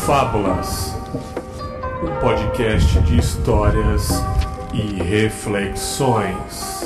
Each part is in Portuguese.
Confábulas, um podcast de histórias e reflexões.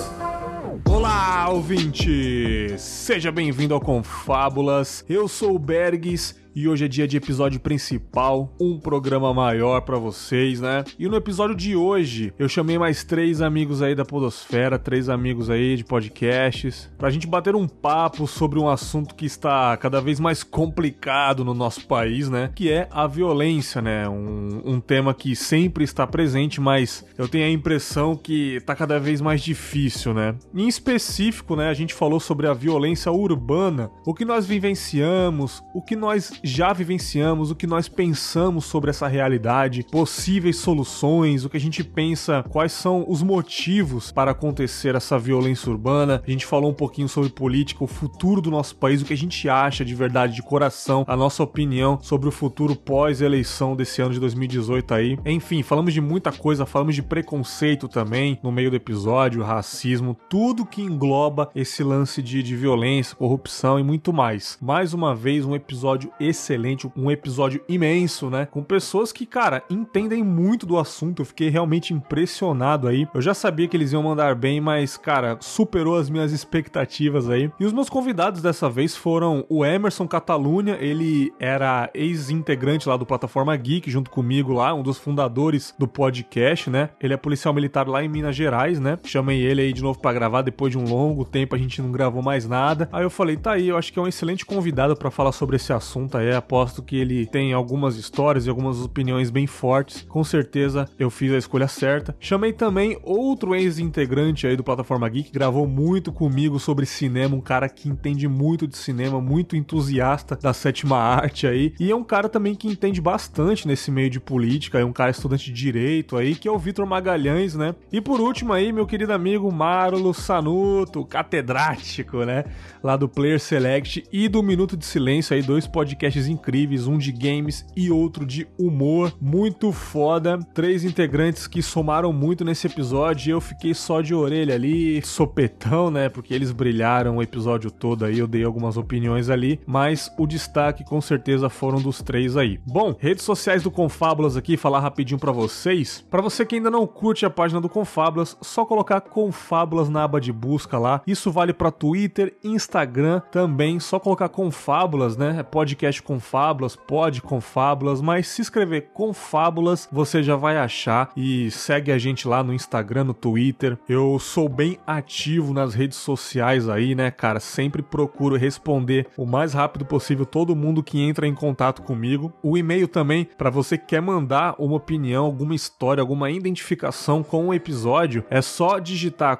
Olá, ouvinte! Seja bem-vindo ao Confábulas. Eu sou o Bergs e hoje é dia de episódio principal, um programa maior pra vocês, né? E no episódio de hoje, eu chamei mais 3 amigos aí da podosfera, 3 amigos aí de podcasts, pra gente bater um papo sobre um assunto que está cada vez mais complicado no nosso país, né? Que é a violência, né? Um tema que sempre está presente, mas eu tenho a impressão que tá cada vez mais difícil, né? Em específico, né, a gente falou sobre a violência urbana, o que nós vivenciamos, o que nós já vivenciamos, o que nós pensamos sobre essa realidade, possíveis soluções, o que a gente pensa, quais são os motivos para acontecer essa violência urbana. A gente falou um pouquinho sobre política, o futuro do nosso país, o que a gente acha de verdade, de coração, a nossa opinião sobre o futuro pós-eleição desse ano de 2018 aí. Enfim, falamos de muita coisa, falamos de preconceito também no meio do episódio, racismo, tudo que engloba esse lance de violência, corrupção e muito mais. Mais uma vez, um episódio excelente, um episódio imenso, né? Com pessoas que, cara, entendem muito do assunto. Eu fiquei realmente impressionado aí. Eu já sabia que eles iam mandar bem, mas, cara, superou as minhas expectativas aí. E os meus convidados dessa vez foram o Emerson Catalunha. Ele era ex-integrante lá do Plataforma Geek, junto comigo lá, um dos fundadores do podcast, né? Ele é policial militar lá em Minas Gerais, né? Chamei ele aí de novo pra gravar, depois de um longo tempo a gente não gravou mais nada. Aí eu falei, tá aí, eu acho que é um excelente convidado pra falar sobre esse assunto aí. Aposto que ele tem algumas histórias e algumas opiniões bem fortes. Com certeza eu fiz a escolha certa. Chamei também outro ex-integrante aí do Plataforma Geek, gravou muito comigo sobre cinema, um cara que entende muito de cinema, muito entusiasta da sétima arte aí, e é um cara também que entende bastante nesse meio de política, é um cara estudante de direito aí, que é o Vitor Magalhães, né? E por último aí, meu querido amigo Marlo Sanuto, catedrático, né? Lá do Player Select e do Minuto de Silêncio aí, 2 podcasts incríveis, um de games e outro de humor, muito foda, 3 integrantes que somaram muito nesse episódio e eu fiquei só de orelha ali, sopetão, né, porque eles brilharam o episódio todo aí, eu dei algumas opiniões ali, mas o destaque com certeza foram dos 3 aí. Bom, redes sociais do Confábulas aqui, falar rapidinho pra vocês, pra você que ainda não curte a página do Confábulas, só colocar Confábulas na aba de busca lá, isso vale pra Twitter, Instagram também, só colocar Confábulas, né, podcast Confábulas, pod Confábulas, mas se escrever Confábulas, você já vai achar e segue a gente lá no Instagram, no Twitter. Eu sou bem ativo nas redes sociais aí, né, cara? Sempre procuro responder o mais rápido possível todo mundo que entra em contato comigo. O e-mail também, para você que quer mandar uma opinião, alguma história, alguma identificação com o episódio, é só digitar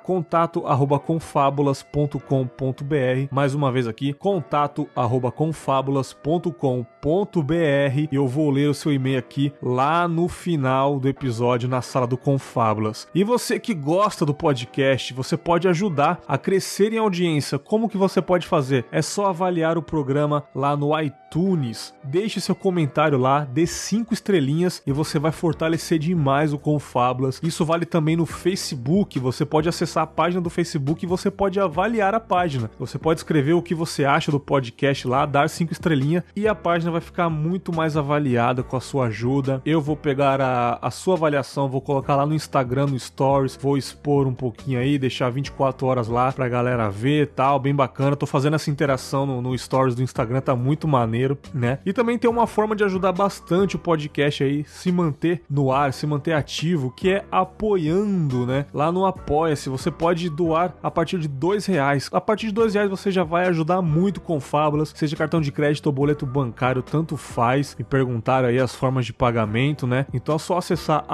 contato@confabulas.com.br. Mais uma vez aqui, contato@confabulas.com.br e eu vou ler o seu e-mail aqui lá no final do episódio na sala do Confábulas. E você que gosta do podcast, você pode ajudar a crescer em audiência. Como que você pode fazer? É só avaliar o programa lá no iTunes. Deixe seu comentário lá, dê 5 estrelinhas e você vai fortalecer demais o Confábulas. Isso vale também no Facebook. Você pode acessar a página do Facebook e você pode avaliar a página. Você pode escrever o que você acha do podcast lá, dar 5 estrelinhas e a página vai ficar muito mais avaliada com a sua ajuda. Eu vou pegar a sua avaliação, vou colocar lá no Instagram, no Stories, vou expor um pouquinho aí, deixar 24 horas lá pra galera ver e tal, bem bacana. Tô fazendo essa interação no Stories do Instagram, tá muito maneiro, né? E também tem uma forma de ajudar bastante o podcast aí, se manter no ar, se manter ativo, que é apoiando, né? Lá no Apoia-se, você pode doar a partir de R$2. A partir de R$2 você já vai ajudar muito com Confábulas, seja cartão de crédito ou boleto bancário, tanto faz. Me perguntaram aí as formas de pagamento, né? Então é só acessar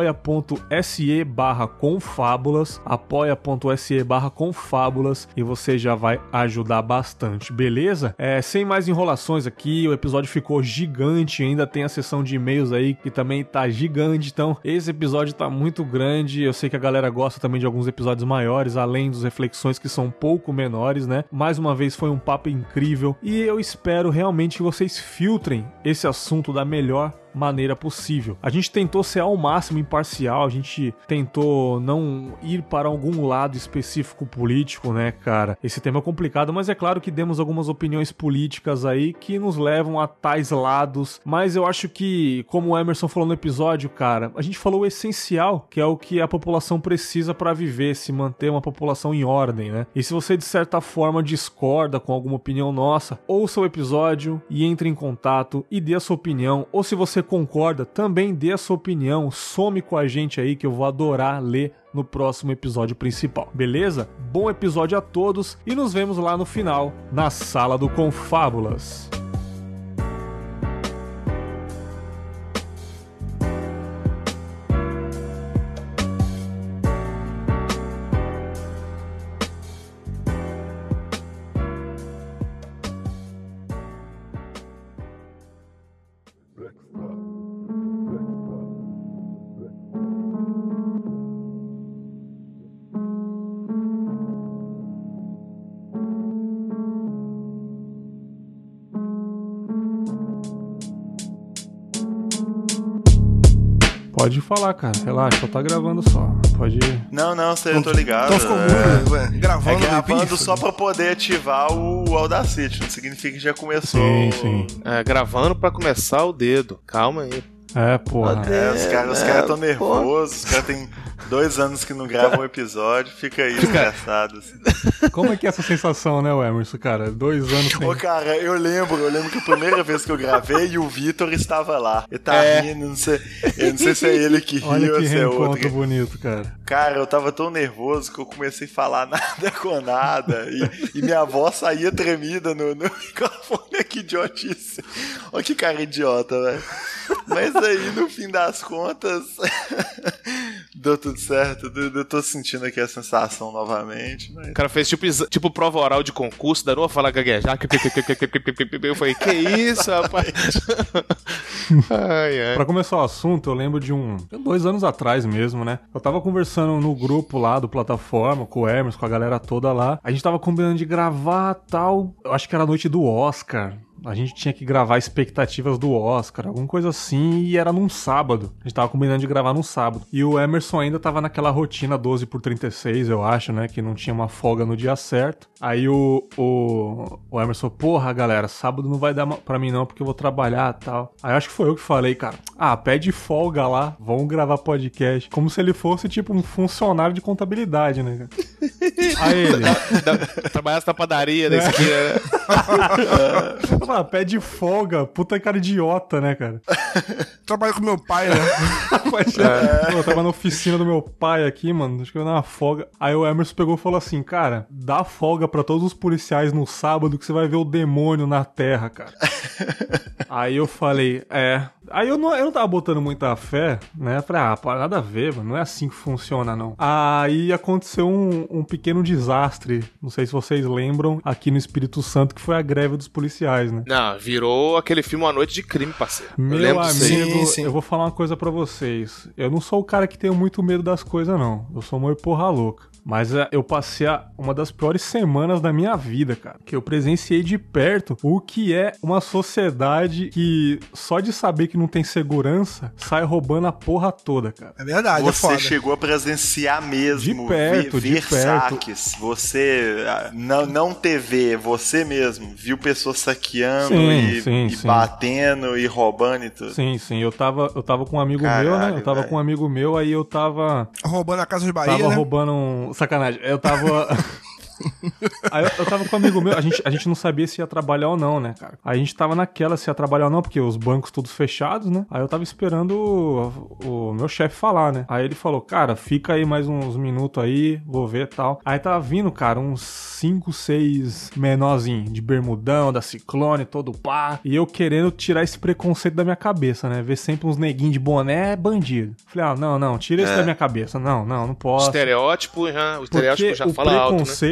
apoia.se/confábulas, apoia.se/confábulas e você já vai ajudar bastante, beleza? Sem mais enrolações aqui, o episódio ficou gigante, ainda tem a seção de e-mails aí que também tá gigante, então esse episódio tá muito grande. Eu sei que a galera gosta também de alguns episódios maiores, além dos reflexões que são um pouco menores, né? Mais uma vez foi um papo incrível e eu espero realmente que vocês filtrem esse assunto da melhor maneira possível. A gente tentou ser ao máximo imparcial, a gente tentou não ir para algum lado específico político, né, cara? Esse tema é complicado, mas é claro que demos algumas opiniões políticas aí que nos levam a tais lados, mas eu acho que, como o Emerson falou no episódio, cara, a gente falou o essencial, que é o que a população precisa para viver, se manter uma população em ordem, né? E se você de certa forma discorda com alguma opinião nossa, ouça o episódio e entre em contato e dê a sua opinião, ou se você concorda, também dê a sua opinião, some com a gente aí que eu vou adorar ler no próximo episódio principal, beleza? Bom episódio a todos e nos vemos lá no final, na Sala do Confábulas. Pode falar, cara. Relaxa, só tá gravando só. Pode ir. Não, eu tô ligado. Então ficou muito, gravando. É gravando só pra poder ativar o Audacity. Não significa que já começou. Sim. É, gravando pra começar o dedo. Calma aí. É, porra. Os caras tão nervosos. Os caras têm 2 anos que não gravam um episódio. Fica aí engraçado. Assim. Como é que é essa sensação, né, Emerson, cara? 2 anos sem... Ô, cara, eu lembro que a primeira vez que eu gravei e o Vitor estava lá. Ele tá rindo, eu não sei se é ele que riu Olha ou que se é outro. reencontro bonito, cara. Cara, eu tava tão nervoso que eu comecei a falar nada com nada e minha voz saía tremida no microfone. Que idiotice. Olha que cara idiota, velho. Mas aí, no fim das contas, deu tudo certo. Eu tô sentindo aqui a sensação novamente. Mas... O cara fez tipo prova oral de concurso, da não falar gaguejar. Eu falei, que isso, rapaz? Ai. Pra começar o assunto, eu lembro de 2 anos atrás mesmo, né? Eu tava conversando no grupo lá do Plataforma, com o Hermes, com a galera toda lá. A gente tava combinando de gravar tal. Eu acho que era a noite do Oscar. A gente tinha que gravar expectativas do Oscar, alguma coisa assim, e era num sábado. A gente tava combinando de gravar num sábado. E o Emerson ainda tava naquela rotina 12/36, eu acho, né? Que não tinha uma folga no dia certo. Aí o Emerson, porra, galera, sábado não vai dar pra mim não, porque eu vou trabalhar e tal. Aí acho que foi eu que falei, cara, pede folga lá, vamos gravar podcast. Como se ele fosse, tipo, um funcionário de contabilidade, né, cara? Aí ele... Trabalhasse na padaria da esquina, né? Pede folga, puta cara idiota, né, cara? Trabalho com meu pai, né? Eu tava na oficina do meu pai aqui, mano, acho que eu ia dar uma folga. Aí o Emerson pegou e falou assim, cara, dá folga pra todos os policiais no sábado que você vai ver o demônio na terra, cara. Aí eu falei, Aí eu não tava botando muita fé, né? Falei, nada a ver, mano, não é assim que funciona, não. Aí aconteceu um pequeno desastre, não sei se vocês lembram, aqui no Espírito Santo, que foi a greve dos policiais, né? Não, virou aquele filme Uma Noite de Crime, parceiro. Meu amigo, sim. Eu vou falar uma coisa pra vocês. Eu não sou o cara que tem muito medo das coisas, não. Eu sou meio porra louca. Mas eu passei uma das piores semanas da minha vida, cara. Que eu presenciei de perto o que é uma sociedade que só de saber que não tem segurança sai roubando a porra toda, cara. É verdade, você é foda. chegou a presenciar mesmo, de perto, ver de perto. saques. Você, não TV, você mesmo viu pessoas saqueando sim. batendo e roubando e tudo. Sim. Eu tava com um amigo meu, né? Eu tava com um amigo meu, aí eu tava... roubando a Casa de Bahia, Tava né? roubando Sacanagem. Eu tava... Aí eu tava com um amigo meu, a gente não sabia se ia trabalhar ou não, né, cara? Aí a gente tava naquela se ia trabalhar ou não, porque os bancos todos fechados, né? Aí eu tava esperando o meu chefe falar, né? Aí ele falou, cara, fica aí mais uns minutos aí, vou ver e tal. Aí tava vindo, cara, uns 5, 6 menorzinhos de bermudão, da Ciclone, todo pá. E eu querendo tirar esse preconceito da minha cabeça, né? Ver sempre uns neguinhos de boné é bandido. Falei, não, tira isso da minha cabeça. Não posso. O estereótipo já fala alto, né? Exatamente,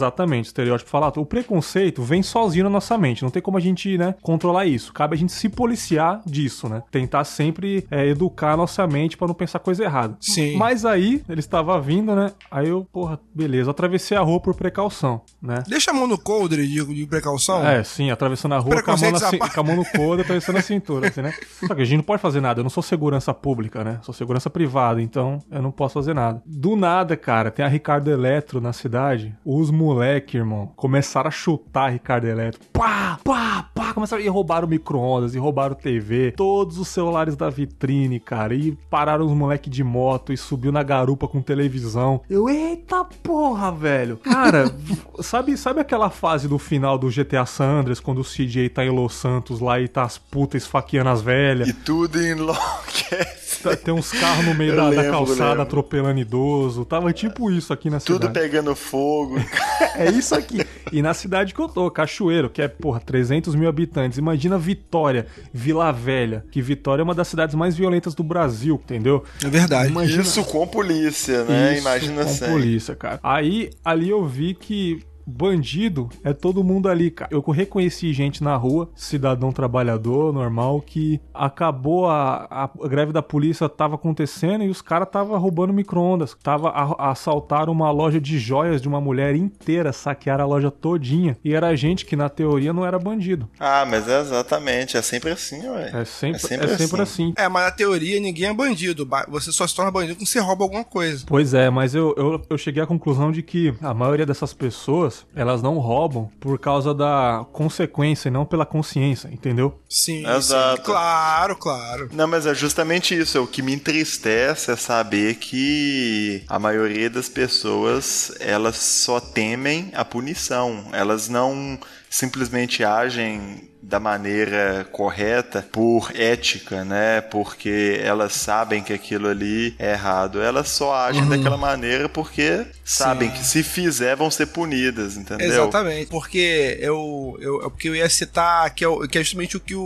Exatamente, o estereótipo falato. O preconceito vem sozinho na nossa mente, não tem como a gente, né, controlar isso. Cabe a gente se policiar disso, né? Tentar sempre educar a nossa mente pra não pensar coisa errada. Sim. Mas aí, ele estava vindo, né? Aí eu, porra, beleza, atravessei a rua por precaução, né? Deixa a mão no coldre de precaução. Sim, atravessando a rua com a mão no couro, atravessando a cintura, assim, né? Só que a gente não pode fazer nada, eu não sou segurança pública, né? Sou segurança privada, então eu não posso fazer nada. Do nada, cara, tem a Ricardo Eletro na cidade, os moleque, irmão, começaram a chutar a Ricardo Eletro. Pá, pá, pá, começaram e roubaram micro-ondas, e roubaram TV, todos os celulares da vitrine, cara, e pararam os moleque de moto e subiu na garupa com televisão. Eu, eita porra, velho. Cara, sabe aquela fase do final do GTA San Andreas, quando o CJ tá em Los Santos lá e tá as putas esfaqueando as velhas? E tudo enlouquece. Tem uns carros no meio da calçada atropelando idoso. Tava tipo isso aqui na cidade. Tudo pegando fogo. É isso aqui. E na cidade que eu tô, Cachoeiro, que é, 300 mil habitantes. Imagina Vitória, Vila Velha. Que Vitória é uma das cidades mais violentas do Brasil, entendeu? É verdade. Imagina... Isso com polícia, né? Isso, imagina com polícia, cara. Aí, ali eu vi que bandido é todo mundo ali, cara. Eu reconheci gente na rua, cidadão trabalhador, normal, que acabou a greve da polícia tava acontecendo e os caras tava roubando micro-ondas. Assaltaram uma loja de joias de uma mulher inteira, saquearam a loja todinha. E era gente que, na teoria, não era bandido. Ah, mas é exatamente. É sempre assim, ué. É sempre assim. É, mas na teoria ninguém é bandido. Você só se torna bandido quando você rouba alguma coisa. Pois é, mas eu cheguei à conclusão de que a maioria dessas pessoas, elas não roubam por causa da consequência e não pela consciência, entendeu? Sim, exato. Sim. Claro. Não, mas é justamente isso. O que me entristece é saber que a maioria das pessoas, elas só temem a punição. Elas não simplesmente agem da maneira correta por ética, né? Porque elas sabem que aquilo ali é errado. Elas só agem daquela maneira porque sabem que se fizer vão ser punidas, entendeu? Exatamente. Porque porque eu ia citar que é justamente o que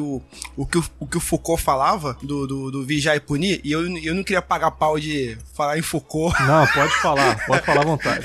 o Foucault falava do vigiar e punir, e eu não queria pagar pau de falar em Foucault. Não, pode falar à vontade.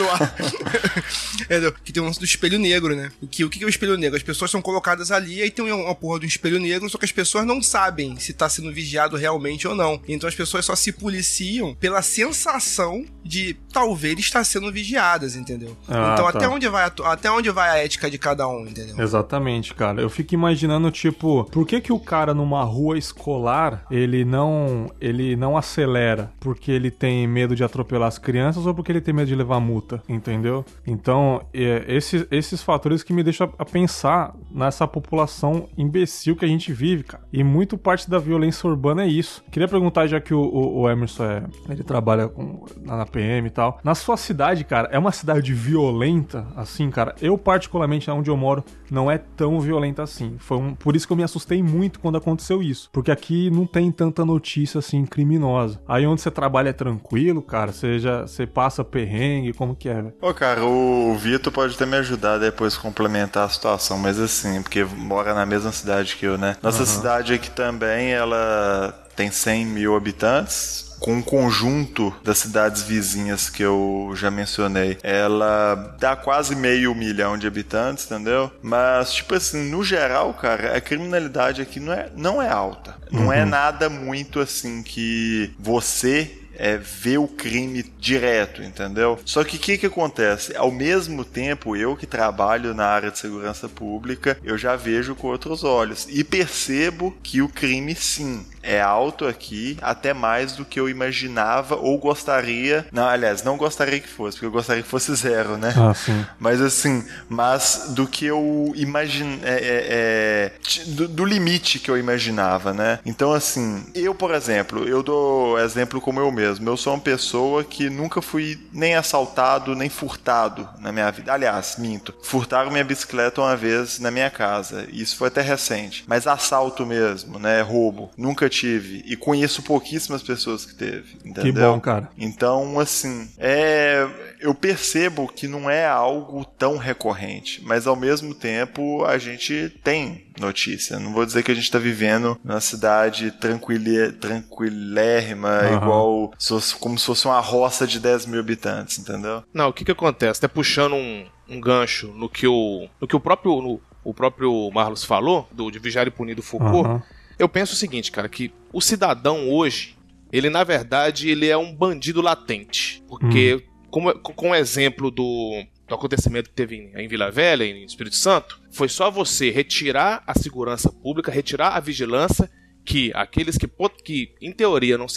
Que tem um lance do espelho negro, né? O que é o espelho negro? As pessoas são colocadas ali, aí tem uma porra do espelho negro, só que as pessoas não sabem se tá sendo vigiado realmente ou não. Então as pessoas só se policiam pela sensação de talvez estar sendo vigiadas, entendeu? Então até onde vai a ética de cada um, entendeu? Exatamente, cara. Eu fico imaginando, tipo, por que o cara numa rua escolar, ele não acelera porque ele tem medo de atropelar as crianças ou porque ele tem medo de levar multa, entendeu? Então, esses fatores que me deixam a pensar nessa população imbecil que a gente vive, cara. E muito parte da violência urbana é isso. Queria perguntar, já que o Emerson ele trabalha na PM e tal. Na sua cidade, cara, é uma cidade violenta, assim, cara? Eu, particularmente, onde eu moro, não é tão violenta assim. Por isso que eu me assustei muito quando aconteceu isso. Porque aqui não tem tanta notícia, assim, criminosa. Aí onde você trabalha é tranquilo, cara? Você passa perrengue, como que é, velho? Ô, cara, o Vitor pode até me ajudar depois a complementar a situação, mas assim, porque mora na mesma cidade que eu, né? Nossa cidade aqui também, ela tem 100 mil habitantes, com um conjunto das cidades vizinhas que eu já mencionei. Ela dá quase 500 mil de habitantes, entendeu? Mas, tipo assim, no geral, cara, a criminalidade aqui não é alta. Não é nada muito assim que você vê o crime direto, entendeu? Só que o que acontece? Ao mesmo tempo, eu que trabalho na área de segurança pública, eu já vejo com outros olhos e percebo que o crime, sim, é alto aqui, até mais do que eu imaginava ou gostaria. Não, aliás, não gostaria que fosse, porque eu gostaria que fosse 0, né? Ah, sim. Mas assim, do que eu do limite que eu imaginava, né? Então, assim, eu, por exemplo, eu dou exemplo como eu mesmo. Eu sou uma pessoa que nunca fui nem assaltado, nem furtado na minha vida. Aliás, minto. Furtaram minha bicicleta uma vez na minha casa. Isso foi até recente. Mas assalto mesmo, né? Roubo. Nunca tive. E conheço pouquíssimas pessoas que teve, entendeu? Que bom, cara. Então, assim, eu percebo que não é algo tão recorrente, mas ao mesmo tempo a gente tem notícia. Não vou dizer que a gente tá vivendo numa cidade tranquilérrima, igual como se fosse uma roça de 10 mil habitantes, entendeu? Não, o que acontece? Até puxando um gancho no que o próprio Marlos falou, de Vigiar e Punir do Foucault, eu penso o seguinte, cara, que o cidadão hoje, ele na verdade, ele é um bandido latente. Porque, com o exemplo do acontecimento que teve em Vila Velha, em Espírito Santo, foi só você retirar a segurança pública, retirar a vigilância, que aqueles que em teoria não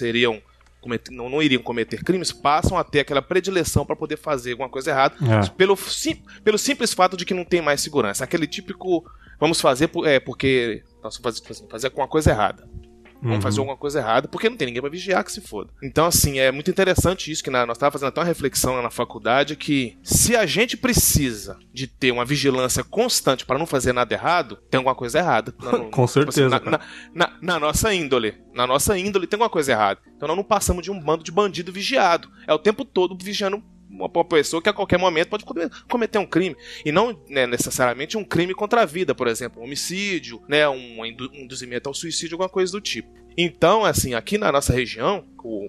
iriam cometer crimes, passam a ter aquela predileção para poder fazer alguma coisa errada, pelo simples fato de que não tem mais segurança. Aquele típico, vamos fazer porque nós vamos fazer alguma coisa errada. Vamos fazer alguma coisa errada, porque não tem ninguém pra vigiar, que se foda. Então, assim, é muito interessante isso, que nós estávamos fazendo até uma reflexão na faculdade, que se a gente precisa de ter uma vigilância constante para não fazer nada errado, tem alguma coisa errada. Com certeza. Na nossa índole. Na nossa índole tem alguma coisa errada. Então nós não passamos de um bando de bandido vigiado. É o tempo todo vigiando uma pessoa que a qualquer momento pode cometer um crime. E não, né, necessariamente um crime contra a vida, por exemplo, um homicídio, né, um induzimento ao suicídio, alguma coisa do tipo. Então, assim, aqui na nossa região,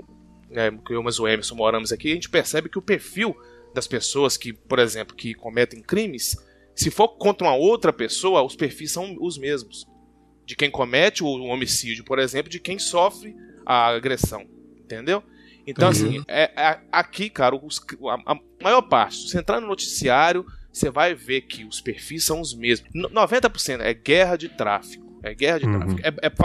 que eu e o Emerson moramos aqui, a gente percebe que o perfil das pessoas que, por exemplo, que cometem crimes, se for contra uma outra pessoa, os perfis são os mesmos. De quem comete o homicídio, por exemplo, de quem sofre a agressão. Entendeu? Então, assim, aqui, cara, a maior parte, se você entrar no noticiário, você vai ver que os perfis são os mesmos. 90% é guerra de tráfico. É guerra de tráfico.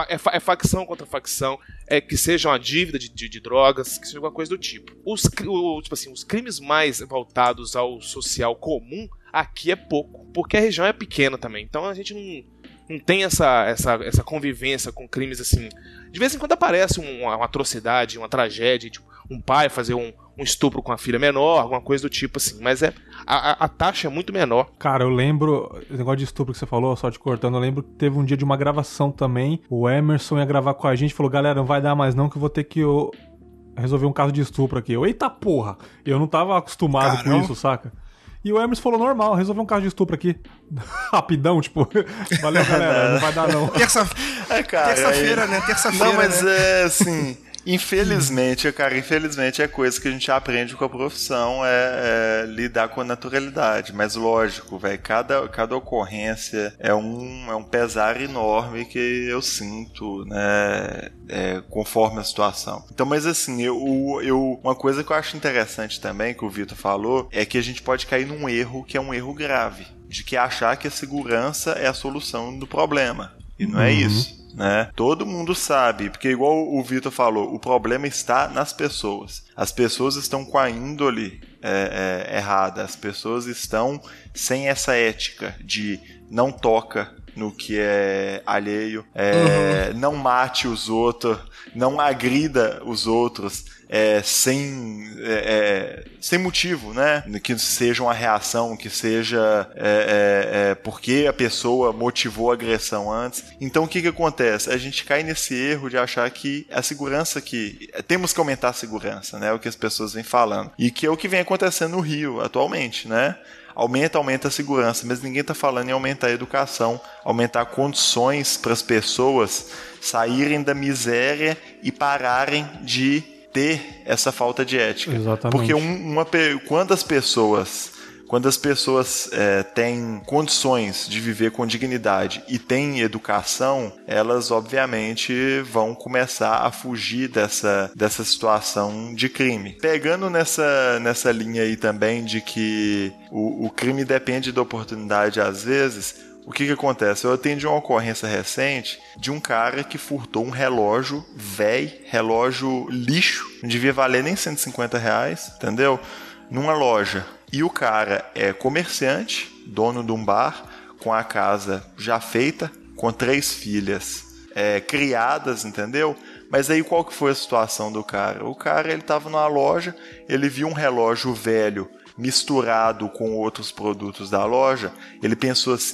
É facção contra facção. É que seja uma dívida de drogas, que seja alguma coisa do tipo. Tipo assim, os crimes mais voltados ao social comum, aqui é pouco. Porque a região é pequena também. Então a gente não tem essa convivência com crimes assim. De vez em quando aparece uma atrocidade, uma tragédia, tipo, um pai fazer um estupro com a filha menor, alguma coisa do tipo assim, mas a taxa é muito menor. Cara, eu lembro, esse negócio de estupro que você falou, só te cortando, eu lembro que teve um dia de uma gravação também, o Emerson ia gravar com a gente, falou, galera, não vai dar mais não, que eu vou ter que resolver um caso de estupro aqui. Eita porra! Eu não tava acostumado com isso, saca? E o Emerson falou, normal, resolveu um caso de estupro aqui. Rapidão, tipo, valeu, galera, não vai dar não. Terça-feira, né? Terça-feira, não, mas né? Assim, infelizmente é coisa que a gente aprende com a profissão, lidar com a naturalidade. Mas lógico, velho, cada ocorrência é um pesar enorme que eu sinto, né, conforme a situação. Então, mas assim, uma coisa que eu acho interessante também, que o Vitor falou, é que a gente pode cair num erro que é um erro grave, de que achar que a segurança é a solução do problema. E não é isso. Né? Todo mundo sabe, porque igual o Vitor falou, o problema está nas pessoas. As pessoas estão com a índole errada, as pessoas estão sem essa ética de não toca no que é alheio, não mate os outros, não agrida os outros sem motivo, né? Que seja uma reação, que seja porque a pessoa motivou a agressão antes. Então o que acontece? A gente cai nesse erro de achar que a segurança temos que aumentar a segurança, né? É o que as pessoas vêm falando. E que é o que vem acontecendo no Rio atualmente, né? Aumenta a segurança, mas ninguém está falando em aumentar a educação, aumentar condições para as pessoas saírem da miséria e pararem de ter essa falta de ética. Exatamente. Porque quando as pessoas têm condições de viver com dignidade e têm educação, elas obviamente vão começar a fugir dessa situação de crime. Pegando nessa linha aí também de que o crime depende da oportunidade às vezes, o que acontece? Eu atendi uma ocorrência recente de um cara que furtou um relógio relógio lixo, não devia valer nem R$150, entendeu? Numa loja. E o cara é comerciante, dono de um bar, com a casa já feita, com 3 filhas criadas, entendeu? Mas aí qual que foi a situação do cara? O cara, ele estava numa loja, ele viu um relógio velho misturado com outros produtos da loja, ele pensou assim,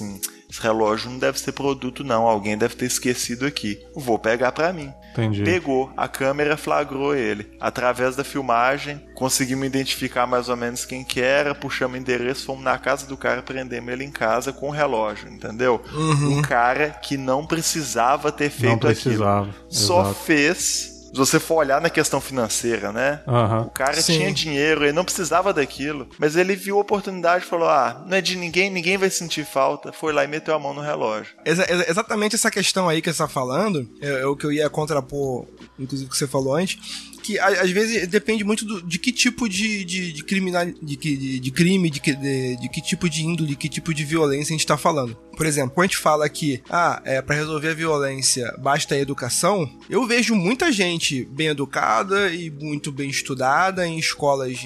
esse relógio não deve ser produto não, alguém deve ter esquecido aqui, vou pegar pra mim. Entendi. Pegou, a câmera flagrou ele. Através da filmagem, conseguimos identificar mais ou menos quem que era, puxamos o endereço, fomos na casa do cara, prendemos ele em casa com o relógio, entendeu? Um cara que não precisava ter feito Não precisava, aquilo. Só exato. fez... Se você for olhar na questão financeira, né? O cara tinha dinheiro, ele não precisava daquilo, mas ele viu a oportunidade e falou, não é de ninguém, ninguém vai sentir falta. Foi lá e meteu a mão no relógio. Exatamente essa questão aí que você tá falando, é o que eu ia contrapor, inclusive, o que você falou antes, que às vezes depende muito de que tipo de criminalidade, de crime, de que tipo de índole, de que tipo de violência a gente tá falando. Por exemplo, quando a gente fala que pra resolver a violência basta a educação, eu vejo muita gente bem educada e muito bem estudada em escolas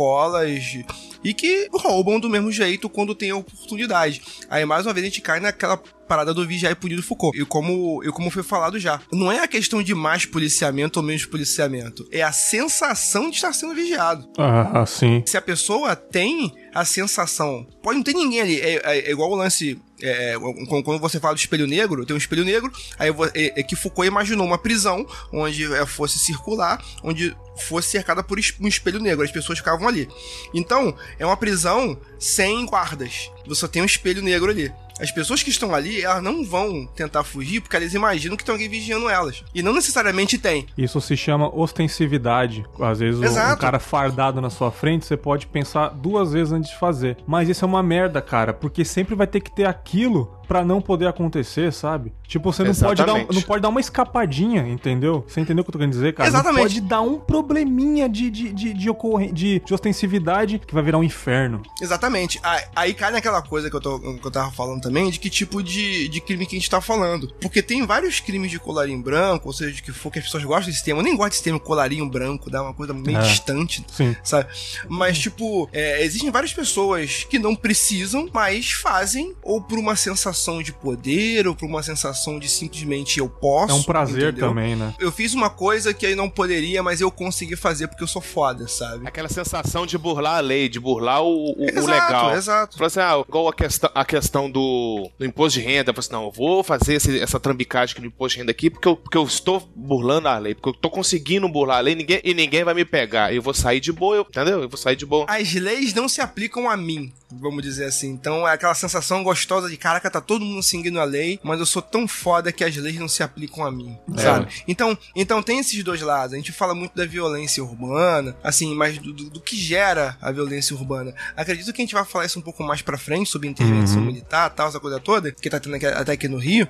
e que roubam do mesmo jeito quando tem a oportunidade. Aí mais uma vez a gente cai naquela parada do vigiar e punir do Foucault. E como foi falado já, não é a questão de mais policiamento ou menos policiamento, é a sensação de estar sendo vigiado. Sim. Se a pessoa tem a sensação, pode não ter ninguém ali, é igual o lance... quando você fala do espelho negro, tem um espelho negro, aí que Foucault imaginou uma prisão onde fosse circular, onde fosse cercada por um espelho negro, as pessoas ficavam ali. Então, é uma prisão sem guardas, você só tem um espelho negro ali. As pessoas que estão ali, elas não vão tentar fugir porque elas imaginam que tem alguém vigiando elas. E não necessariamente tem. Isso se chama ostensividade. Às vezes um cara fardado na sua frente, você pode pensar 2 vezes antes de fazer. Mas isso é uma merda, cara, porque sempre vai ter que ter aquilo pra não poder acontecer, sabe? Tipo, você não pode dar uma escapadinha, entendeu? Você entendeu o que eu tô querendo dizer, cara? Exatamente. Não pode dar um probleminha de ostensividade que vai virar um inferno. Exatamente. Aí cai naquela coisa que eu tava falando também, de que tipo de crime que a gente tá falando. Porque tem vários crimes de colarinho branco, ou seja, de que for que as pessoas gostam desse termo. Eu nem gosto desse termo colarinho branco, dá uma coisa meio distante, sim, sabe? Mas, tipo, existem várias pessoas que não precisam, mas fazem, ou por uma sensação de poder, ou por uma sensação de simplesmente eu posso. É um prazer, entendeu? também, né? Eu fiz uma coisa que eu não poderia, mas eu consegui fazer porque eu sou foda, sabe? Aquela sensação de burlar a lei, de burlar o legal. Exato. Falou assim, igual a questão do imposto de renda. Eu falei assim, não, eu vou fazer essa trambicagem aqui no imposto de renda aqui porque eu estou burlando a lei, porque eu tô conseguindo burlar a lei e ninguém vai me pegar. Eu vou sair de boa, entendeu? Eu vou sair de boa. As leis não se aplicam a mim, vamos dizer assim. Então é aquela sensação gostosa de, caraca, tá todo mundo seguindo a lei, mas eu sou tão foda que as leis não se aplicam a mim, sabe? Então tem esses dois lados. A gente fala muito da violência urbana, assim, mas do que gera a violência urbana. Acredito que a gente vai falar isso um pouco mais pra frente, sobre intervenção militar, tal, essa coisa toda, que tá tendo até aqui no Rio.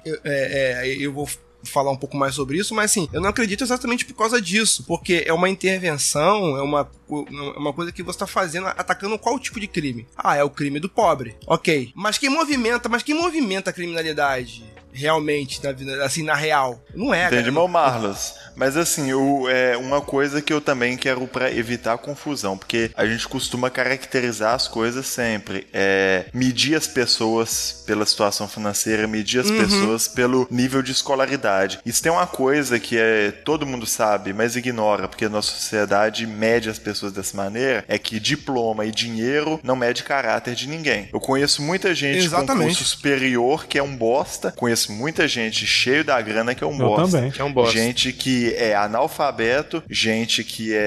Eu vou falar um pouco mais sobre isso, mas assim, eu não acredito exatamente por causa disso, porque é uma intervenção, é uma coisa que você tá fazendo, atacando qual tipo de crime? É o crime do pobre. Ok. Mas quem movimenta a criminalidade? Realmente, assim, na real. Não é, Entendi, meu Marlos. Mas assim, uma coisa que eu também quero pra evitar confusão, porque a gente costuma caracterizar as coisas sempre. Medir as pessoas pela situação financeira, medir as pessoas pelo nível de escolaridade. Isso tem uma coisa que todo mundo sabe, mas ignora, porque a nossa sociedade mede as pessoas dessa maneira, é que diploma e dinheiro não mede caráter de ninguém. Eu conheço muita gente com curso superior que é um bosta, conheço muita gente cheio da grana que é um bosta. Também. Que é um bosta. Gente que é analfabeto, gente que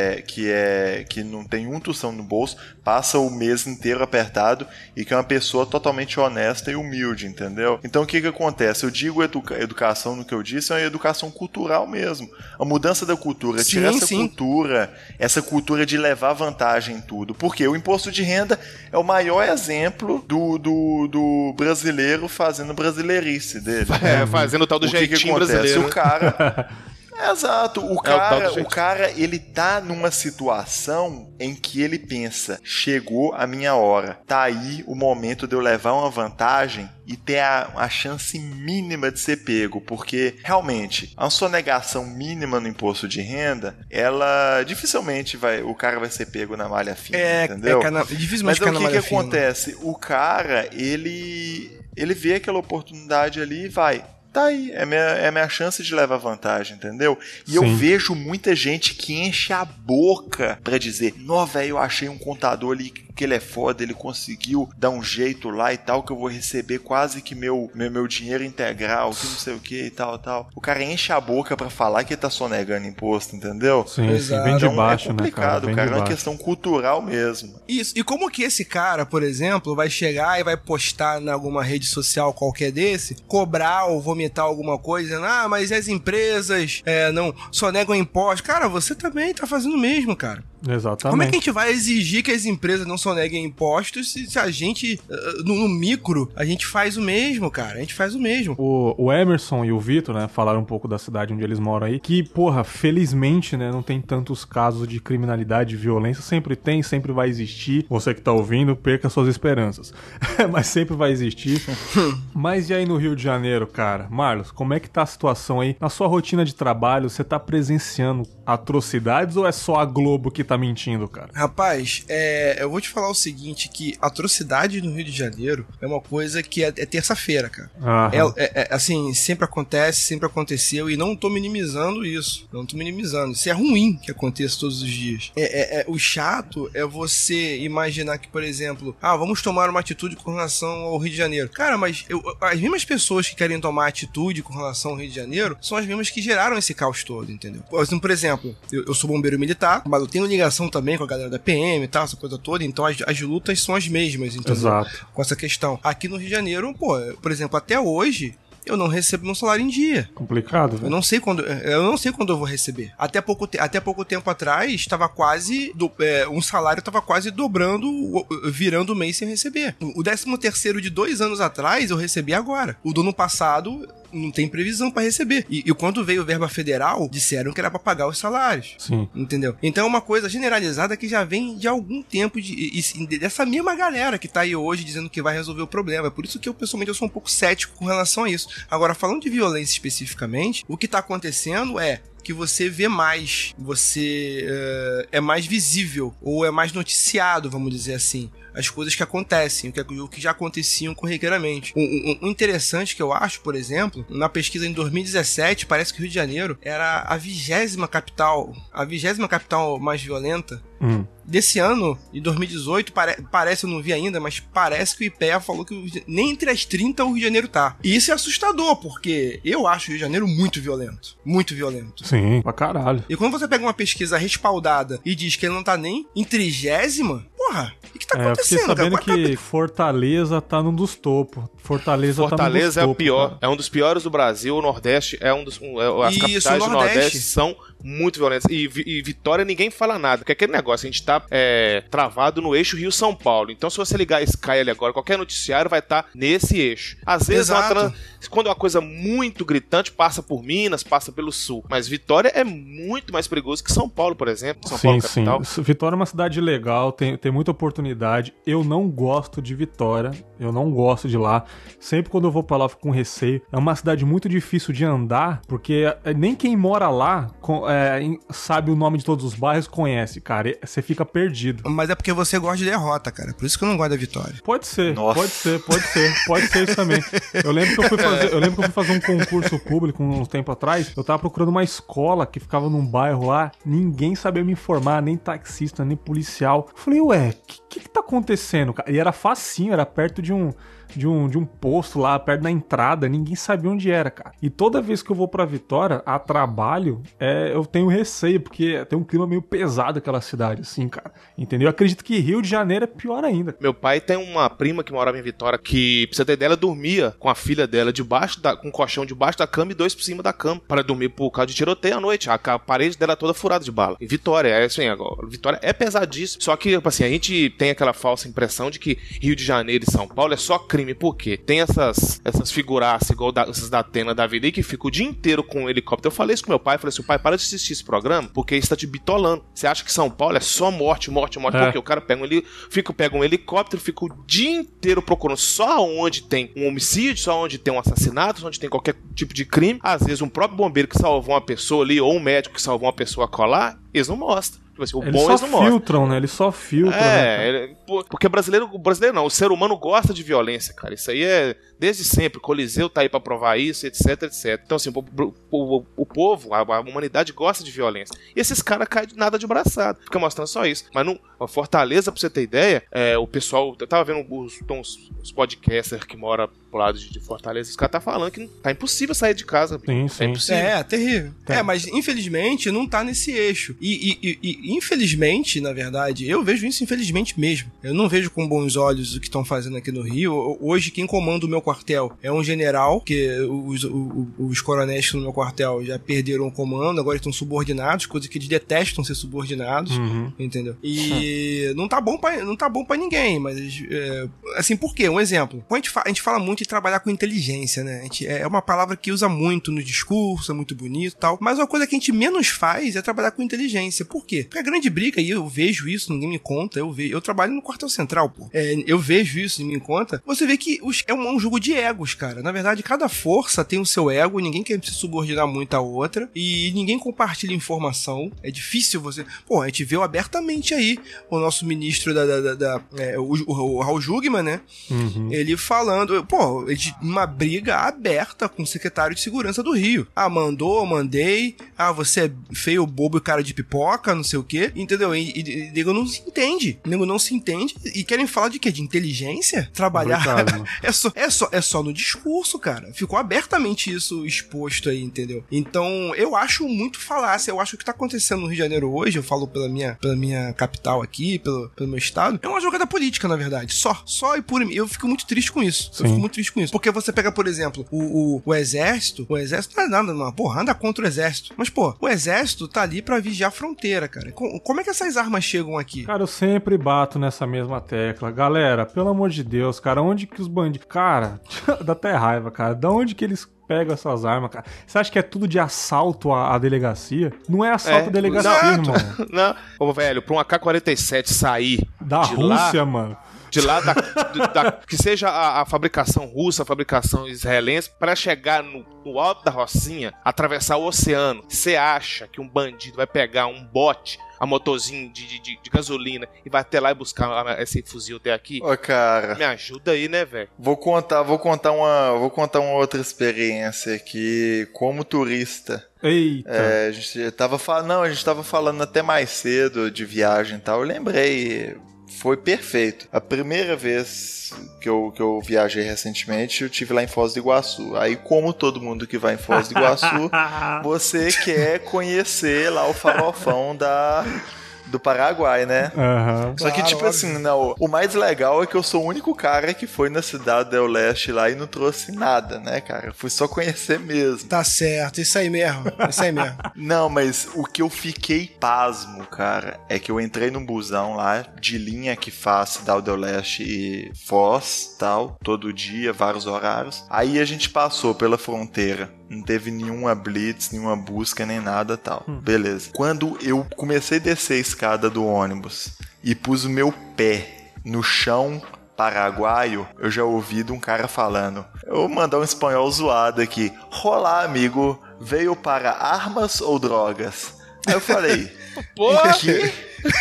não tem um tostão no bolso, passa o mês inteiro apertado e que é uma pessoa totalmente honesta e humilde, entendeu? Então o que acontece? Eu digo educação no que eu disse, é uma educação cultural mesmo. A mudança da cultura, tirar essa cultura de levar vantagem em tudo. Porque o imposto de renda é o maior exemplo do brasileiro fazendo brasileirice dele. Fazendo o tal do jeitinho brasileiro. O cara... Exato, o cara ele tá numa situação em que ele pensa, chegou a minha hora, tá aí o momento de eu levar uma vantagem e ter a chance mínima de ser pego, porque realmente a sonegação mínima no imposto de renda, ela dificilmente o cara vai ser pego na malha fina, entendeu? Dificilmente. Mas o que acontece? O cara, ele vê aquela oportunidade ali e vai. Tá aí, é minha chance de levar vantagem, entendeu? E eu vejo muita gente que enche a boca pra dizer, velho, eu achei um contador ali que ele é foda, ele conseguiu dar um jeito lá e tal, que eu vou receber quase que meu dinheiro integral, que não sei o que e tal. O cara enche a boca pra falar que ele tá sonegando imposto, entendeu? Sim, vem de baixo, é complicado, né, cara? É uma questão cultural mesmo. Isso, e como que esse cara, por exemplo, vai chegar e vai postar em alguma rede social qualquer desse, cobrar ou vomitar alguma coisa, mas as empresas não sonegam impostos. Cara, você também tá fazendo o mesmo, cara. Exatamente. Como é que a gente vai exigir que as empresas não soneguem impostos se a gente, no micro, a gente faz o mesmo, cara? A gente faz o mesmo. O Emerson e o Vitor, né, falaram um pouco da cidade onde eles moram aí, que, porra, felizmente, né, não tem tantos casos de criminalidade e violência. Sempre tem, sempre vai existir. Você que tá ouvindo, perca suas esperanças. Mas sempre vai existir. Mas e aí no Rio de Janeiro, cara? Marlos, como é que tá a situação aí? Na sua rotina de trabalho, você tá presenciando atrocidades ou é só a Globo que tá mentindo, cara? Rapaz, eu vou te falar o seguinte, que atrocidade no Rio de Janeiro é uma coisa que é terça-feira, cara. Assim, sempre acontece, sempre aconteceu e não tô minimizando isso. Não tô minimizando. Isso é ruim que aconteça todos os dias. O chato é você imaginar que, por exemplo, vamos tomar uma atitude com relação ao Rio de Janeiro. Cara, mas as mesmas pessoas que querem tomar atitude com relação ao Rio de Janeiro são as mesmas que geraram esse caos todo, entendeu? Por exemplo, eu sou bombeiro militar, mas eu tenho ligação também com a galera da PM e tal, essa coisa toda, então as lutas são as mesmas, entendeu? Exato. Com essa questão. Aqui no Rio de Janeiro, por exemplo, até hoje, eu não recebo meu salário em dia. Complicado, velho. Eu não sei quando eu vou receber. Até pouco tempo atrás, estava quase um salário estava quase dobrando, virando o mês sem receber. O 13º de 2 anos atrás eu recebi agora. O do ano passado não tem previsão pra receber. E quando veio verba federal, disseram que era pra pagar os salários. Sim. Entendeu? Então é uma coisa generalizada que já vem de algum tempo dessa mesma galera que tá aí hoje dizendo que vai resolver o problema. É por isso que eu, pessoalmente, eu sou um pouco cético com relação a isso. Agora, falando de violência especificamente, o que tá acontecendo é que você vê mais, você é mais visível, ou é mais noticiado, vamos dizer assim, as coisas que acontecem, o que já aconteciam corriqueiramente. O interessante que eu acho, por exemplo, na pesquisa em 2017, parece que o Rio de Janeiro era a 20ª capital mais violenta. Desse ano, de 2018, parece, eu não vi ainda, mas parece que o IPEA falou que nem entre as 30 o Rio de Janeiro tá. E isso é assustador, porque eu acho o Rio de Janeiro muito violento. Muito violento. Sim, pra caralho. E quando você pega uma pesquisa respaldada e diz que ele não tá nem em 30ª, porra, o que tá acontecendo? Eu fiquei sabendo que Fortaleza tá num dos topos. Fortaleza tá num dos é topos, o pior. Cara. É um dos piores do Brasil. O Nordeste é um dos... as capitais do Nordeste são muito violentas. E Vitória ninguém fala nada. Porque aquele negócio, a gente tá travado no eixo Rio-São Paulo. Então se você ligar a Sky ali agora, qualquer noticiário vai estar nesse eixo. Às vezes, quando é uma coisa muito gritante, passa por Minas, passa pelo Sul. Mas Vitória é muito mais perigoso que São Paulo, por exemplo. São Paulo capital. Sim. Vitória é uma cidade legal, tem muita oportunidade. Eu não gosto de Vitória. Eu não gosto de lá. Sempre quando eu vou pra lá, eu fico com receio. É uma cidade muito difícil de andar, porque nem quem mora lá sabe o nome de todos os bairros, conhece, cara. Você fica perdido. Mas é porque você gosta de derrota, cara. Por isso que eu não gosto da vitória. Pode ser isso também. Eu lembro que eu fui fazer um concurso público um tempo atrás. Eu tava procurando uma escola que ficava num bairro lá. Ninguém sabia me informar, nem taxista, nem policial. Eu falei, ué, o que tá acontecendo, cara? E era facinho, era perto de um posto lá, perto da entrada, ninguém sabia onde era, cara. E toda vez que eu vou pra Vitória, a trabalho, eu tenho receio, porque tem um clima meio pesado aquela cidade, assim, cara. Entendeu? Eu acredito que Rio de Janeiro é pior ainda. Meu pai tem uma prima que morava em Vitória, que, pra você ter ideia, ela dormia com a filha dela com um colchão debaixo da cama e 2 por cima da cama, para dormir por causa de tiroteio à noite. A parede dela toda furada de bala. Em Vitória, assim, agora, Vitória é pesadíssimo. Só que, assim, a gente tem aquela falsa impressão de que Rio de Janeiro e São Paulo é só crime. Por quê? Tem essas figuraças igual essas da Atena da vida aí que ficam o dia inteiro com um helicóptero. Eu falei isso com meu pai, falei assim, pai, para de assistir esse programa, porque isso tá te bitolando. Você acha que São Paulo é só morte, porque o cara pega um helicóptero, fica o dia inteiro procurando só onde tem um homicídio, só onde tem um assassinato, só onde tem qualquer tipo de crime. Às vezes um próprio bombeiro que salvou uma pessoa ali, ou um médico que salvou uma pessoa colar, eles não mostram. Tipo assim, o Eles bom só eles não mostram. filtram, né? Eles só filtram. Né, Porque o brasileiro não, o ser humano gosta de violência, cara. Isso aí é desde sempre. O Coliseu tá aí pra provar isso, etc, etc. Então, assim, o povo, a humanidade gosta de violência. E esses caras caem nada de braçada. Fica mostrando só isso. Mas a Fortaleza, pra você ter ideia, o pessoal, eu tava vendo os podcasters que moram pro lado de Fortaleza, os caras tá falando que tá impossível sair de casa. Sim, sim. É impossível. É, terrível. Mas infelizmente não tá nesse eixo. E infelizmente, na verdade, eu vejo isso infelizmente mesmo. Eu não vejo com bons olhos o que estão fazendo aqui no Rio. Hoje quem comanda o meu quartel é um general, que os coronéis no meu quartel já perderam o comando, agora estão subordinados, coisa que eles detestam ser subordinados, entendeu? E não tá bom pra ninguém, mas assim, por quê? Um exemplo. A gente fala muito de trabalhar com inteligência, né? É uma palavra que usa muito no discurso, é muito bonito e tal, mas uma coisa que a gente menos faz é trabalhar com inteligência. Por quê? Porque a grande briga, e eu vejo isso, ninguém me conta, eu trabalho no quartel central, pô. Eu vejo isso, ninguém me conta. Você vê que é um jogo de egos, cara. Na verdade, cada força tem o seu ego, ninguém quer se subordinar muito a outra, e ninguém compartilha informação. É difícil você... Pô, a gente viu abertamente aí o nosso ministro o Raul Jugman, né? Ele falando, pô, uma briga aberta com o secretário de segurança do Rio. Mandei. Você é feio, bobo e cara de pipoca, não sei o quê. Entendeu? E nego não se entende. Nego não se entende. E querem falar de quê? De inteligência? Trabalhar. É só no discurso, cara. Ficou abertamente isso exposto aí, entendeu? Então, eu acho muito falácia. Eu acho que o que tá acontecendo no Rio de Janeiro hoje, eu falo pela minha capital aqui, pelo meu estado, é uma jogada política, na verdade. Só e puro. Eu fico muito triste com isso. Sim. Eu fico muito triste com isso. Porque você pega, por exemplo, o exército não é nada, não. Porra, anda contra o exército. Mas, pô, o exército tá ali pra vigiar a fronteira, cara. Como é que essas armas chegam aqui? Cara, eu sempre bato nessa mesma tecla. Galera, pelo amor de Deus, cara, onde que os bandidos... Cara, dá até raiva, cara. Da onde que eles pegam essas armas, cara? Você acha que é tudo de assalto à delegacia? Não é assalto à delegacia, irmão. Não. Ô, velho, pra um AK-47 sair da Rússia, mano. De lá que seja a fabricação russa, a fabricação israelense, para chegar no alto da Rocinha, atravessar o oceano. Você acha que um bandido vai pegar um bote, a motorzinho de gasolina, e vai até lá e buscar esse fuzil até aqui? Ô, cara, me ajuda aí, né, velho? Vou contar uma outra experiência aqui como turista. Eita. A gente tava falando até mais cedo de viagem e tal. Eu lembrei. Foi perfeito. A primeira vez que eu viajei recentemente, eu tive lá em Foz do Iguaçu. Aí, como todo mundo que vai em Foz do Iguaçu, você quer conhecer lá o farofão do Paraguai, né? Só que, tipo assim, não, o mais legal é que eu sou o único cara que foi na Cidade del Leste lá e não trouxe nada, né, cara? Eu fui só conhecer mesmo. Tá certo, isso aí mesmo. Não, mas o que eu fiquei pasmo, cara, é que eu entrei num busão lá de linha que faz Cidade del Leste e Foz, tal, todo dia, vários horários. Aí a gente passou pela fronteira. Não teve nenhuma blitz, nenhuma busca, nem nada tal. Beleza. Quando eu comecei a descer a escada do ônibus e pus o meu pé no chão paraguaio, eu já ouvi de um cara falando. Eu vou mandar um espanhol zoado aqui. Olá, amigo. Veio para armas ou drogas? Aí eu falei... Porra! Que?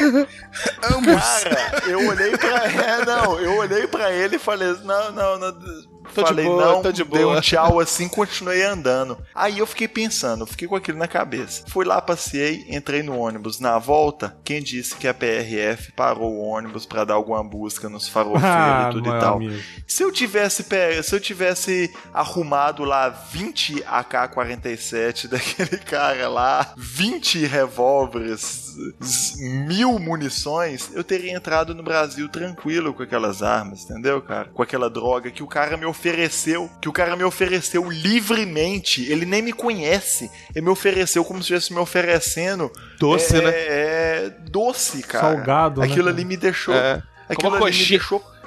Cara, eu olhei pra ele e falei... Não... Tô de boa. Dei um tchau assim, continuei andando. Aí eu fiquei pensando, fiquei com aquilo na cabeça. Fui lá, passei, entrei no ônibus. Na volta, quem disse que a PRF parou o ônibus pra dar alguma busca nos farofeiros e tudo e tal? Amigo. Se eu tivesse arrumado lá 20 AK-47 daquele cara lá, 20 revólveres, 1000 munições, eu teria entrado no Brasil tranquilo com aquelas armas, entendeu, cara? Com aquela droga que o cara me ofereceu livremente. Ele nem me conhece. Ele me ofereceu como se estivesse me oferecendo doce, né? Doce, cara. Salgado, aquilo né? Ali me deixou. Aquilo ali me deixou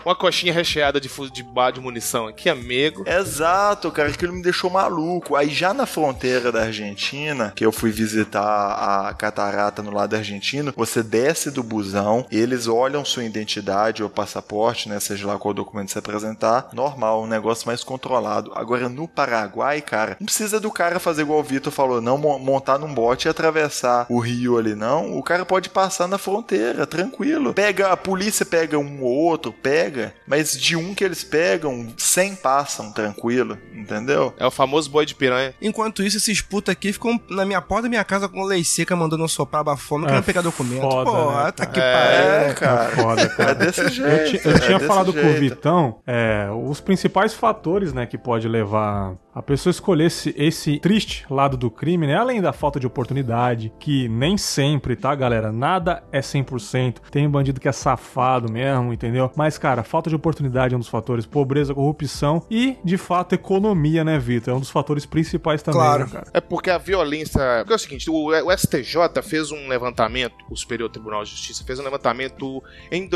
uma coxinha recheada de munição aqui, amigo. Exato, cara, aquilo me deixou maluco. Aí já na fronteira da Argentina, que eu fui visitar a catarata no lado argentino, você desce do busão, eles olham sua identidade ou passaporte, né, seja lá qual documento você apresentar, normal, um negócio mais controlado. Agora no Paraguai, cara, não precisa do cara fazer igual o Vitor falou, não montar num bote e atravessar o rio ali, não. O cara pode passar na fronteira, tranquilo. A polícia pega um ou outro, mas de um que eles pegam, 100 passam tranquilo, entendeu? É o famoso boi de piranha. Enquanto isso, esses putos aqui ficam na minha porta da minha casa com lei seca, mandando eu soprar bafome, querendo pegar documento. Foda, porra, né, tá que pariu. Cara. Foda, cara. É desse jeito. Eu tinha falado com o Vitão, os principais fatores, né, que pode levar a pessoa escolher esse triste lado do crime, né, além da falta de oportunidade, que nem sempre, tá, galera? Nada é 100%. Tem bandido que é safado mesmo, entendeu? Mas, cara, falta de oportunidade é um dos fatores. Pobreza, corrupção e, de fato, economia, né, Vitor? É um dos fatores principais também, claro, né, cara? É porque a violência... Porque é o seguinte, o STJ fez um levantamento, o Superior Tribunal de Justiça fez um levantamento em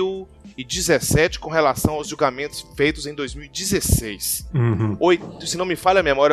2017 com relação aos julgamentos feitos em 2016. Se não me falha a memória,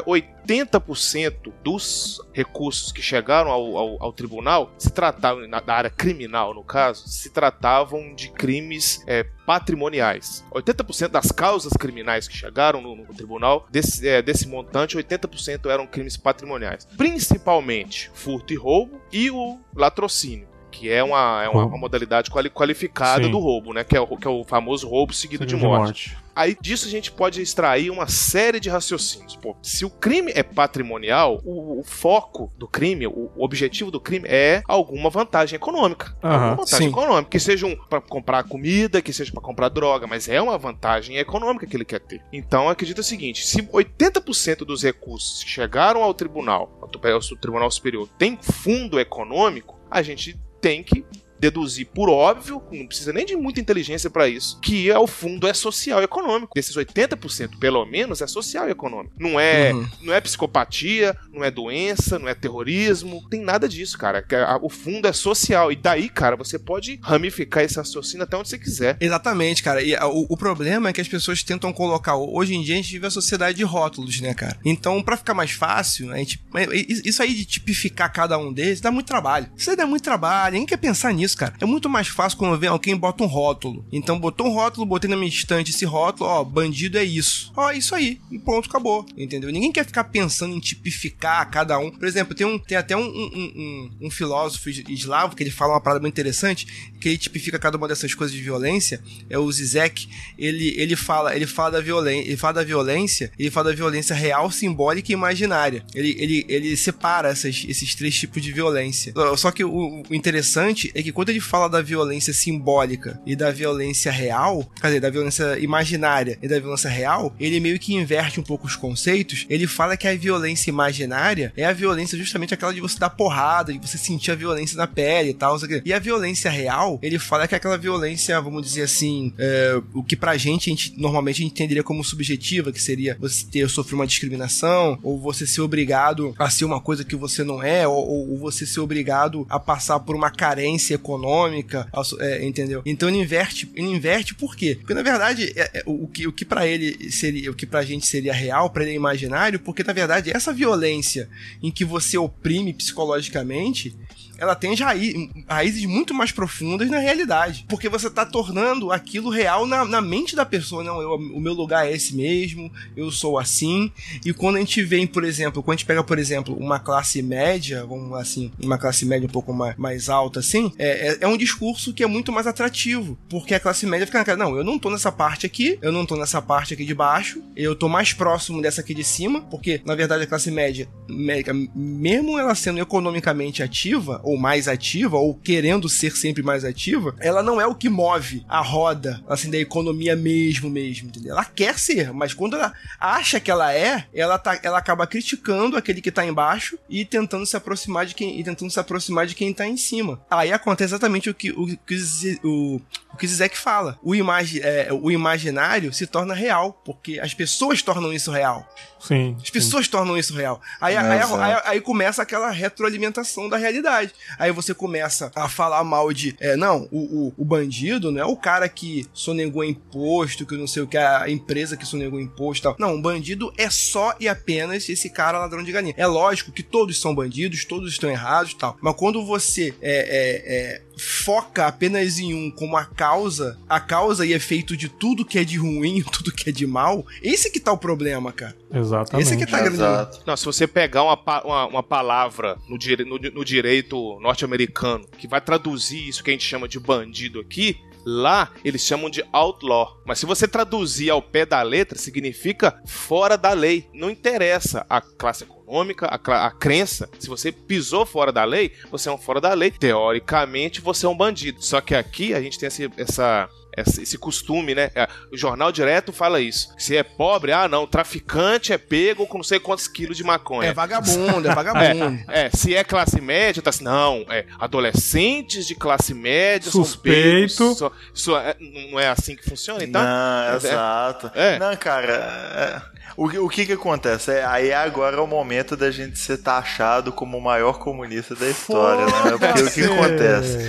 80% dos recursos que chegaram ao tribunal se tratavam, da área criminal no caso, se tratavam de crimes patrimoniais. 80% das causas criminais que chegaram no tribunal, desse montante, 80% eram crimes patrimoniais. Principalmente furto e roubo e o latrocínio, que é uma modalidade qualificada Sim. do roubo, né? Que é o famoso roubo seguido de morte. Aí disso a gente pode extrair uma série de raciocínios. Pô, se o crime é patrimonial, o foco do crime, o objetivo do crime é alguma vantagem econômica. Alguma vantagem econômica. Que seja para comprar comida, que seja para comprar droga, mas é uma vantagem econômica que ele quer ter. Então acredita o seguinte, se 80% dos recursos que chegaram ao Tribunal Superior tem fundo econômico, a gente tem que deduzir por óbvio, não precisa nem de muita inteligência para isso, que o fundo é social e econômico. Desses 80%, pelo menos, é social e econômico. Não é psicopatia, não é doença, não é terrorismo, tem nada disso, cara. O fundo é social. E daí, cara, você pode ramificar esse raciocínio até onde você quiser. Exatamente, cara. E o problema é que as pessoas tentam colocar... Hoje em dia a gente vive a sociedade de rótulos, né, cara? Então, pra ficar mais fácil, isso aí de tipificar cada um deles dá muito trabalho. Isso aí dá muito trabalho. Ninguém quer pensar nisso, cara. É muito mais fácil quando vem alguém bota um rótulo. Então, botou um rótulo, botei na minha estante esse rótulo, ó, bandido é isso. Ó, isso aí. E pronto, acabou. Entendeu? Ninguém quer ficar pensando em tipificar cada um. Por exemplo, tem até um filósofo eslavo que ele fala uma parada muito interessante, que ele tipifica cada uma dessas coisas de violência. É o Zizek. Ele fala da violência real, simbólica e imaginária. Ele separa esses três tipos de violência. Só que o interessante é que quando ele fala da violência simbólica e da violência real, quer dizer, da violência imaginária e da violência real, ele meio que inverte um pouco os conceitos. Ele fala que a violência imaginária é a violência justamente aquela de você dar porrada, de você sentir a violência na pele e tal. E a violência real, ele fala que é aquela violência, vamos dizer assim, o que pra gente, normalmente a gente entenderia como subjetiva, que seria você ter sofrido uma discriminação, ou você ser obrigado a ser uma coisa que você não é, ou você ser obrigado a passar por uma carência econômica, entendeu? Então ele inverte por quê? Porque na verdade o que pra ele seria, o que pra gente seria real, pra ele é imaginário, porque na verdade essa violência em que você oprime psicologicamente, ela tem raízes muito mais profundas na realidade. Porque você tá tornando aquilo real na mente da pessoa. Não, o meu lugar é esse mesmo, eu sou assim. E quando a gente vem, por exemplo, pega, por exemplo, uma classe média, vamos lá assim, uma classe média um pouco mais alta, assim, é um discurso que é muito mais atrativo. Porque a classe média fica naquela, não, eu não tô nessa parte aqui, eu não tô nessa parte aqui de baixo, eu tô mais próximo dessa aqui de cima, porque, na verdade, a classe média, mesmo ela sendo economicamente ativa, ou mais ativa, ou querendo ser sempre mais ativa, ela não é o que move a roda, assim, da economia mesmo, entendeu? Ela quer ser, mas quando ela acha que ela ela acaba criticando aquele que tá embaixo e tentando se aproximar de quem tá em cima. Aí acontece exatamente o que o Zizek fala. O imaginário se torna real, porque as pessoas tornam isso real. Sim. As pessoas tornam isso real. Aí começa aquela retroalimentação da realidade. Aí você começa a falar mal de, não, o bandido não é o cara que sonegou imposto, que não sei o que, a empresa que sonegou imposto e tal. Não, o bandido é só e apenas esse cara ladrão de galinha. É lógico que todos são bandidos, todos estão errados e tal, mas quando você foca apenas em um como a causa e efeito de tudo que é de ruim, tudo que é de mal, esse que tá o problema, cara. Exatamente. Esse que tá grande. Não, se você pegar uma palavra no direito norte-americano que vai traduzir isso que a gente chama de bandido aqui, lá eles chamam de outlaw. Mas se você traduzir ao pé da letra, significa fora da lei. Não interessa a classe econômica, a crença. Se você pisou fora da lei, você é um fora da lei. Teoricamente, você é um bandido. Só que aqui a gente tem esse costume, né? O Jornal Direto fala isso. Se é pobre, não, traficante é pego com não sei quantos quilos de maconha. É vagabundo. Se é classe média, tá assim, não, adolescentes de classe média suspeito. São pegos. Não é assim que funciona, então? Não, exato. Não, cara, o que acontece? Aí agora é o momento da gente ser taxado como o maior comunista da história, né? Porque o que acontece?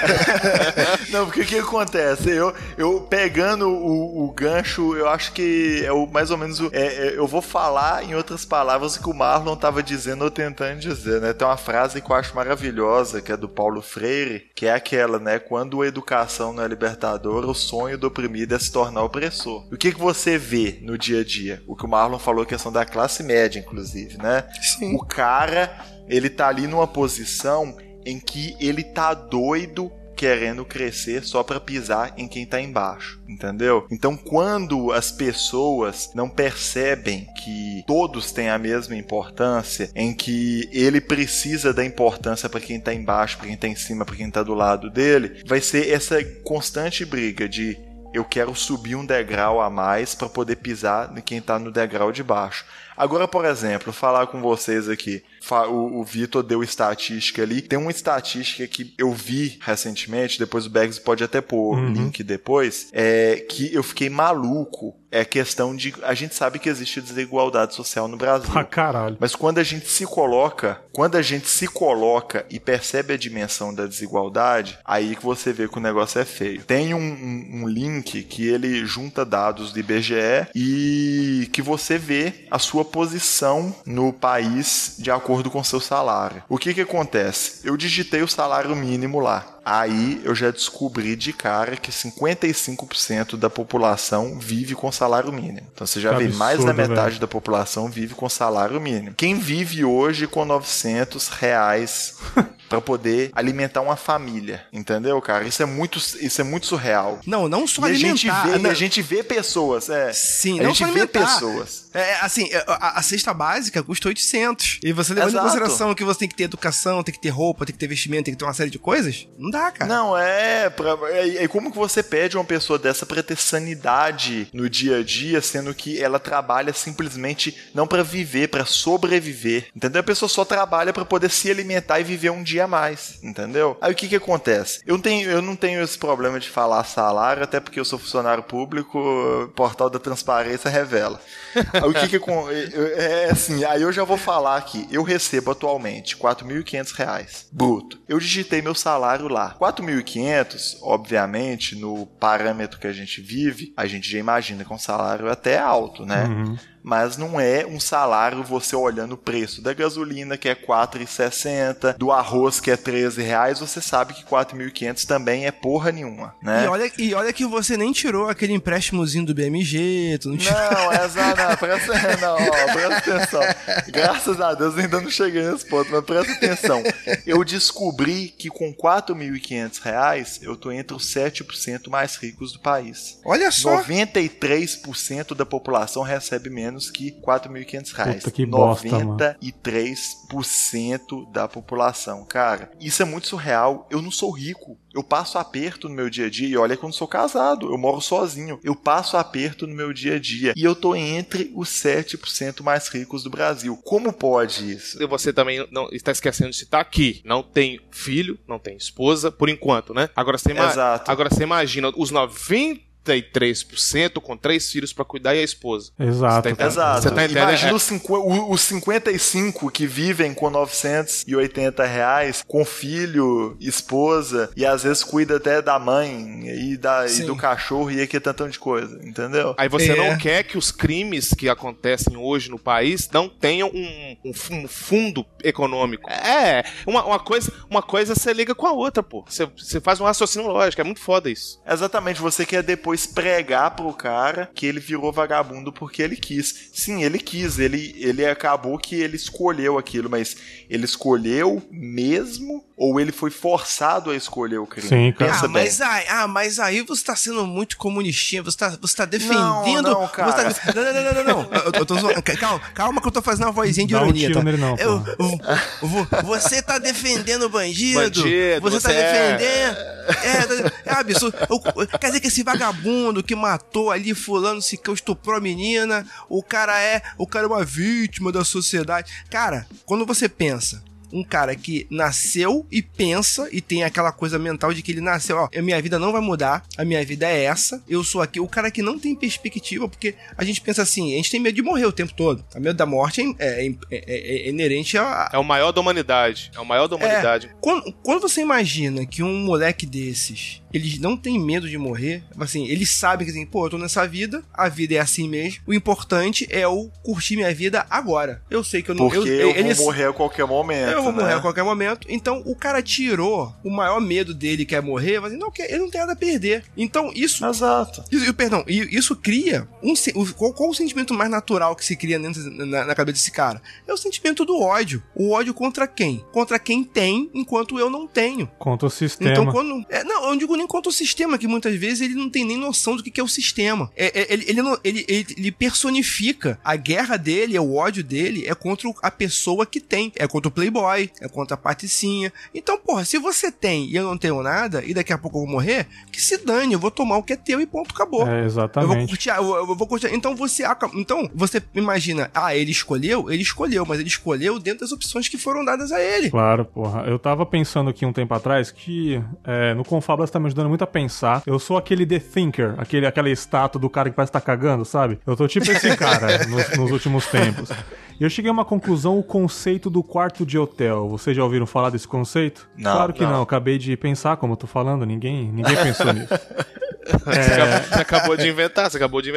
Não, porque o que acontece? Eu pegando o gancho, eu acho que é mais ou menos eu vou falar em outras palavras que o Marlon estava dizendo ou tentando dizer, né? Tem uma frase que eu acho maravilhosa, que é do Paulo Freire, que é aquela, né? Quando a educação não é libertadora, o sonho do oprimido é se tornar opressor. O que você vê no dia a dia? O que o Marlon falou, a questão da classe média, inclusive, né? Sim. O cara, ele tá ali numa posição em que ele tá doido querendo crescer só pra pisar em quem tá embaixo, entendeu? Então, quando as pessoas não percebem que todos têm a mesma importância, em que ele precisa da importância pra quem tá embaixo, pra quem tá em cima, pra quem tá do lado dele, vai ser essa constante briga de eu quero subir um degrau a mais pra poder pisar em quem tá no degrau de baixo. Agora, por exemplo, falar com vocês aqui. O Vitor deu estatística ali. Tem uma estatística que eu vi recentemente, depois o Bags pode até pôr o link depois, que eu fiquei maluco. É questão de... A gente sabe que existe desigualdade social no Brasil. Ah, caralho. Mas quando a gente se coloca e percebe a dimensão da desigualdade, aí que você vê que o negócio é feio. Tem um link que ele junta dados do IBGE e que você vê a sua posição no país de acordo com seu salário. O que acontece? Eu digitei o salário mínimo lá. Aí eu já descobri de cara que 55% da população vive com salário mínimo. Então você já vê, mais da metade da população vive com salário mínimo. Quem vive hoje com R$900 para poder alimentar uma família, entendeu, cara? Isso é muito surreal. Não só alimentar. A gente vê pessoas, Sim, a não gente só vê alimentar. pessoas. A cesta básica custa 800. E você levando em consideração que você tem que ter educação, tem que ter roupa, tem que ter vestimento, tem que ter uma série de coisas, não dá, cara. Não, como que você pede uma pessoa dessa pra ter sanidade no dia a dia, sendo que ela trabalha simplesmente não pra viver, pra sobreviver, entendeu? A pessoa só trabalha pra poder se alimentar e viver um dia a mais, entendeu? Aí o que acontece? Eu não tenho esse problema de falar salário, até porque eu sou funcionário público, o portal da transparência revela. Aí o que assim, aí eu já vou falar aqui, eu recebo atualmente R$4.500 bruto. Eu digitei meu salário lá. 4.500, obviamente, no parâmetro que a gente vive, a gente já imagina que é um salário até alto, né? Mas não é um salário você olhando o preço da gasolina, que é R$4,60, do arroz, que é R$13, você sabe que 4.500 também é porra nenhuma, né? E olha que você nem tirou aquele empréstimozinho do BMG, tu não tirou. Presta atenção. Graças a Deus ainda não cheguei nesse ponto, mas presta atenção. Eu descobri que com R$4.500 eu tô entre os 7% mais ricos do país. Olha só. 93% da população recebe menos que R$4.500. Puta que bosta, 93% da população. Cara, isso é muito surreal. Eu não sou rico. Eu passo aperto no meu dia a dia. E olha que eu não sou casado. Eu moro sozinho. Eu passo aperto no meu dia a dia. E eu tô entre os 7% mais ricos do Brasil. Como pode isso? Você também não está esquecendo de citar aqui. Não tem filho, não tem esposa, por enquanto, né? Agora você imagina os 93% 33% com 3 filhos pra cuidar e a esposa. Exato. Exato. Você tá entendendo? Imagina os 55 que vivem com R$980, com filho, esposa, e às vezes cuida até da mãe e do cachorro e aqui tantão de coisa, entendeu? Aí você não quer que os crimes que acontecem hoje no país não tenham um fundo econômico. Uma coisa você liga com a outra, pô. Você faz um raciocínio lógico, é muito foda isso. Exatamente, você quer depois pregar pro cara que ele virou vagabundo porque ele quis. Sim, ele quis, ele acabou que ele escolheu aquilo, mas ele escolheu mesmo ou ele foi forçado a escolher o crime? Sim, cara. Pensa bem. Mas aí você tá sendo muito comunistinha, você tá defendendo... Não, cara. Não. Eu tô zoando. Calma que eu tô fazendo uma vozinha de ironia, tiro nele não, Você tá defendendo o bandido. Bandido, você tá defendendo... É absurdo. Quer dizer que esse vagabundo que matou ali fulano, que estuprou a menina, o cara é uma vítima da sociedade. Cara, quando você pensa um cara que nasceu e pensa e tem aquela coisa mental de que ele nasceu, a minha vida não vai mudar, a minha vida é essa, eu sou aqui, o cara que não tem perspectiva, porque a gente pensa assim, a gente tem medo de morrer o tempo todo, o medo da morte é inerente a... É o maior da humanidade, Quando você imagina que um moleque desses, eles não tem medo de morrer, assim, eles sabem que assim, eu tô nessa vida, a vida é assim mesmo, o importante é eu curtir minha vida agora. Eu sei que eu não... Porque eu vou morrer a qualquer momento. Eu vou morrer a qualquer momento. Então, o cara tirou o maior medo dele, que é morrer, mas ele não tem nada a perder. Então, isso... Exato. Isso cria... Qual o sentimento mais natural que se cria na cabeça desse cara? É o sentimento do ódio. O ódio contra quem? Contra quem tem, enquanto eu não tenho. Contra o sistema. Então, eu não digo nem contra o sistema, que muitas vezes ele não tem nem noção do que é o sistema. Ele personifica a guerra dele, o ódio dele, é contra a pessoa que tem. É contra o playboy, é contra a Patricinha. Então, porra, se você tem e eu não tenho nada, e daqui a pouco eu vou morrer, que se dane, eu vou tomar o que é teu e ponto, acabou. Exatamente. Eu vou curtir. Então você imagina, ele escolheu, mas ele escolheu dentro das opções que foram dadas a ele. Claro, porra. Eu tava pensando aqui um tempo atrás que no Confablas tá me ajudando muito a pensar. Eu sou aquele The Thinker, aquela estátua do cara que parece estar cagando, sabe? Eu tô tipo esse cara nos últimos tempos. E eu cheguei a uma conclusão, o conceito do quarto de hotel. Vocês já ouviram falar desse conceito? Não. Claro que não. Acabei de pensar, como eu tô falando, ninguém pensou nisso. Você acabou de inventar.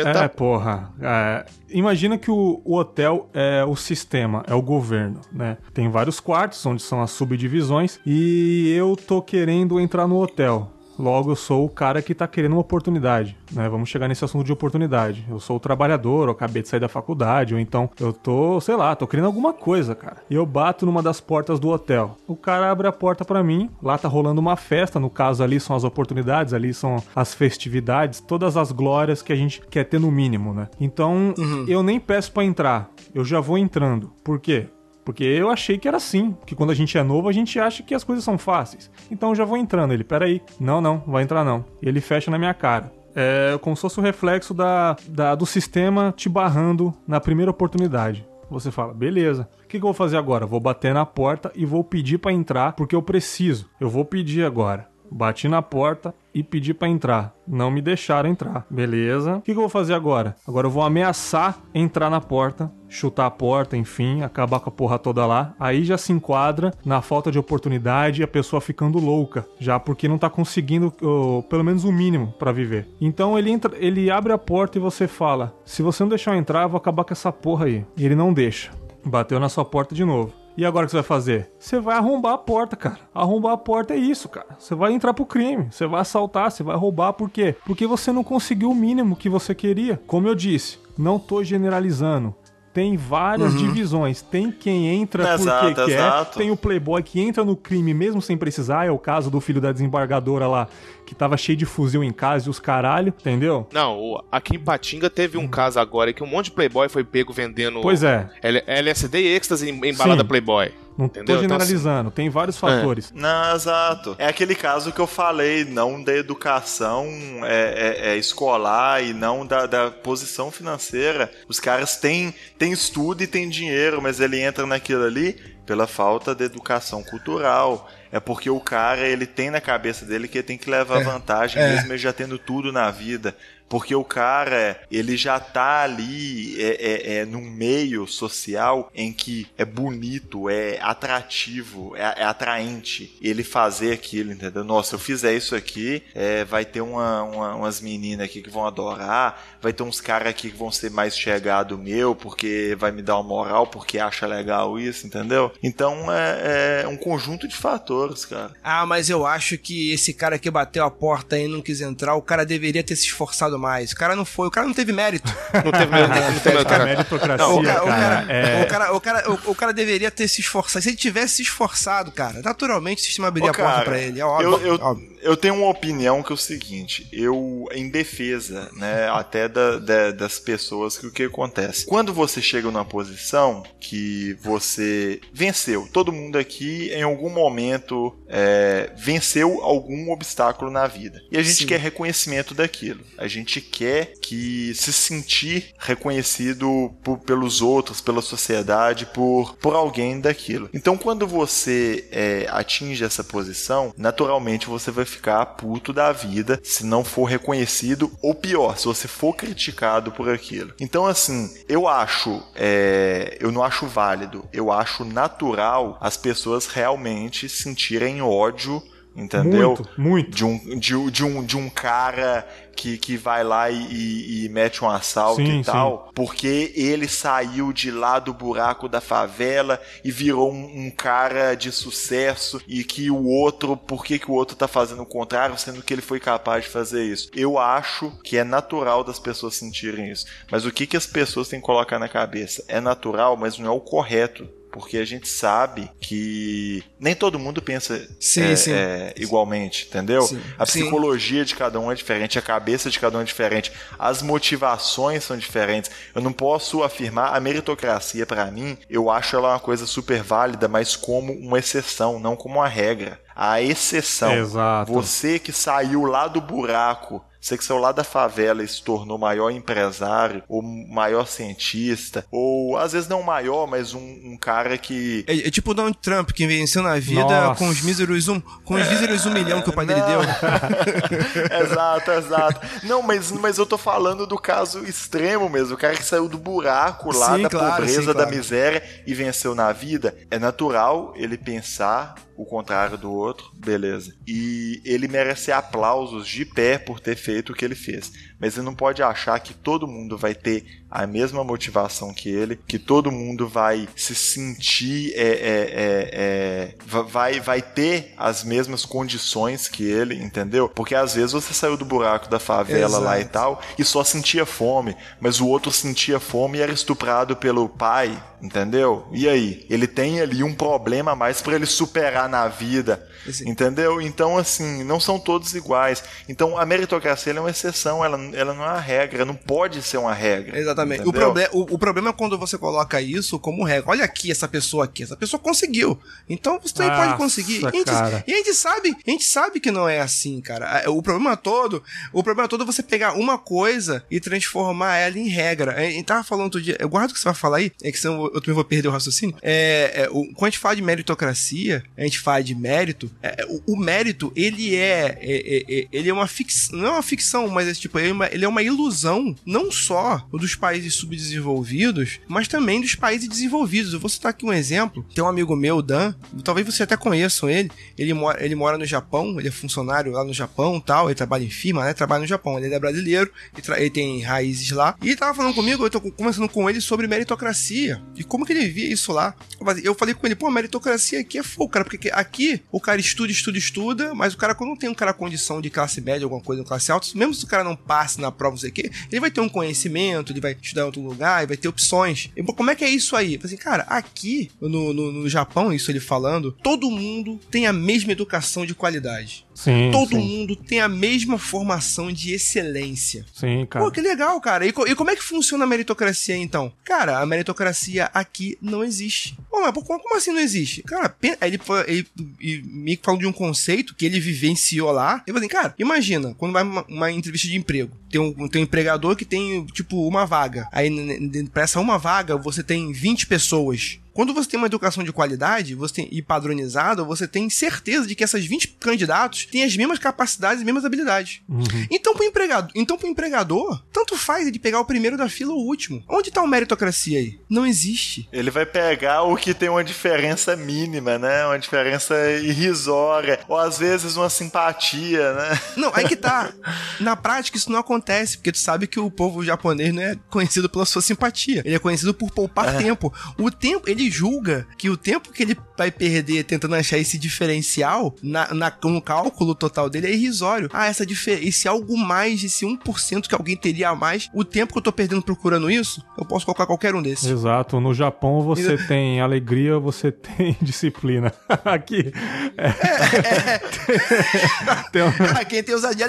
Porra. Imagina que o hotel é o sistema, é o governo, né? Tem vários quartos, onde são as subdivisões, e eu tô querendo entrar no hotel. Logo, eu sou o cara que tá querendo uma oportunidade, né? Vamos chegar nesse assunto de oportunidade. Eu sou o trabalhador, eu acabei de sair da faculdade, ou então eu tô querendo alguma coisa, cara. E eu bato numa das portas do hotel. O cara abre a porta pra mim, lá tá rolando uma festa, no caso ali são as oportunidades, ali são as festividades, todas as glórias que a gente quer ter no mínimo, né? Então, eu nem peço pra entrar, eu já vou entrando. Por quê? Porque eu achei que era assim, que quando a gente é novo, a gente acha que as coisas são fáceis. Então eu já vou entrando. Ele, peraí, não, vai entrar não. E ele fecha na minha cara. É como se fosse o reflexo do sistema te barrando na primeira oportunidade. Você fala, beleza, o que eu vou fazer agora? Vou bater na porta e vou pedir pra entrar, porque eu preciso. Eu vou pedir agora. Bati na porta e pedi pra entrar. Não me deixaram entrar. Beleza. O que eu vou fazer agora? Agora eu vou ameaçar entrar na porta, chutar a porta, enfim, acabar com a porra toda lá. Aí já se enquadra na falta de oportunidade e a pessoa ficando louca, já porque não tá conseguindo pelo menos o mínimo pra viver. Então ele abre a porta e você fala, se você não deixar eu entrar, eu vou acabar com essa porra aí. E ele não deixa. Bateu na sua porta de novo. E agora o que você vai fazer? Você vai arrombar a porta, cara. Arrombar a porta é isso, cara. Você vai entrar pro crime. Você vai assaltar, você vai roubar. Por quê? Porque você não conseguiu o mínimo que você queria. Como eu disse, não tô generalizando. Tem várias divisões. Tem quem entra porque quer. Exato. Tem o playboy que entra no crime mesmo sem precisar. É o caso do filho da desembargadora lá, que tava cheio de fuzil em casa e os caralho. Entendeu? Não, aqui em Patinga teve um caso agora que um monte de playboy foi pego vendendo... Pois é. LSD e êxtase em balada playboy. Não tô generalizando, então, assim, tem vários fatores. Não, exato. É aquele caso que eu falei, não da educação escolar e não da posição financeira. Os caras têm estudo e têm dinheiro, mas ele entra naquilo ali pela falta de educação cultural. É porque o cara, ele tem na cabeça dele que ele tem que levar vantagem, mesmo ele já tendo tudo na vida. Porque o cara, ele já tá ali num meio social em que é bonito, é atrativo, é atraente ele fazer aquilo, entendeu? Nossa, eu fizer isso aqui, vai ter umas meninas aqui que vão adorar, vai ter uns caras aqui que vão ser mais chegados meu, porque vai me dar uma moral, porque acha legal isso, entendeu? Então é um conjunto de fatores, cara. Ah, mas eu acho que esse cara que bateu a porta e não quis entrar, o cara deveria ter se esforçado mais. O cara não foi, o cara não teve mérito. Não teve mérito. A meritocracia, O cara deveria ter se esforçado. Se ele tivesse se esforçado, cara, naturalmente o sistema abriria a porta pra ele. É óbvio. Eu tenho uma opinião que é o seguinte, em defesa, né, até das pessoas, que o que acontece? Quando você chega numa posição que você venceu, todo mundo aqui em algum momento venceu algum obstáculo na vida. E a gente quer reconhecimento daquilo. A gente quer se sentir reconhecido pelos outros, pela sociedade, por alguém daquilo. Então, quando você atinge essa posição, naturalmente você vai ficar puto da vida se não for reconhecido, ou pior, se você for criticado por aquilo. Então, assim, eu não acho válido, eu acho natural as pessoas realmente sentirem ódio, entendeu? Muito. De um cara que vai lá e mete um assalto tal, porque ele saiu de lá do buraco da favela e virou um cara de sucesso, e que o outro, por que o outro tá fazendo o contrário, sendo que ele foi capaz de fazer isso? Eu acho que é natural das pessoas sentirem isso. Mas o que as pessoas têm que colocar na cabeça? É natural, mas não é o correto. Porque a gente sabe que nem todo mundo pensa igualmente, entendeu? Sim. A psicologia de cada um é diferente, a cabeça de cada um é diferente, as motivações são diferentes. Eu não posso afirmar, a meritocracia, pra mim, eu acho ela uma coisa super válida, mas como uma exceção, não como uma regra. A exceção, você que saiu lá do buraco, você que saiu lá da favela e se tornou maior empresário, ou maior cientista, ou às vezes não maior, mas um cara que... É tipo o Donald Trump, que venceu na vida com os míseros 1 milhão que o pai dele deu. Exato. Não, mas eu tô falando do caso extremo mesmo, o cara que saiu do buraco lá, pobreza, da miséria e venceu na vida. É natural ele pensar o contrário do outro, beleza. E ele merece aplausos de pé por ter feito o que ele fez. Mas ele não pode achar que todo mundo vai ter a mesma motivação que ele, que todo mundo vai se sentir, vai ter as mesmas condições que ele, entendeu? Porque às vezes você saiu do buraco da favela lá e tal, e só sentia fome, mas o outro sentia fome e era estuprado pelo pai, entendeu? E aí? Ele tem ali um problema a mais pra ele superar na vida, entendeu? Então, assim, não são todos iguais. Então, a meritocracia é uma exceção, ela não é uma regra, não pode ser uma regra. Exatamente. O problema é quando você coloca isso como regra. Olha aqui, essa pessoa conseguiu. Então, você também pode conseguir. E a gente sabe que não é assim, cara. O problema todo é você pegar uma coisa e transformar ela em regra. A gente tava falando outro dia, eu guardo o que você vai falar aí, que senão eu também vou perder o raciocínio. Quando a gente fala de meritocracia, a gente fala de mérito, o mérito, ele é uma ficção, não é uma ficção, mas ele é uma ilusão, não só dos países subdesenvolvidos, mas também dos países desenvolvidos. Eu vou citar aqui um exemplo. Tem um amigo meu, Dan, talvez você até conheçam ele mora no Japão, ele é funcionário lá no Japão, tal, ele trabalha em firma, né, trabalha no Japão, ele é brasileiro, ele tem raízes lá, e ele tava falando comigo, eu tô conversando com ele sobre meritocracia, e como que ele via isso lá. Eu falei com ele, meritocracia aqui é fogo, cara, porque aqui o cara estuda, mas o cara, quando tem um cara condição de classe média, alguma coisa, classe alta, mesmo se o cara não passe na prova, não sei o que, ele vai ter um conhecimento, ele vai estudar em outro lugar, ele vai ter opções. E, como é que é isso aí? Eu falei assim, cara, aqui no Japão, isso ele falando, todo mundo tem a mesma educação de qualidade. Todo mundo tem a mesma formação de excelência. Sim, cara. Pô, que legal, cara. E como é que funciona a meritocracia, então? Cara, a meritocracia aqui não existe. Pô, mas como assim não existe? Cara, ele me falou de um conceito que ele vivenciou lá. Eu falei assim, cara, imagina, quando vai uma entrevista de emprego, tem um empregador que tem, tipo, uma vaga. Aí, pra essa uma vaga, você tem 20 pessoas. Quando você tem uma educação de qualidade e padronizada, você tem certeza de que essas 20 candidatos têm as mesmas capacidades e mesmas habilidades. Então, pro empregador, tanto faz ele pegar o primeiro da fila ou o último. Onde tá a meritocracia aí? Não existe. Ele vai pegar o que tem uma diferença mínima, né? Uma diferença irrisória. Ou às vezes uma simpatia, né? Não, aí que tá. Na prática isso não acontece, porque tu sabe que o povo japonês não é conhecido pela sua simpatia. Ele é conhecido por poupar tempo. O tempo, ele julga que o tempo que ele vai perder tentando achar esse diferencial no cálculo total dele é irrisório. Esse algo mais, esse 1% que alguém teria a mais, o tempo que eu tô perdendo procurando isso, eu posso colocar qualquer um desses. Exato. No Japão você tem alegria, você tem disciplina. Aqui... Quem tem ousadia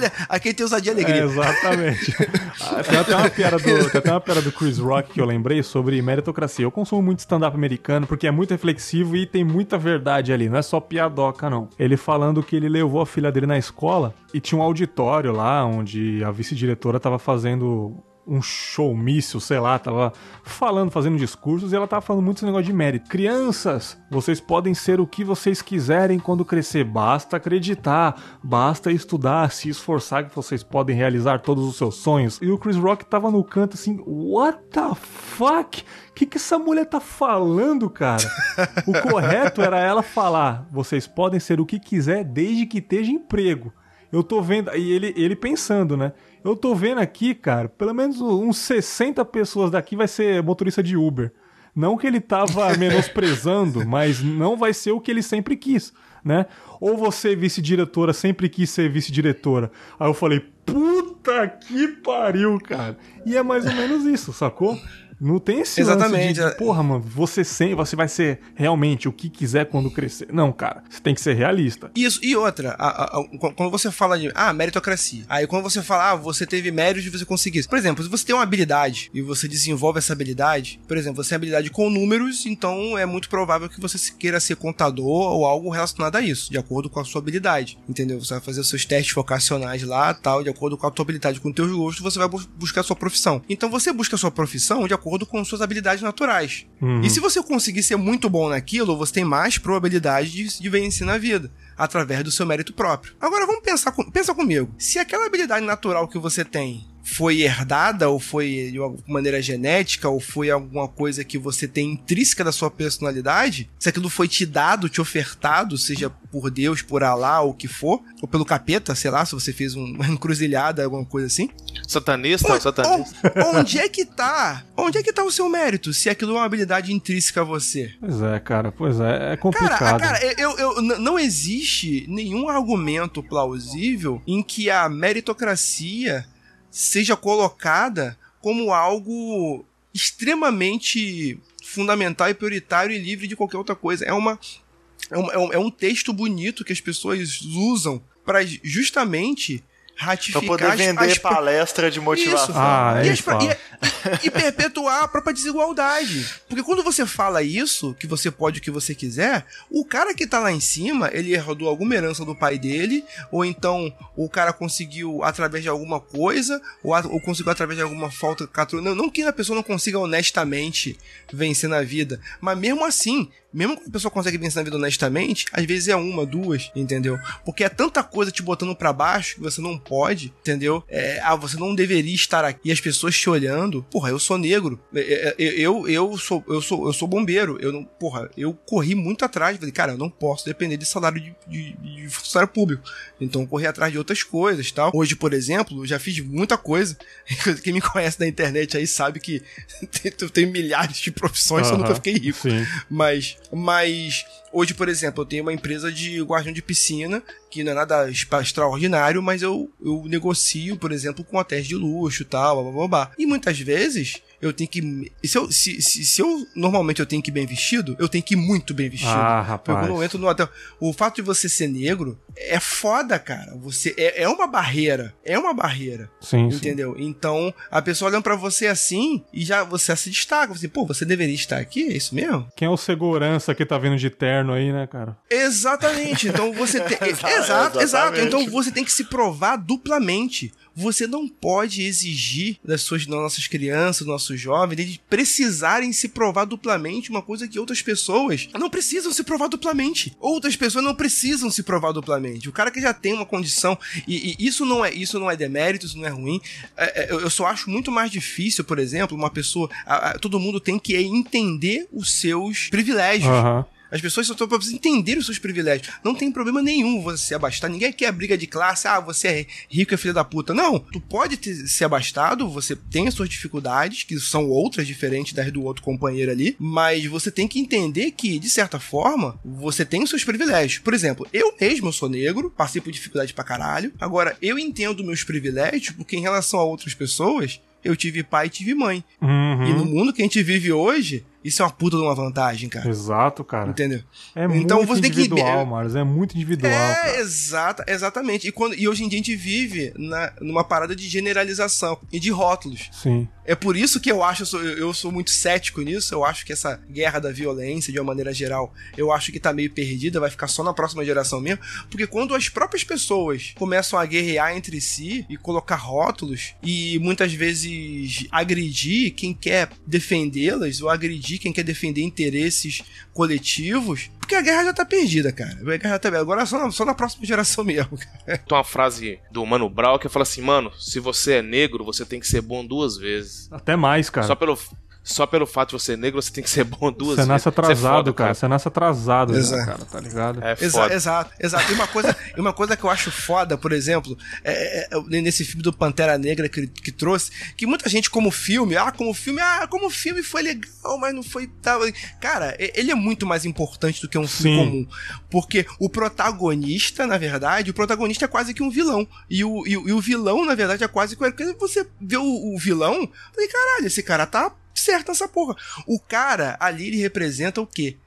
e alegria. Exatamente. Tem até uma piada do Chris Rock que eu lembrei sobre meritocracia. Eu consumo muito stand-up americano porque é muito reflexivo e tem muita verdade ali, não é só piadoca, não. Ele falando que ele levou a filha dele na escola e tinha um auditório lá onde a vice-diretora tava fazendo um showmício, sei lá, tava fazendo discursos e ela tava falando muito esse negócio de mérito. Crianças, vocês podem ser o que vocês quiserem quando crescer, basta acreditar, basta estudar, se esforçar que vocês podem realizar todos os seus sonhos. E o Chris Rock tava no canto assim, what the fuck? Que essa mulher tá falando, cara? O correto era ela falar, vocês podem ser o que quiser desde que esteja emprego. Eu tô vendo, e ele pensando, né? Eu tô vendo aqui, cara, pelo menos uns 60 pessoas daqui vai ser motorista de Uber. Não que ele tava menosprezando, mas não vai ser o que ele sempre quis, né? Ou você, vice-diretora, sempre quis ser vice-diretora. Aí eu falei, puta que pariu, cara. E é mais ou menos isso, sacou? Não tem esse exatamente lance de, porra, mano, você vai ser realmente o que quiser quando crescer. Não, cara, você tem que ser realista. Isso, e outra, quando você fala de, meritocracia, aí quando você fala, você teve méritos de você conseguir isso. Por exemplo, se você tem uma habilidade e você desenvolve essa habilidade, por exemplo, você tem habilidade com números, então é muito provável que você queira ser contador ou algo relacionado a isso, de acordo com a sua habilidade, entendeu? Você vai fazer os seus testes vocacionais lá, tal, de acordo com a tua habilidade, com o teu gosto, você vai buscar a sua profissão. Então você busca a sua profissão de acordo com suas habilidades naturais. E se você conseguir ser muito bom naquilo, você tem mais probabilidade de vencer na vida, através do seu mérito próprio. Agora vamos pensa comigo. Se aquela habilidade natural que você tem foi herdada, ou foi de alguma maneira genética, ou foi alguma coisa que você tem intrínseca da sua personalidade, se aquilo foi te dado, te ofertado, seja por Deus, por Alá, ou o que for, ou pelo capeta, sei lá, se você fez uma encruzilhada, alguma coisa assim. Satanista. Onde é que tá o seu mérito, se aquilo é uma habilidade intrínseca a você? Pois é, cara, é complicado. Cara, não existe nenhum argumento plausível em que a meritocracia seja colocada como algo extremamente fundamental e prioritário e livre de qualquer outra coisa. É um texto bonito que as pessoas usam para justamente ratificar... Pra poder vender palestra de motivação. E perpetuar a própria desigualdade. Porque quando você fala isso, que você pode o que você quiser, o cara que tá lá em cima, ele herdou alguma herança do pai dele, ou então o cara conseguiu através de alguma coisa, ou conseguiu através de alguma falta... Não que a pessoa não consiga honestamente vencer na vida, mas mesmo assim... Mesmo que a pessoa consegue vencer na vida honestamente, às vezes é uma, duas, entendeu? Porque é tanta coisa te botando pra baixo que você não pode, entendeu? Você não deveria estar aqui. E as pessoas te olhando, porra, eu sou negro, eu sou bombeiro, eu corri muito atrás, falei, cara, eu não posso depender de salário de funcionário público. Então eu corri atrás de outras coisas, tal. Hoje, por exemplo, eu já fiz muita coisa. Quem me conhece na internet aí sabe que eu tenho milhares de profissões, eu nunca fiquei rico. Sim. Mas hoje, por exemplo, eu tenho uma empresa de guardião de piscina, que não é nada extraordinário, mas eu negocio, por exemplo, com hotéis de luxo e tal, blá, blá, blá. E muitas vezes eu tenho que... Se eu normalmente eu tenho que ir bem vestido, eu tenho que ir muito bem vestido. Rapaz. Porque quando eu entro no hotel... O fato de você ser negro é foda, cara. É uma barreira. É uma barreira. Sim, entendeu? Sim. Então, a pessoa olhando pra você assim, e já você se destaca. Você, você deveria estar aqui? É isso mesmo? Quem é o segurança que tá vindo de terno inferno aí, né, cara? Exatamente. Então você tem... Exato. Então você tem que se provar duplamente. Você não pode exigir das nossas crianças, dos nossos jovens, eles precisarem se provar duplamente uma coisa que outras pessoas não precisam se provar duplamente. Outras pessoas não precisam se provar duplamente. O cara que já tem uma condição, e isso não é demérito, isso não é ruim. Eu só acho muito mais difícil, por exemplo, uma pessoa... todo mundo tem que entender os seus privilégios. Aham. As pessoas só precisam entender os seus privilégios. Não tem problema nenhum você ser abastado. Ninguém quer briga de classe. Você é rico, é filho da puta. Não. Tu pode ser abastado, você tem as suas dificuldades, que são outras, diferentes das do outro companheiro ali, mas você tem que entender que, de certa forma, você tem os seus privilégios. Por exemplo, eu mesmo sou negro, passei por dificuldade pra caralho. Agora, eu entendo meus privilégios porque, em relação a outras pessoas, eu tive pai e tive mãe. Uhum. E no mundo que a gente vive hoje, isso é uma puta de uma vantagem, cara. Exato, cara. Entendeu? É então, muito você individual, tem que... Marlos. É muito individual, cara. Exatamente. E hoje em dia a gente vive numa parada de generalização e de rótulos. Sim. É por isso que eu sou muito cético nisso. Eu acho que essa guerra da violência, de uma maneira geral, eu acho que tá meio perdida, vai ficar só na próxima geração mesmo. Porque quando as próprias pessoas começam a guerrear entre si e colocar rótulos e muitas vezes agredir quem quer defendê-las ou agredir quem quer defender interesses coletivos, porque a guerra já tá perdida, cara. A guerra já tá perdida. Agora é só na próxima geração mesmo, cara. Tem uma frase do Mano Brown que fala assim: mano, se você é negro, você tem que ser bom 2 vezes. Até mais, cara. Só pelo fato de você ser negro, você tem que ser bom 2 vezes. Você nasce atrasado, foda, cara. Você nasce atrasado, Exato. né, cara? Tá ligado? É foda. Exato. E uma coisa que eu acho foda, por exemplo, nesse filme do Pantera Negra que trouxe, que muita gente como filme foi legal, mas não foi... Cara, ele é muito mais importante do que um filme comum. Porque o protagonista é quase que um vilão. E o vilão, na verdade, é quase que... Porque você vê o vilão, falei, caralho, esse cara tá certo essa porra. O cara ali, ele representa o quê?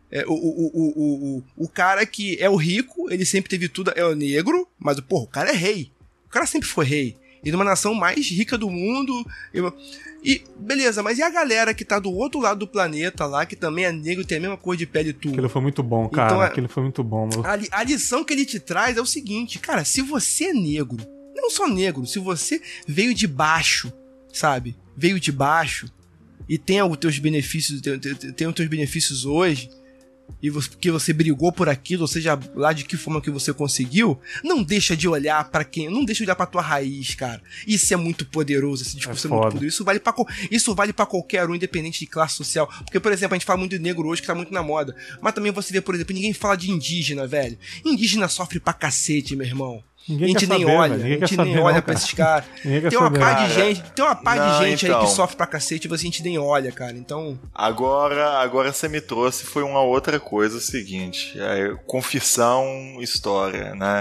O cara que é o rico, ele sempre teve tudo, é o negro, mas porra, o cara é rei. O cara sempre foi rei. E numa nação mais rica do mundo. E beleza, mas e a galera que tá do outro lado do planeta lá, que também é negro e tem a mesma cor de pele tua? Aquilo foi muito bom, cara. Então, Aquilo foi muito bom. A lição que ele te traz é o seguinte, cara, se você é negro, não só negro, se você veio de baixo, sabe? Veio de baixo e tem os teus benefícios, tem os teus benefícios hoje, e que você brigou por aquilo, ou seja, lá de que forma que você conseguiu, não deixa de olhar não deixa de olhar pra tua raiz, cara. Isso é muito poderoso, esse discurso é muito poderoso. Isso vale pra qualquer um, independente de classe social. Porque, por exemplo, a gente fala muito de negro hoje, que tá muito na moda, mas também você vê, por exemplo, ninguém fala de indígena, velho. Indígena sofre pra cacete, meu irmão. Ninguém a gente nem olha, a gente nem olha pra esses caras. Tem uma par de gente aí que sofre pra cacete e a gente nem olha, cara. Então. Agora você me trouxe, foi uma outra coisa, o seguinte: confissão, história, né?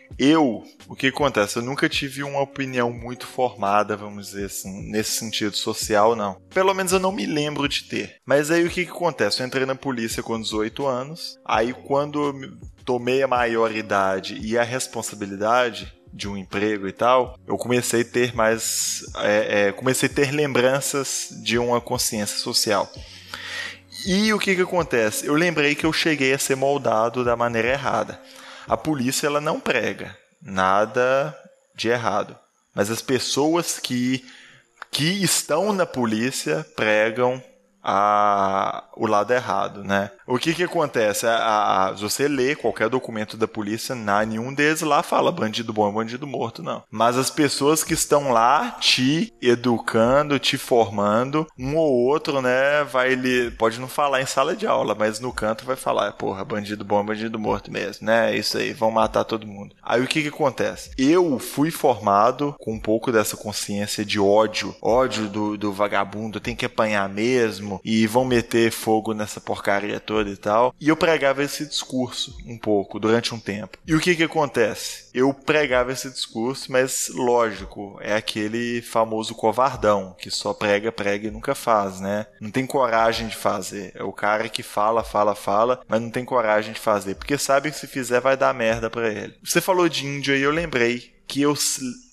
O que acontece? Eu nunca tive uma opinião muito formada, vamos dizer assim, nesse sentido social, não. Pelo menos eu não me lembro de ter. Mas aí o que acontece? Eu entrei na polícia com 18 anos, aí quando eu tomei a maioridade e a responsabilidade de um emprego e tal, eu comecei a ter comecei a ter lembranças de uma consciência social. E o que acontece? Eu lembrei que eu cheguei a ser moldado da maneira errada. A polícia, ela não prega nada de errado, mas as pessoas que estão na polícia pregam o lado errado, né? O que acontece? Você lê qualquer documento da polícia, nenhum deles lá fala bandido bom é bandido morto, não. Mas as pessoas que estão lá te educando, te formando, um ou outro, né, pode não falar em sala de aula, mas no canto vai falar, porra, bandido bom é bandido morto mesmo, né? Isso aí, vão matar todo mundo. Aí o que acontece? Eu fui formado com um pouco dessa consciência de ódio do vagabundo, tem que apanhar mesmo, e vão meter fogo nessa porcaria toda e tal. E eu pregava esse discurso um pouco, durante um tempo. E o que acontece? Eu pregava esse discurso, mas lógico, é aquele famoso covardão, que só prega e nunca faz, né? Não tem coragem de fazer. É o cara que fala, mas não tem coragem de fazer, porque sabe que se fizer vai dar merda pra ele. Você falou de índio aí, eu lembrei que eu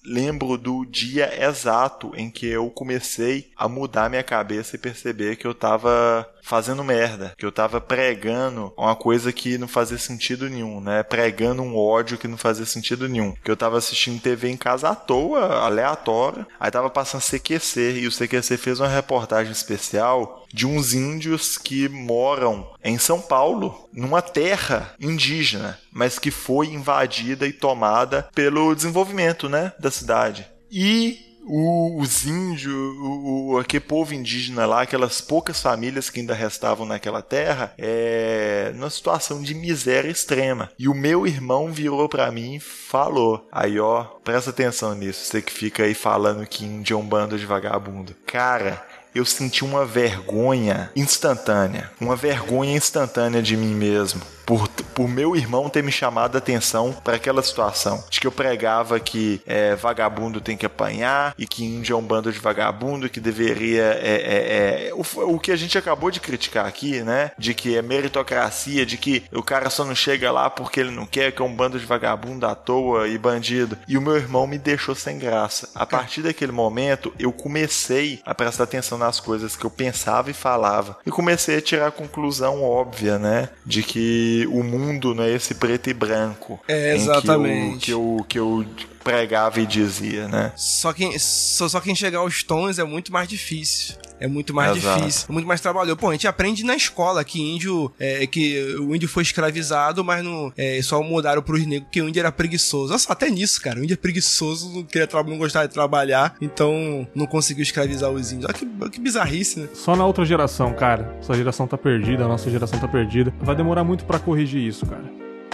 lembro do dia exato em que eu comecei a mudar minha cabeça e perceber que eu tava fazendo merda, que eu tava pregando uma coisa que não fazia sentido nenhum, né? Pregando um ódio que não fazia sentido nenhum. Que eu tava assistindo TV em casa à toa, aleatória, aí tava passando CQC, e o CQC fez uma reportagem especial de uns índios que moram em São Paulo, numa terra indígena, mas que foi invadida e tomada pelo desenvolvimento, né, da cidade. E os índios, aquele povo indígena lá, aquelas poucas famílias que ainda restavam naquela terra, numa situação de miséria extrema. E o meu irmão virou pra mim e falou, aí ó, presta atenção nisso, você que fica aí falando que índio é um bando de vagabundo. Cara, eu senti uma vergonha instantânea de mim mesmo, por meu irmão ter me chamado a atenção para aquela situação, de que eu pregava que vagabundo tem que apanhar, e que índio é um bando de vagabundo, que deveria o que a gente acabou de criticar aqui, né, de que é meritocracia, de que o cara só não chega lá porque ele não quer, que é um bando de vagabundo à toa e bandido. E o meu irmão me deixou sem graça. A partir daquele momento, eu comecei a prestar atenção nas coisas que eu pensava e falava, e comecei a tirar a conclusão óbvia, né, de que o mundo não é esse preto e branco exatamente que eu pregava e dizia, né? Só quem chegar aos tons é muito mais difícil. É muito mais difícil, muito mais trabalhoso. Pô, a gente aprende na escola que o índio foi escravizado, mas não, só mudaram pros negros que o índio era preguiçoso. Olha só, até nisso, cara. O índio é preguiçoso, não gostava de trabalhar, então não conseguiu escravizar os índios. Olha que bizarrice, né? Só na outra geração, cara. Essa geração tá perdida, a nossa geração tá perdida. Vai demorar muito pra corrigir isso, cara.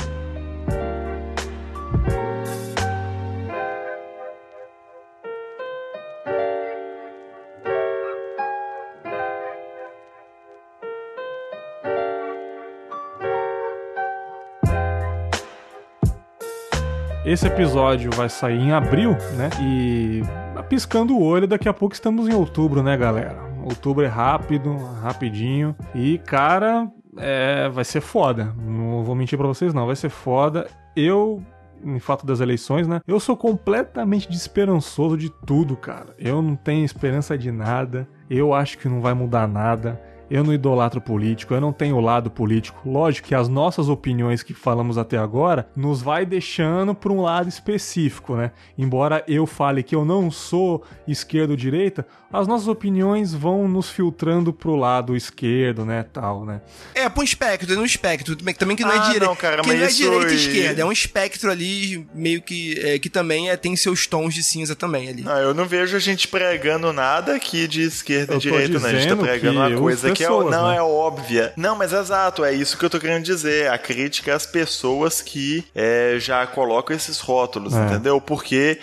Esse episódio vai sair em abril, né? E piscando o olho, daqui a pouco estamos em outubro, né, galera? Outubro é rápido, rapidinho. E, cara, vai ser foda. Não vou mentir pra vocês, não. Vai ser foda. Em fato das eleições, né? Eu sou completamente desesperançoso de tudo, cara. Eu não tenho esperança de nada. Eu acho que não vai mudar nada. Eu não idolatro político, eu não tenho lado político. Lógico que as nossas opiniões que falamos até agora nos vai deixando para um lado específico, né? Embora eu fale que eu não sou esquerda ou direita, as nossas opiniões vão nos filtrando pro lado esquerdo, né, tal, né? Pra um espectro, no espectro. Também que não é direita. Não, cara, que mas não é direita e isso esquerda. É um espectro ali, meio que também tem seus tons de cinza também ali. Não, eu não vejo a gente pregando nada aqui de esquerda e direita, não. A gente tá pregando uma coisa que né? É óbvia. Não, mas exato, é isso que eu tô querendo dizer. A crítica é às pessoas que já colocam esses rótulos, entendeu? Porque,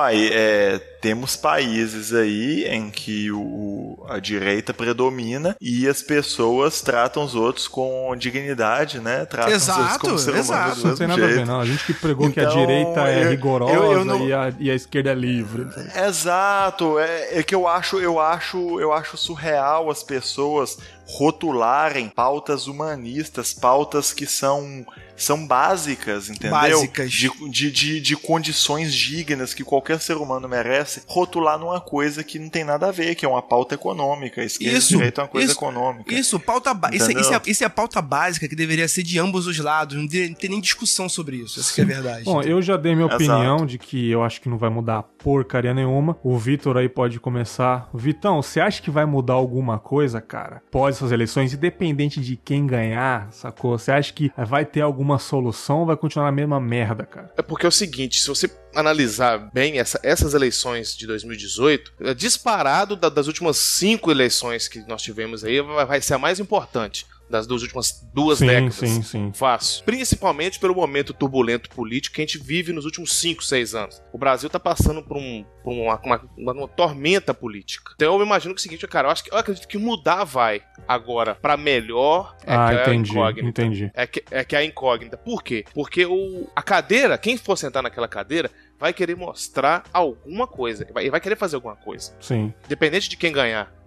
temos países aí em que a direita predomina e as pessoas tratam os outros com dignidade, né? Tratam os outros como ser humanos do não tem mesmo nada jeito. a ver, não. A gente que pregou que a direita é rigorosa e a esquerda é livre. Exato. É que eu acho surreal as pessoas rotularem pautas humanistas, pautas que são básicas, entendeu? Básicas. De condições dignas que qualquer ser humano merece, rotular numa coisa que não tem nada a ver, que é uma pauta econômica. Esquerda e direita é uma coisa econômica. Isso, isso é a pauta básica que deveria ser de ambos os lados, não tem nem discussão sobre isso, essa que é a verdade. Bom, eu já dei minha opinião de que eu acho que não vai mudar porcaria nenhuma. O Vitor aí pode começar. Vitão, você acha que vai mudar alguma coisa, cara? Pode essas eleições, independente de quem ganhar, sacou? Você acha que vai ter alguma solução ou vai continuar na mesma merda, cara? É porque é o seguinte, se você analisar bem essas eleições de 2018, disparado das últimas 5 eleições que nós tivemos aí, vai ser a mais importante. Das últimas 2 décadas. Sim. Fácil. Principalmente pelo momento turbulento político que a gente vive nos últimos 5, 6 anos. O Brasil tá passando por uma tormenta política. Então eu imagino que é o seguinte, cara, eu acredito que mudar vai agora pra melhor entendi. É que é a incógnita. Por quê? Porque a cadeira, quem for sentar naquela cadeira, vai querer mostrar alguma coisa. Vai querer fazer alguma coisa. Sim. Independente de quem ganhar.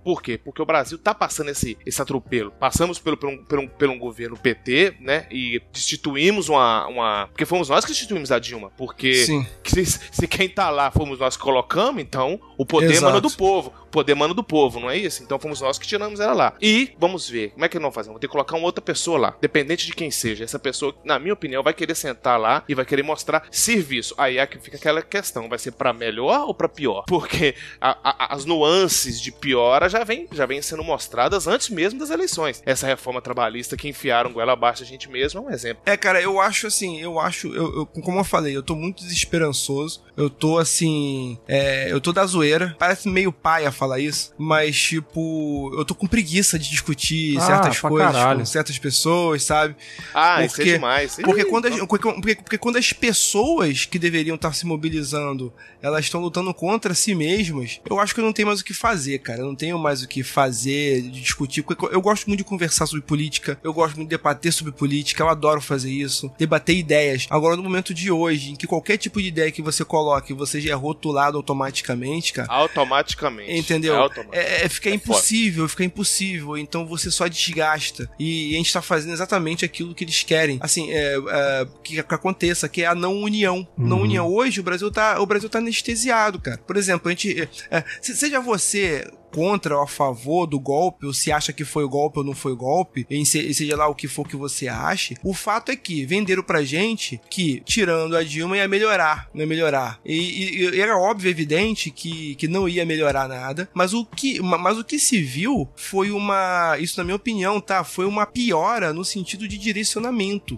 Por quê? Porque o Brasil tá passando esse atropelo. Passamos por um governo PT, né? E destituímos porque fomos nós que destituímos a Dilma. Porque se quem tá lá fomos nós que colocamos, então o poder emana do povo. O poder emana do povo, não é isso? Então fomos nós que tiramos ela lá. E vamos ver, como é que nós fazemos? Vou ter que colocar uma outra pessoa lá, dependente de quem seja. Essa pessoa, na minha opinião, vai querer sentar lá e vai querer mostrar serviço. Aí é que fica aquela questão, vai ser pra melhor ou pra pior? Porque as nuances de piora já vem sendo mostradas antes mesmo das eleições. Essa reforma trabalhista que enfiaram goela abaixo a gente mesmo é um exemplo. Cara, eu acho assim, como eu falei, eu tô muito desesperançoso. Eu tô assim, eu tô da zoeira. Parece meio paia falar isso, mas tipo, eu tô com preguiça de discutir certas coisas com certas pessoas, sabe? Isso é demais. Porque quando as pessoas que deveriam estar se mobilizando, elas estão lutando contra si mesmas, eu acho que eu não tenho mais o que fazer, cara. Eu não tenho mais o que fazer, de discutir. Eu gosto muito de conversar sobre política, eu gosto muito de debater sobre política, eu adoro fazer isso, debater ideias. Agora, no momento de hoje, em que qualquer tipo de ideia que você coloque, você já é rotulado automaticamente, cara. Automaticamente. Entendeu? Fica impossível. Então você só desgasta. E a gente tá fazendo exatamente aquilo que eles querem. Assim, que aconteça, que é a não união. Não união. Hoje o Brasil tá anestesiado, cara. Por exemplo, seja você contra ou a favor do golpe, ou se acha que foi golpe ou não foi golpe, e seja lá o que for que você ache, o fato é que venderam pra gente que, tirando a Dilma, ia melhorar, não ia melhorar. E era óbvio, evidente, que não ia melhorar nada, mas o que se viu foi isso na minha opinião, tá? Foi uma piora no sentido de direcionamento,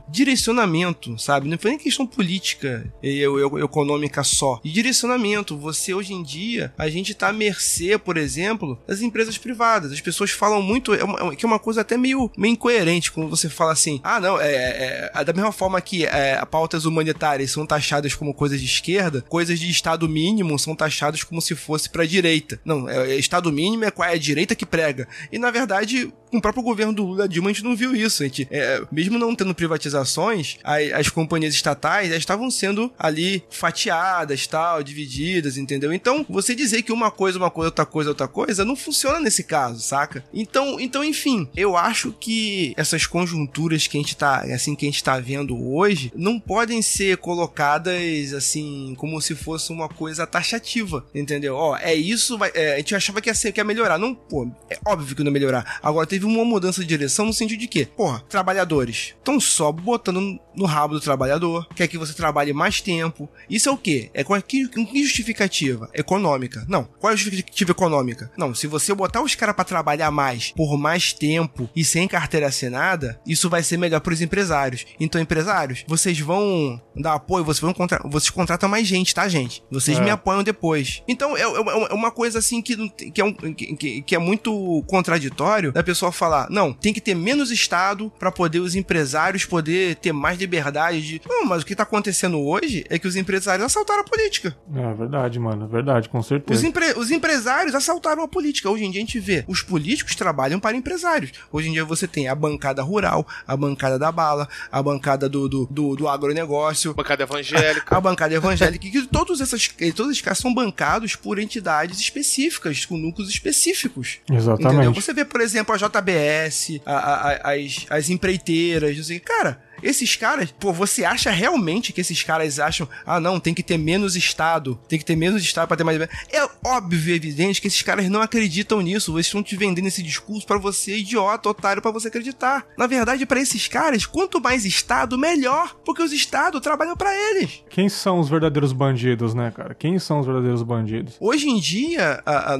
sabe? Não foi nem questão política e econômica só. De direcionamento, hoje em dia, a gente tá à mercê, por exemplo, das empresas privadas. As pessoas falam muito, que é uma coisa até meio incoerente quando você fala assim, da mesma forma que pautas humanitárias são taxadas como coisas de esquerda, coisas de Estado mínimo são taxadas como se fosse pra direita. Não, Estado mínimo é a direita que prega. E na verdade, com o próprio governo do Lula Dilma, a gente não viu isso. A gente, mesmo não tendo privatizações, as companhias estatais estavam sendo ali fatiadas, divididas, entendeu? Então, você dizer que uma coisa, outra coisa, não funciona nesse caso, saca? Então, enfim, eu acho que essas conjunturas que a gente tá vendo hoje não podem ser colocadas assim, como se fosse uma coisa taxativa, entendeu? Isso, a gente achava que ia melhorar. Não, é óbvio que não ia melhorar. Agora, teve uma mudança de direção no sentido de que, trabalhadores estão só botando no rabo do trabalhador, quer que você trabalhe mais tempo. Isso é o quê? Com que justificativa? Econômica. Não. Qual é a justificativa econômica? Não, se você botar os caras pra trabalhar mais, por mais tempo e sem carteira assinada, isso vai ser melhor pros empresários. Então, empresários, vocês vão dar apoio, vocês contratam mais gente, tá, gente? Vocês me apoiam depois. Então, é uma coisa assim que é muito contraditório da pessoa falar, não, tem que ter menos Estado pra poder os empresários poder ter mais liberdade de... Não, mas o que tá acontecendo hoje é que os empresários assaltaram a política. É verdade, mano, é verdade, com certeza. Os empresários assaltaram a política. Hoje em dia a gente vê, os políticos trabalham para empresários. Hoje em dia você tem a bancada rural, a bancada da bala, a bancada do agronegócio, a bancada evangélica, que todos esses caras são bancados por entidades específicas, com núcleos específicos. Exatamente. Entendeu? Você vê, por exemplo, a JBS, as empreiteiras, assim, cara... Esses caras, você acha realmente que esses caras acham, não, tem que ter menos Estado pra ter mais... É óbvio e evidente que esses caras não acreditam nisso, eles estão te vendendo esse discurso pra você, idiota, otário, pra você acreditar. Na verdade, pra esses caras, quanto mais Estado, melhor, porque os Estados trabalham pra eles. Quem são os verdadeiros bandidos, né, cara? Quem são os verdadeiros bandidos? Hoje em dia,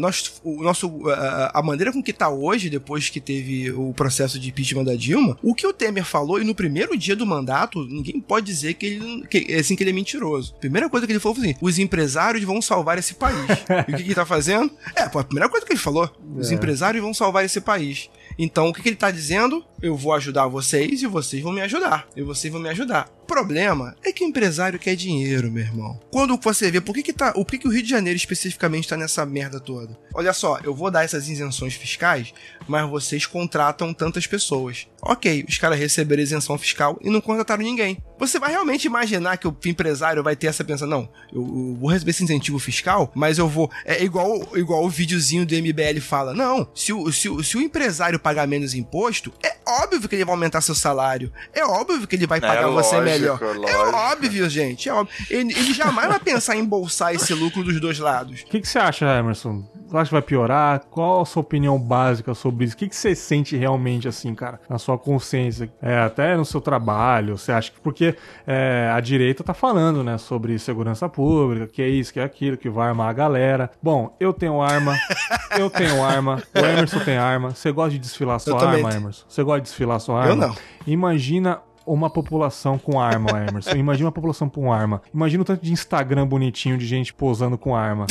a maneira com que tá hoje, depois que teve o processo de impeachment da Dilma, o que o Temer falou, e no primeiro dia do mandato, ninguém pode dizer que ele é mentiroso. Primeira coisa que ele falou foi assim, os empresários vão salvar esse país. E o que ele tá fazendo? A primeira coisa que ele falou, os empresários vão salvar esse país. Então, o que ele tá dizendo? eu vou ajudar vocês e vocês vão me ajudar. O problema é que o empresário quer dinheiro, meu irmão. Quando você vê por que o Rio de Janeiro especificamente tá nessa merda toda? Olha só, eu vou dar essas isenções fiscais, mas vocês contratam tantas pessoas. Ok, os caras receberam isenção fiscal e não contrataram ninguém. Você vai realmente imaginar que o empresário vai ter essa pensa, não, eu vou receber esse incentivo fiscal, mas eu vou... É igual o videozinho do MBL fala, não, se o empresário pagar menos imposto, é óbvio que ele vai aumentar seu salário, é óbvio que ele vai pagar você melhor. É óbvio, gente, é óbvio. Ele jamais vai pensar em embolsar esse lucro dos dois lados. O que você acha, Emerson? Você acha que vai piorar? Qual a sua opinião básica sobre isso? O que você sente realmente, assim, cara, na sua consciência? Até no seu trabalho, você acha que... Porque a direita tá falando, né, sobre segurança pública, que é isso, que é aquilo, que vai armar a galera. Bom, eu tenho arma, o Emerson tem arma. Você gosta de desfilar sua arma, Emerson? Você gosta de desfilar sua arma? Eu não. Imagina... uma população com arma, Emerson. Imagina uma população com arma. Imagina o tanto de Instagram bonitinho de gente posando com arma.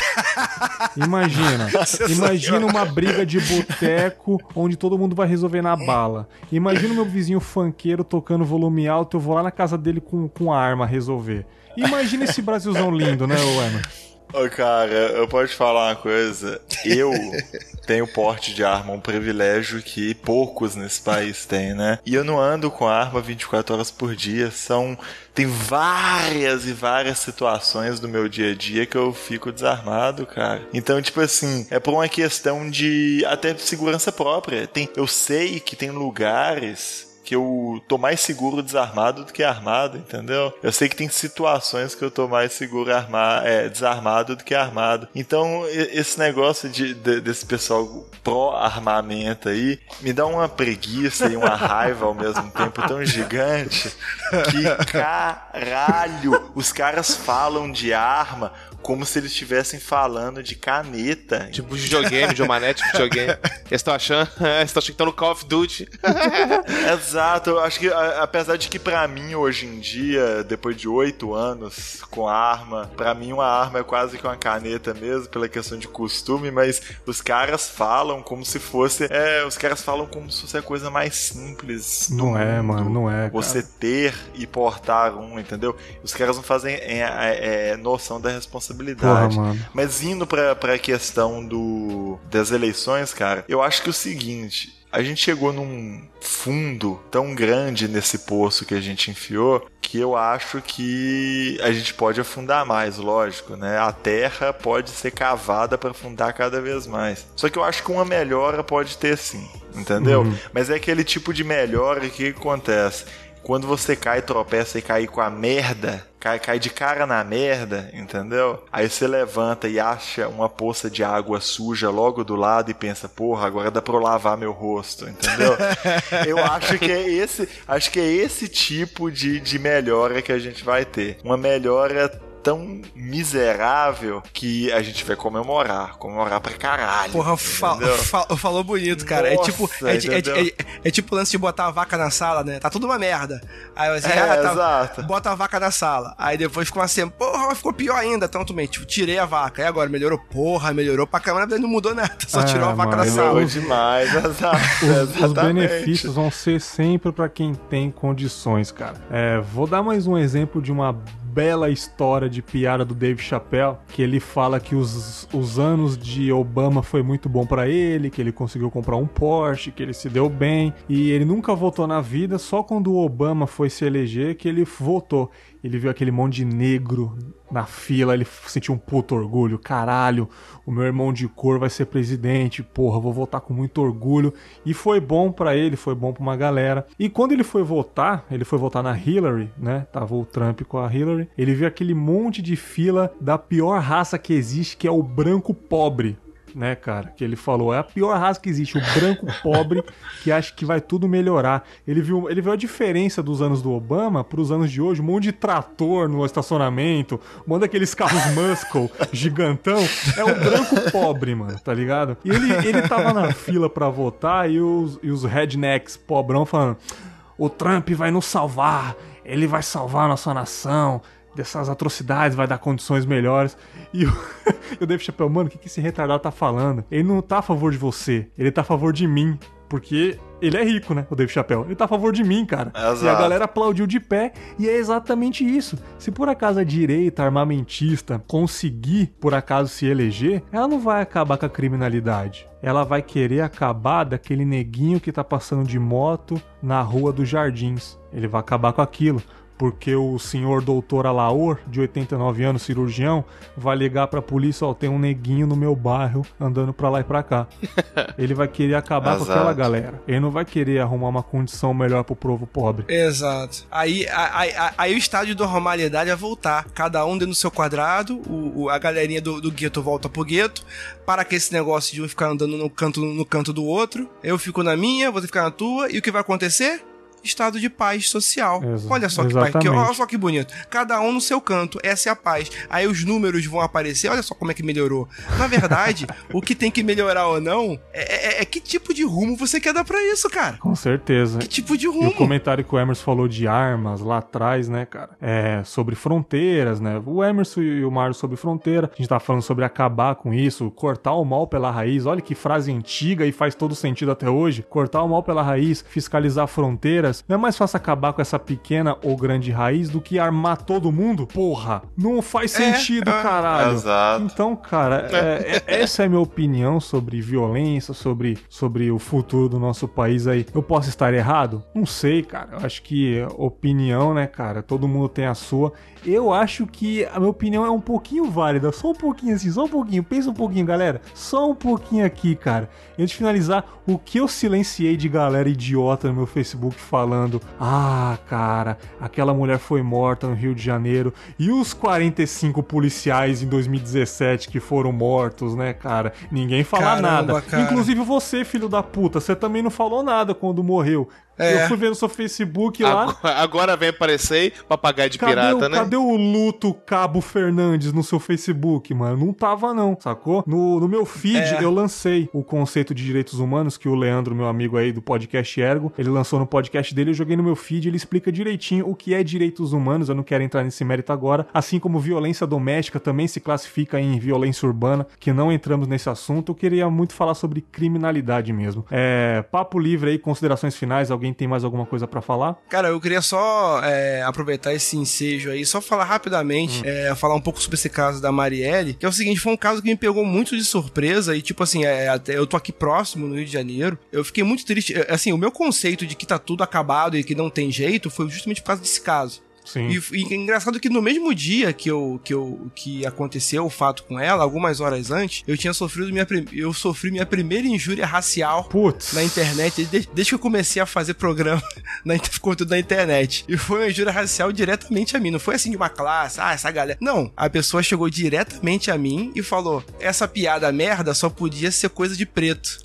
Imagina uma briga de boteco onde todo mundo vai resolver na bala. Imagina o meu vizinho funkeiro tocando volume alto, eu vou lá na casa dele com arma resolver. Imagina esse Brasilzão lindo, né, Emerson? Ô, cara, eu posso te falar uma coisa. Eu tenho porte de arma, um privilégio que poucos nesse país têm, né? E eu não ando com arma 24 horas por dia. Tem várias e várias situações do meu dia a dia que eu fico desarmado, cara. Então, tipo assim, é por uma questão de até segurança própria. Eu sei que tem lugares que eu tô mais seguro desarmado do que armado, entendeu? Eu sei que tem situações que eu tô mais seguro desarmado do que armado. Então, esse negócio desse pessoal pró-armamento aí me dá uma preguiça e uma raiva ao mesmo tempo tão gigante que, caralho, os caras falam de arma como se eles estivessem falando de caneta. Tipo videogame, de uma manete, videogame. Eles estão achando que estão no Call of Duty. Exato, eu acho que apesar de que pra mim hoje em dia, depois de 8 anos com arma, pra mim uma arma é quase que uma caneta mesmo, pela questão de costume, mas os caras falam como se fosse a coisa mais simples do Não é, mundo. mano, não é, cara. Você ter e portar um, entendeu? Os caras não fazem noção da responsabilidade. Porra, mano. Mas indo pra questão das eleições, cara, eu acho que é o seguinte: a gente chegou num fundo tão grande nesse poço que a gente enfiou que eu acho que a gente pode afundar mais, lógico, né? A terra pode ser cavada para afundar cada vez mais. Só que eu acho que uma melhora pode ter sim, entendeu? Mas é aquele tipo de melhora que acontece. Quando você cai, tropeça e cai com a merda, cai de cara na merda, entendeu? Aí você levanta e acha uma poça de água suja logo do lado e pensa, porra, agora dá pra eu lavar meu rosto, entendeu? Eu acho que é esse tipo de melhora que a gente vai ter. Uma melhora tão miserável que a gente vai comemorar pra caralho. Porra, falou bonito, cara. Nossa, é tipo o lance de botar a vaca na sala, né? Tá tudo uma merda. Aí você, exato. Bota a vaca na sala. Aí depois ficou assim, porra, ficou pior ainda. Então também, tipo, tirei a vaca. E agora melhorou? Porra, melhorou pra caramba. Na verdade não mudou nada, só tirou a vaca da sala. Melhorou demais, exato. Os benefícios vão ser sempre pra quem tem condições, cara. Vou dar mais um exemplo de uma bela história de piada do Dave Chappelle, que ele fala que os anos de Obama foi muito bom pra ele, que ele conseguiu comprar um Porsche, que ele se deu bem, e ele nunca votou na vida, só quando o Obama foi se eleger que ele votou. Ele viu aquele monte de negro na fila, ele sentiu um puto orgulho. Caralho, o meu irmão de cor vai ser presidente, porra, vou votar com muito orgulho. E foi bom pra ele, foi bom pra uma galera. E quando ele foi votar na Hillary, né? Tava o Trump com a Hillary. Ele viu aquele monte de fila da pior raça que existe, que é o branco pobre. Né, cara, que ele falou, é a pior raça que existe, o branco pobre que acha que vai tudo melhorar. Ele viu a diferença dos anos do Obama pros anos de hoje, um monte de trator no estacionamento, um monte daqueles carros muscle gigantão, é o branco pobre, mano, tá ligado? E ele tava na fila pra votar e os rednecks pobrão falando, o Trump vai nos salvar, ele vai salvar a nossa nação dessas atrocidades, vai dar condições melhores. E o Dave Chappelle, mano, o que esse retardado tá falando? Ele não tá a favor de você, ele tá a favor de mim. porque ele é rico, né? O Dave Chappelle. Ele tá a favor de mim, cara. Exato. E a galera aplaudiu de pé. E é exatamente isso. Se por acaso a direita armamentista conseguir, por acaso, se eleger, ela não vai acabar com a criminalidade. Ela vai querer acabar daquele neguinho que tá passando de moto na Rua dos Jardins. Ele vai acabar com aquilo. Porque o senhor doutor Alaor, de 89 anos, cirurgião, vai ligar pra polícia, ó, tem um neguinho no meu bairro andando pra lá e pra cá. Ele vai querer acabar com aquela galera. Ele não vai querer arrumar uma condição melhor pro povo pobre. Exato. Aí o estádio da normalidade vai voltar. Cada um dentro do seu quadrado, a galerinha do gueto volta pro gueto, para que esse negócio de um ficar andando no canto do outro. Eu fico na minha, você fica na tua, e o que vai acontecer? Estado de paz social. Olha só que paz, olha só que bonito. Cada um no seu canto, essa é a paz. Aí os números vão aparecer, olha só como é que melhorou. Na verdade, o que tem que melhorar ou não é que tipo de rumo você quer dar pra isso, cara. Com certeza. Que tipo de rumo? E o comentário que o Emerson falou de armas lá atrás, né, cara? Sobre fronteiras, né? O Emerson e o Mário sobre fronteira. A gente tá falando sobre acabar com isso, cortar o mal pela raiz. Olha que frase antiga e faz todo sentido até hoje. Cortar o mal pela raiz, fiscalizar fronteiras. Não é mais fácil acabar com essa pequena ou grande raiz do que armar todo mundo? Porra, não faz sentido, caralho. Exato. Então, cara, essa é a minha opinião sobre violência, sobre o futuro do nosso país aí. Eu posso estar errado? Não sei, cara. Eu acho que opinião, né, cara? Todo mundo tem a sua. Eu acho que a minha opinião é um pouquinho válida. Só um pouquinho assim, só um pouquinho. Pensa um pouquinho, galera. Só um pouquinho aqui, cara. Antes de finalizar, o que eu silenciei de galera idiota no meu Facebook falando: ah, cara, aquela mulher foi morta no Rio de Janeiro. E os 45 policiais em 2017 que foram mortos, né, cara? Ninguém fala nada. Cara. Inclusive você, filho da puta. Você também não falou nada quando morreu. Eu fui ver no seu Facebook lá. Agora vem aparecer papagaio de pirata, né? Cadê o luto Cabo Fernandes no seu Facebook, mano? Não tava, não, sacou? No meu feed, eu lancei o conceito de direitos humanos, que o Leandro, meu amigo aí do podcast Ergo, ele lançou no podcast dele, eu joguei no meu feed, ele explica direitinho o que é direitos humanos, eu não quero entrar nesse mérito agora, assim como violência doméstica também se classifica em violência urbana, que não entramos nesse assunto. Eu queria muito falar sobre criminalidade mesmo. Papo livre aí, considerações finais, alguém tem mais alguma coisa pra falar? Cara, eu queria só aproveitar esse ensejo aí, só falar rapidamente, falar um pouco sobre esse caso da Marielle, que é o seguinte, foi um caso que me pegou muito de surpresa e tipo assim, até eu tô aqui próximo no Rio de Janeiro, eu fiquei muito triste, assim, o meu conceito de que tá tudo acabado e que não tem jeito foi justamente por causa desse caso. Sim. E é engraçado que no mesmo dia que aconteceu o fato com ela, algumas horas antes, eu sofri minha primeira injúria racial na internet, desde que eu comecei a fazer programa conteúdo na internet. E foi uma injúria racial diretamente a mim, não foi assim de uma classe, essa galera. Não, a pessoa chegou diretamente a mim e falou: essa piada merda só podia ser coisa de preto.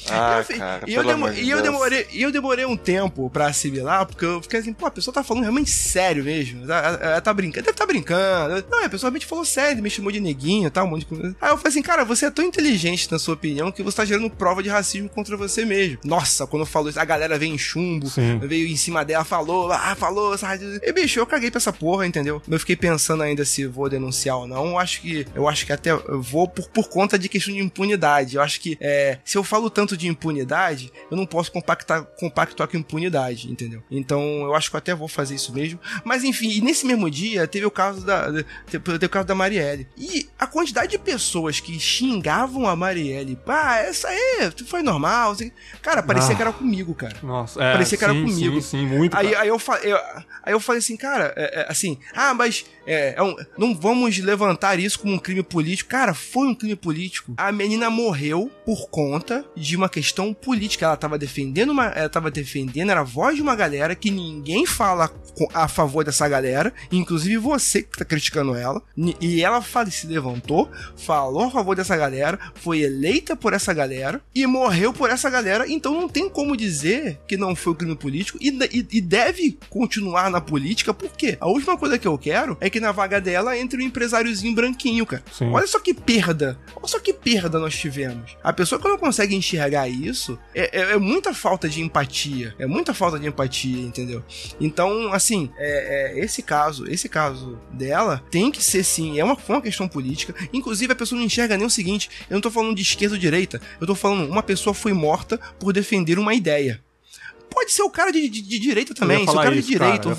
Eu demorei um tempo pra assimilar, porque eu fiquei assim, a pessoa tá falando realmente sério mesmo. Tá brincando, deve estar brincando. Não, a pessoa realmente falou sério, me chamou de neguinho e tal, um monte de coisa. Aí eu falei assim, cara, você é tão inteligente na sua opinião que você tá gerando prova de racismo contra você mesmo. Nossa, quando eu falo isso, a galera veio em chumbo, veio em cima dela, falou, e bicho, eu caguei pra essa porra, entendeu? Eu fiquei pensando ainda se vou denunciar ou não. Eu acho que até vou por conta de questão de impunidade. Eu acho que se eu falo tanto de impunidade, eu não posso compactuar com impunidade, entendeu? Então eu acho que eu até vou fazer isso mesmo. Mas enfim, e nesse mesmo dia teve o caso da Marielle. E a quantidade de pessoas que xingavam a Marielle, essa aí foi normal. Cara, parecia que era comigo, cara. Nossa, parecia que era comigo. Sim, muito. Aí eu falei assim, cara, mas não vamos levantar isso como um crime político. Cara, foi um crime político. A menina morreu por conta de uma questão política. Ela tava defendendo, era a voz de uma galera que ninguém fala a favor dessa galera, inclusive você que tá criticando ela, e ela se levantou, falou a favor dessa galera, foi eleita por essa galera e morreu por essa galera, então não tem como dizer que não foi um crime político e deve continuar na política, porque a última coisa que eu quero é que que na vaga dela entre um empresáriozinho branquinho, cara. Sim. Olha só que perda nós tivemos. A pessoa que não consegue enxergar isso é muita falta de empatia. É muita falta de empatia, entendeu? Então, assim, esse caso dela tem que ser, sim, foi uma questão política. Inclusive, a pessoa não enxerga nem o seguinte: eu não tô falando de esquerda ou direita, eu tô falando uma pessoa foi morta por defender uma ideia. Pode ser o cara de direita também, se o cara de direita,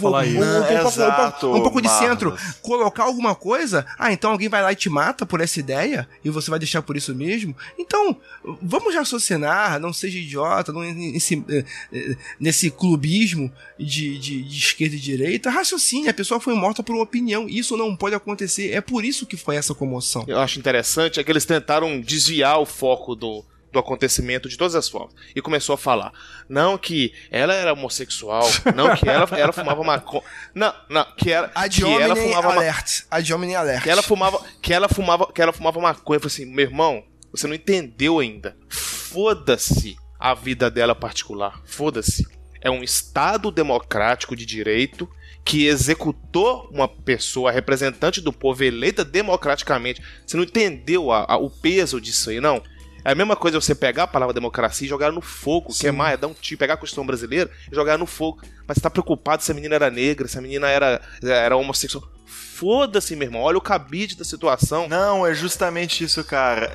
um pouco de centro, colocar alguma coisa, então alguém vai lá e te mata por essa ideia, e você vai deixar por isso mesmo. Então, vamos raciocinar, não seja idiota, nesse clubismo de esquerda e direita. Raciocine, a pessoa foi morta por uma opinião, isso não pode acontecer, é por isso que foi essa comoção. Eu acho interessante que eles tentaram desviar o foco do acontecimento de todas as formas. E começou a falar, não que ela era homossexual, não que ela fumava maconha. Não, que ela fumava alert. Ad hominem alert. Que ela fumava maconha. Eu falei assim, meu irmão, você não entendeu ainda. Foda-se a vida dela particular. Foda-se. É um Estado democrático de direito que executou uma pessoa representante do povo eleita democraticamente. Você não entendeu o peso disso aí, não? É a mesma coisa você pegar a palavra democracia e jogar no fogo, Sim. queimar, dar um tiro, pegar a Constituição brasileira e jogar no fogo. Mas você tá preocupado se a menina era negra, se a menina era homossexual. Foda-se, meu irmão, olha o cabide da situação. Não, é justamente isso, cara.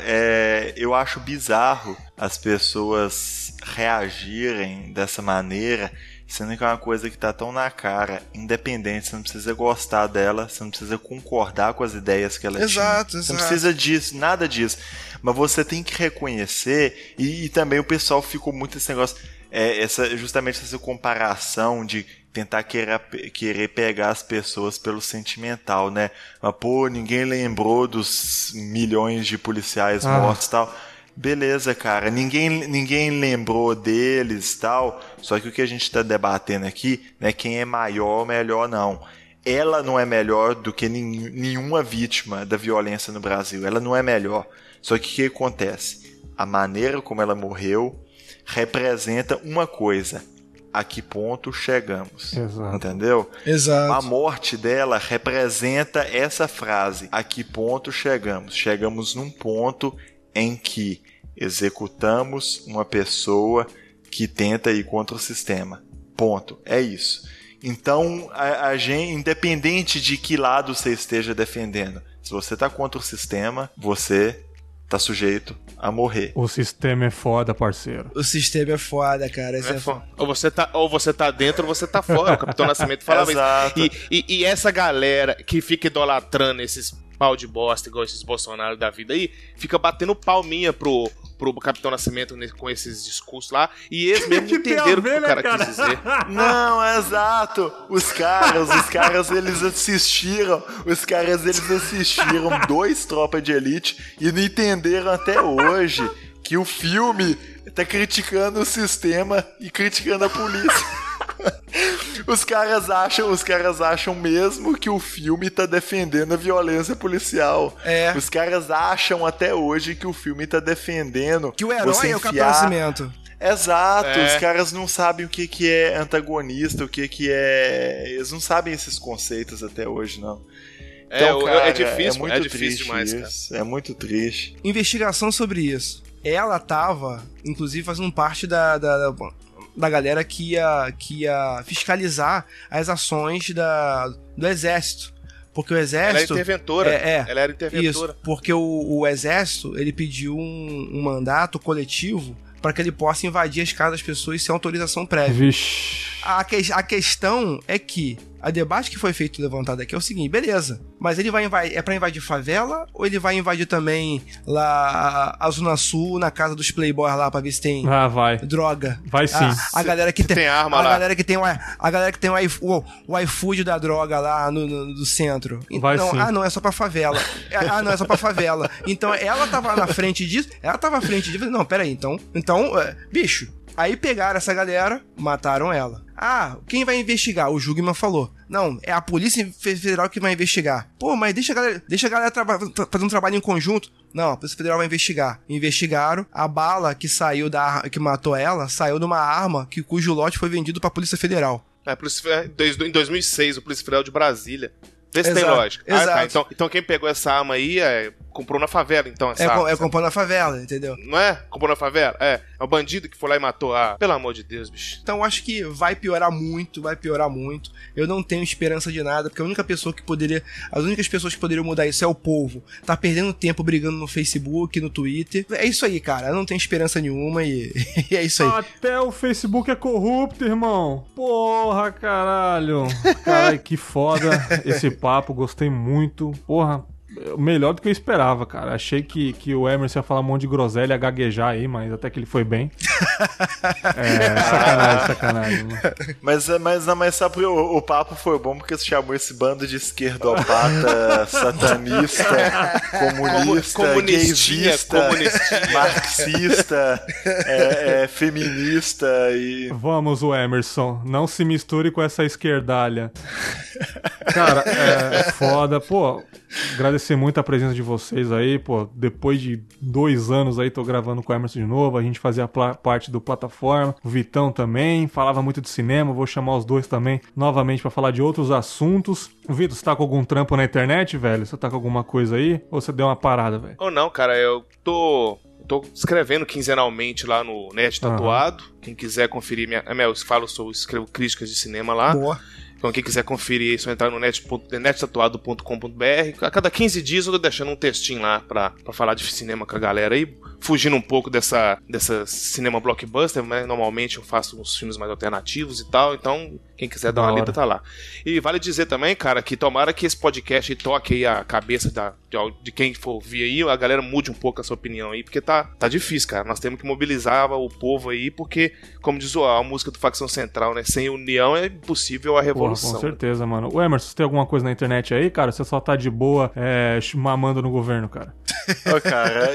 Eu acho bizarro as pessoas reagirem dessa maneira, sendo que é uma coisa que tá tão na cara, independente, você não precisa gostar dela, você não precisa concordar com as ideias que ela tinha. Exato. Você não precisa disso, nada disso. Mas você tem que reconhecer, e também o pessoal ficou muito esse negócio, justamente essa comparação de tentar querer pegar as pessoas pelo sentimental, né? Mas, pô, ninguém lembrou dos milhões de policiais mortos e tal. Beleza, cara, ninguém lembrou deles e tal, só que o que a gente tá debatendo aqui não é quem é maior ou melhor, não. Ela não é melhor do que nenhuma vítima da violência no Brasil, ela não é melhor. Só que o que acontece? A maneira como ela morreu representa uma coisa: a que ponto chegamos. Exato. Entendeu? Exato. A morte dela representa essa frase: a que ponto chegamos? Chegamos num ponto em que executamos uma pessoa que tenta ir contra o sistema. Ponto. É isso. Então, a gente, independente de que lado você esteja defendendo, se você está contra o sistema, você tá sujeito a morrer. O sistema é foda, parceiro. O sistema é foda, cara. Ou você tá dentro ou você tá fora. O Capitão Nascimento falava Exato. isso. E essa galera que fica idolatrando esses pau de bosta, igual esses Bolsonaro da vida aí, fica batendo palminha pro Capitão Nascimento com esses discursos lá, e eles mesmo não entenderam o que o cara quis dizer. Não, exato. Os caras eles assistiram 2 Tropas de Elite e não entenderam até hoje que o filme tá criticando o sistema e criticando a polícia. Os caras acham mesmo que o filme tá defendendo a violência policial. Os caras acham até hoje que o filme tá defendendo que o herói é o Capitão Nascimento. Exato, os caras não sabem o que é antagonista, o que é... Eles não sabem esses conceitos até hoje, não. Então, cara, é difícil demais, isso, cara. É muito triste. Investigação sobre isso. Ela tava, inclusive, fazendo parte da galera que ia fiscalizar as ações do Exército. Porque o Exército... Ela era interventora. Ela era interventora. Isso, porque o Exército, ele pediu um mandato coletivo para que ele possa invadir as casas das pessoas sem autorização prévia. Vixe. A questão é que a debate que foi feito levantado aqui é o seguinte, beleza, mas ele vai invadir, é pra invadir favela ou ele vai invadir também lá a Zona Sul, na casa dos playboys lá, pra ver se tem vai. droga? Vai sim. A galera que tem arma lá. A galera que tem o iFood da droga lá no centro. Vai Então, sim. Não, é só pra favela. Não, é só pra favela. Então, ela tava na frente disso, não, peraí, então, bicho, aí pegaram essa galera, mataram ela. Quem vai investigar? O Jugman falou. Não, é a Polícia Federal que vai investigar. Pô, mas deixa a galera fazer um trabalho em conjunto. Não, a Polícia Federal vai investigar. Investigaram. A bala que saiu que matou ela, saiu de uma arma cujo lote foi vendido pra Polícia Federal. Em 2006, o Polícia Federal de Brasília Vê se tem lógica. Exato. Tá. Então quem pegou essa arma aí comprou na favela, então, essa arma. Comprou na favela, entendeu? Não é? Comprou na favela? É o bandido que foi lá e matou. Pelo amor de Deus, bicho. Então eu acho que vai piorar muito. Eu não tenho esperança de nada, porque as únicas pessoas que poderiam mudar isso é o povo. Tá perdendo tempo brigando no Facebook, no Twitter. É isso aí, cara. Eu não tenho esperança nenhuma e é isso aí. Até o Facebook é corrupto, irmão. Porra, caralho. Caralho, que foda esse papo. Gostei muito. Porra. Melhor do que eu esperava, cara. Achei que o Emerson ia falar um monte de groselha, ia gaguejar aí, mas até que ele foi bem. Sacanagem, mano. Mas sabe, o papo foi bom porque você chamou esse bando de esquerdopata, satanista, comunista, gaysista, marxista, feminista e... Vamos, o Emerson, não se misture com essa esquerdalha. Cara, é foda. Pô, agradecer muito a presença de vocês aí, pô, depois de 2 anos aí tô gravando com o Emerson de novo, a gente fazia parte do Plataforma, o Vitão também, falava muito de cinema, vou chamar os dois também novamente pra falar de outros assuntos. Vitor, você tá com algum trampo na internet, velho? Você tá com alguma coisa aí? Ou você deu uma parada, velho? Ou não, cara, eu tô escrevendo quinzenalmente lá no Net Tatuado. Quem quiser conferir eu escrevo críticas de cinema lá. Boa. Então quem quiser conferir isso, entrar no nettatuado.com.br. A cada 15 dias eu tô deixando um textinho lá pra falar de cinema com a galera aí, fugindo um pouco dessa cinema blockbuster, né? Normalmente eu faço uns filmes mais alternativos e tal, então quem quiser dar uma lida tá lá. E vale dizer também, cara, que tomara que esse podcast aí toque aí a cabeça de quem for ouvir aí, a galera mude um pouco a sua opinião aí, porque tá difícil, cara. Nós temos que mobilizar o povo aí, porque, como diz a música do Facção Central, né? Sem união é impossível a revolução. Porra, com certeza, mano. O Emerson, você tem alguma coisa na internet aí, cara? Você só tá de boa mamando no governo, cara? Cara,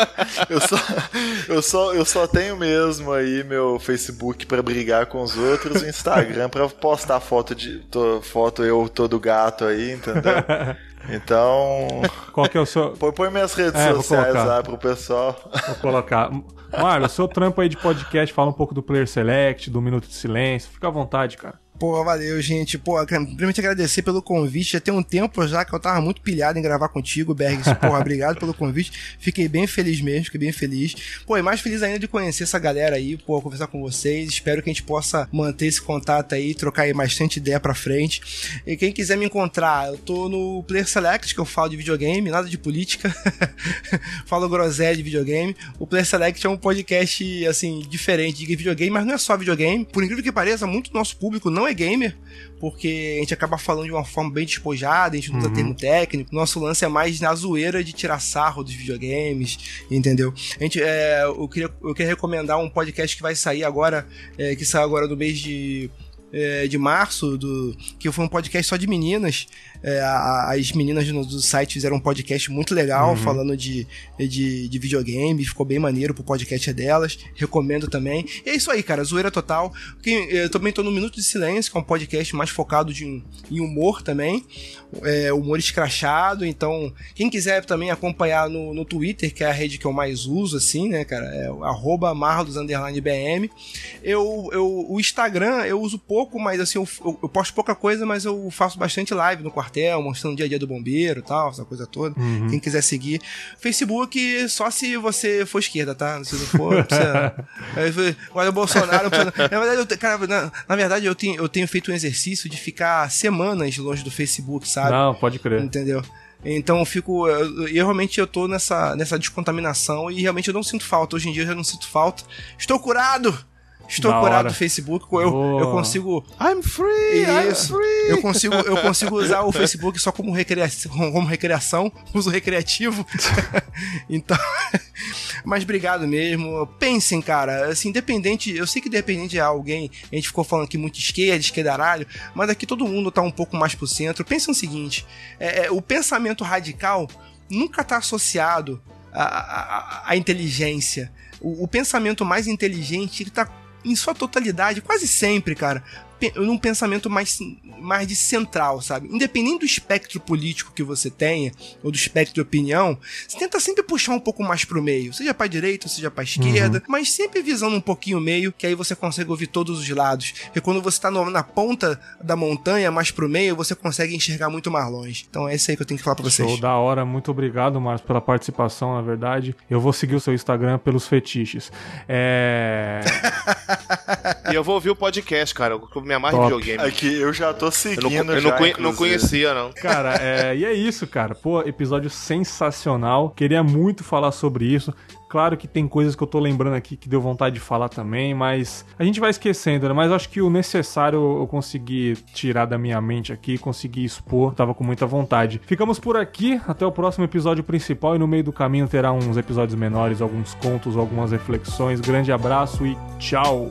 eu só tenho mesmo aí meu Facebook pra brigar com os outros, o Instagram pra postar foto eu todo gato aí, entendeu? Então... Qual que é o seu... Põe minhas redes sociais lá pro pessoal. Vou colocar. Marlon, seu trampo aí de podcast, fala um pouco do Player Select, do Minuto de Silêncio. Fica à vontade, cara. Pô, valeu, gente. Pô, primeiramente agradecer pelo convite. Já tem um tempo já que eu tava muito pilhado em gravar contigo, Bergs. Porra, obrigado pelo convite. Fiquei bem feliz mesmo, fiquei bem feliz. Pô, e mais feliz ainda de conhecer essa galera aí, pô, conversar com vocês. Espero que a gente possa manter esse contato aí, trocar aí bastante ideia pra frente. E quem quiser me encontrar, eu tô no Player Select, que eu falo de videogame, nada de política. Falo groselha de videogame. O Player Select é um podcast, assim, diferente de videogame, mas não é só videogame. Por incrível que pareça, muito do nosso público não é gamer, porque a gente acaba falando de uma forma bem despojada, a gente não usa termo técnico. Nosso lance é mais na zoeira de tirar sarro dos videogames, entendeu? Eu queria recomendar um podcast que vai sair agora, que saiu agora no mês de março, que foi um podcast só de meninas. As meninas do site fizeram um podcast muito legal, falando de videogame, ficou bem maneiro pro podcast delas, recomendo também. E é isso aí, cara, zoeira total. Eu também tô no Minuto de Silêncio, que é um podcast mais focado em humor também, humor escrachado. Então, quem quiser também acompanhar no Twitter, que é a rede que eu mais uso, assim, né, cara, é @marlos_bm. O Instagram eu uso pouco, mas assim, eu posto pouca coisa, mas eu faço bastante live no quartel, mostrando o dia a dia do bombeiro e tal, essa coisa toda. Quem quiser seguir. Facebook, só se você for esquerda, tá? Se não for, precisa... Olha o Bolsonaro... Na verdade, eu tenho feito um exercício de ficar semanas longe do Facebook, sabe? Não, pode crer. Entendeu? Então eu realmente tô nessa descontaminação e realmente eu não sinto falta. Hoje em dia eu já não sinto falta. Estou curado! Estou curado do Facebook, eu consigo... I'm free! Isso. I'm free! Eu consigo usar o Facebook só como recreação, uso recreativo. Então... Mas obrigado mesmo. Pensem, cara, assim, independente... Eu sei que independente de alguém... A gente ficou falando aqui muito esquerdaralho, mas aqui todo mundo tá um pouco mais pro centro. Pensa no seguinte, o pensamento radical nunca tá associado à inteligência. O pensamento mais inteligente, ele tá em sua totalidade, quase sempre, cara, num pensamento mais de central, sabe? Independente do espectro político que você tenha, ou do espectro de opinião, você tenta sempre puxar um pouco mais pro meio, seja pra direita, seja pra esquerda, mas sempre visando um pouquinho o meio, que aí você consegue ouvir todos os lados. E quando você tá na ponta da montanha, mais pro meio, você consegue enxergar muito mais longe. Então é isso aí que eu tenho que falar pra vocês. Show, da hora, muito obrigado, Marcos, pela participação, na verdade. Eu vou seguir o seu Instagram pelos fetiches. E eu vou ouvir o podcast, cara, eu me amarro em videogame. Aqui, eu já tô seguindo. Eu não conhecia, não. Cara, e é isso, cara. Pô, episódio sensacional. Queria muito falar sobre isso. Claro que tem coisas que eu tô lembrando aqui que deu vontade de falar também, mas a gente vai esquecendo, né? Mas eu acho que o necessário eu consegui tirar da minha mente aqui, consegui expor, tava com muita vontade. Ficamos por aqui, até o próximo episódio principal e no meio do caminho terá uns episódios menores, alguns contos, algumas reflexões. Grande abraço e tchau!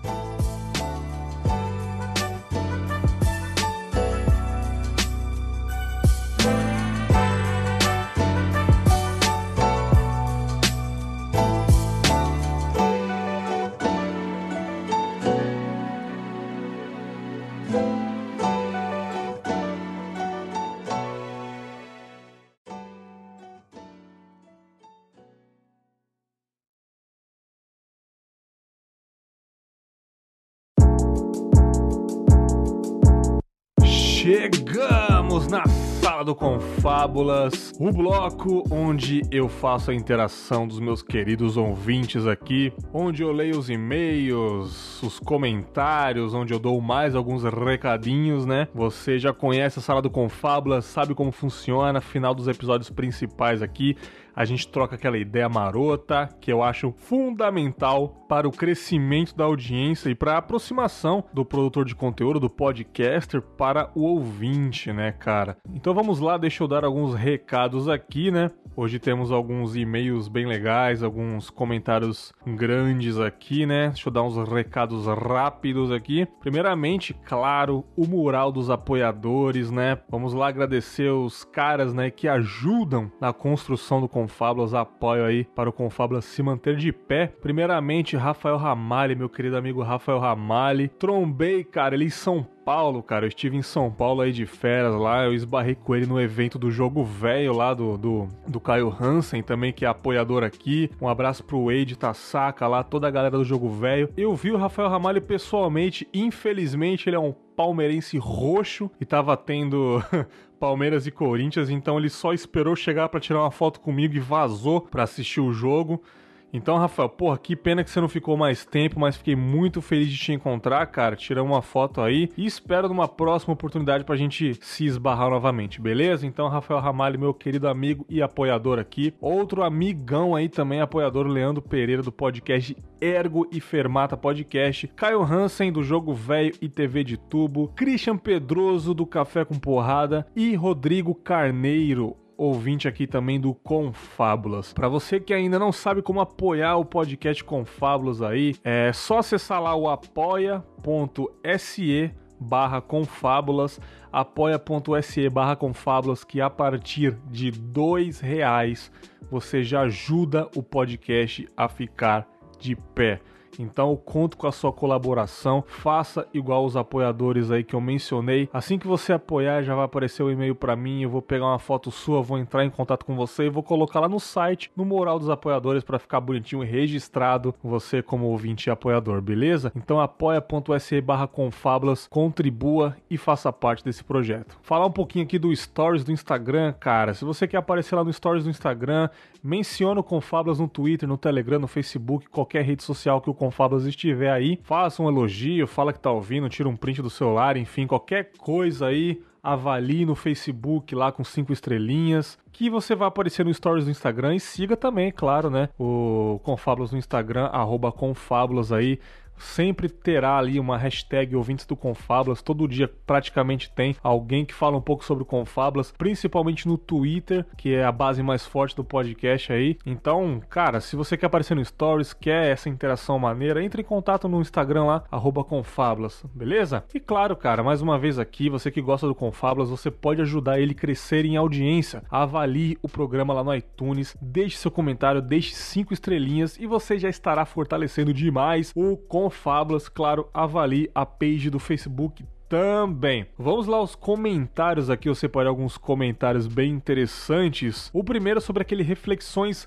Chegamos na Sala do Confábulas, o bloco onde eu faço a interação dos meus queridos ouvintes aqui, onde eu leio os e-mails, os comentários, onde eu dou mais alguns recadinhos, né? Você já conhece a Sala do Confábulas, sabe como funciona, final dos episódios principais aqui, a gente troca aquela ideia marota que eu acho fundamental para o crescimento da audiência e para a aproximação do produtor de conteúdo, do podcaster, para o ouvinte, né, cara? Então vamos lá, deixa eu dar alguns recados aqui, né? Hoje temos alguns e-mails bem legais, alguns comentários grandes aqui, né? Deixa eu dar uns recados rápidos aqui. Primeiramente, claro, o mural dos apoiadores, né? Vamos lá agradecer os caras, né, que ajudam na construção do Confábulas, apoio aí para o Confábulas se manter de pé. Primeiramente, Rafael Ramalli, meu querido amigo Rafael Ramalli. Trombei, cara, ele em São Paulo, cara, eu estive em São Paulo aí de férias lá, eu esbarrei com ele no evento do Jogo Velho lá do Caio Hansen também, que é apoiador aqui. Um abraço pro Wade Tassaca lá, toda a galera do Jogo Velho. Eu vi o Rafael Ramalli pessoalmente, infelizmente ele é um palmeirense roxo e tava tendo Palmeiras e Corinthians, então ele só esperou chegar pra tirar uma foto comigo e vazou pra assistir o jogo. Então, Rafael, porra, que pena que você não ficou mais tempo, mas fiquei muito feliz de te encontrar, cara. Tiramos uma foto aí e espero numa próxima oportunidade pra gente se esbarrar novamente, beleza? Então, Rafael Ramalli, meu querido amigo e apoiador aqui. Outro amigão aí também, apoiador, Leandro Pereira, do podcast Ergo e Fermata Podcast. Caio Hansen, do Jogo Velho e TV de Tubo. Christian Pedroso, do Café com Porrada. E Rodrigo Carneiro, ouvinte aqui também do Confábulas. Para você que ainda não sabe como apoiar o podcast Confábulas aí, é só acessar lá o apoia.se/Confábulas, apoia.se/Confábulas, que a partir de R$2 você já ajuda o podcast a ficar de pé. Então eu conto com a sua colaboração, faça igual os apoiadores aí que eu mencionei. Assim que você apoiar, já vai aparecer o e-mail pra mim, eu vou pegar uma foto sua, vou entrar em contato com você e vou colocar lá no site, no mural dos apoiadores, pra ficar bonitinho e registrado você como ouvinte e apoiador, beleza? Então apoia.se/Confábulas, contribua e faça parte desse projeto. Falar um pouquinho aqui do Stories do Instagram, cara. Se você quer aparecer lá no Stories do Instagram, menciona o Confábulas no Twitter, no Telegram, no Facebook, qualquer rede social que o Confábulas estiver aí, faça um elogio, fala que tá ouvindo, tira um print do celular, enfim, qualquer coisa aí, avalie no Facebook lá com 5 estrelinhas, que você vai aparecer no Stories do Instagram e siga também, claro, né, o Confábulas no Instagram, @Confábulas aí. Sempre terá ali uma hashtag ouvintes do Confábulas, todo dia praticamente tem alguém que fala um pouco sobre o Confábulas, principalmente no Twitter, que é a base mais forte do podcast aí. Então, cara, se você quer aparecer no Stories, quer essa interação maneira, entre em contato no Instagram lá, @Confábulas, beleza? E claro, cara, mais uma vez aqui, você que gosta do Confábulas, você pode ajudar ele a crescer em audiência. Avalie o programa lá no iTunes, deixe seu comentário, deixe 5 estrelinhas e você já estará fortalecendo demais o Confábulas Confábulas, claro, avalie a page do Facebook também. Vamos lá aos comentários aqui, eu separei alguns comentários bem interessantes. O primeiro é sobre aquele Reflexões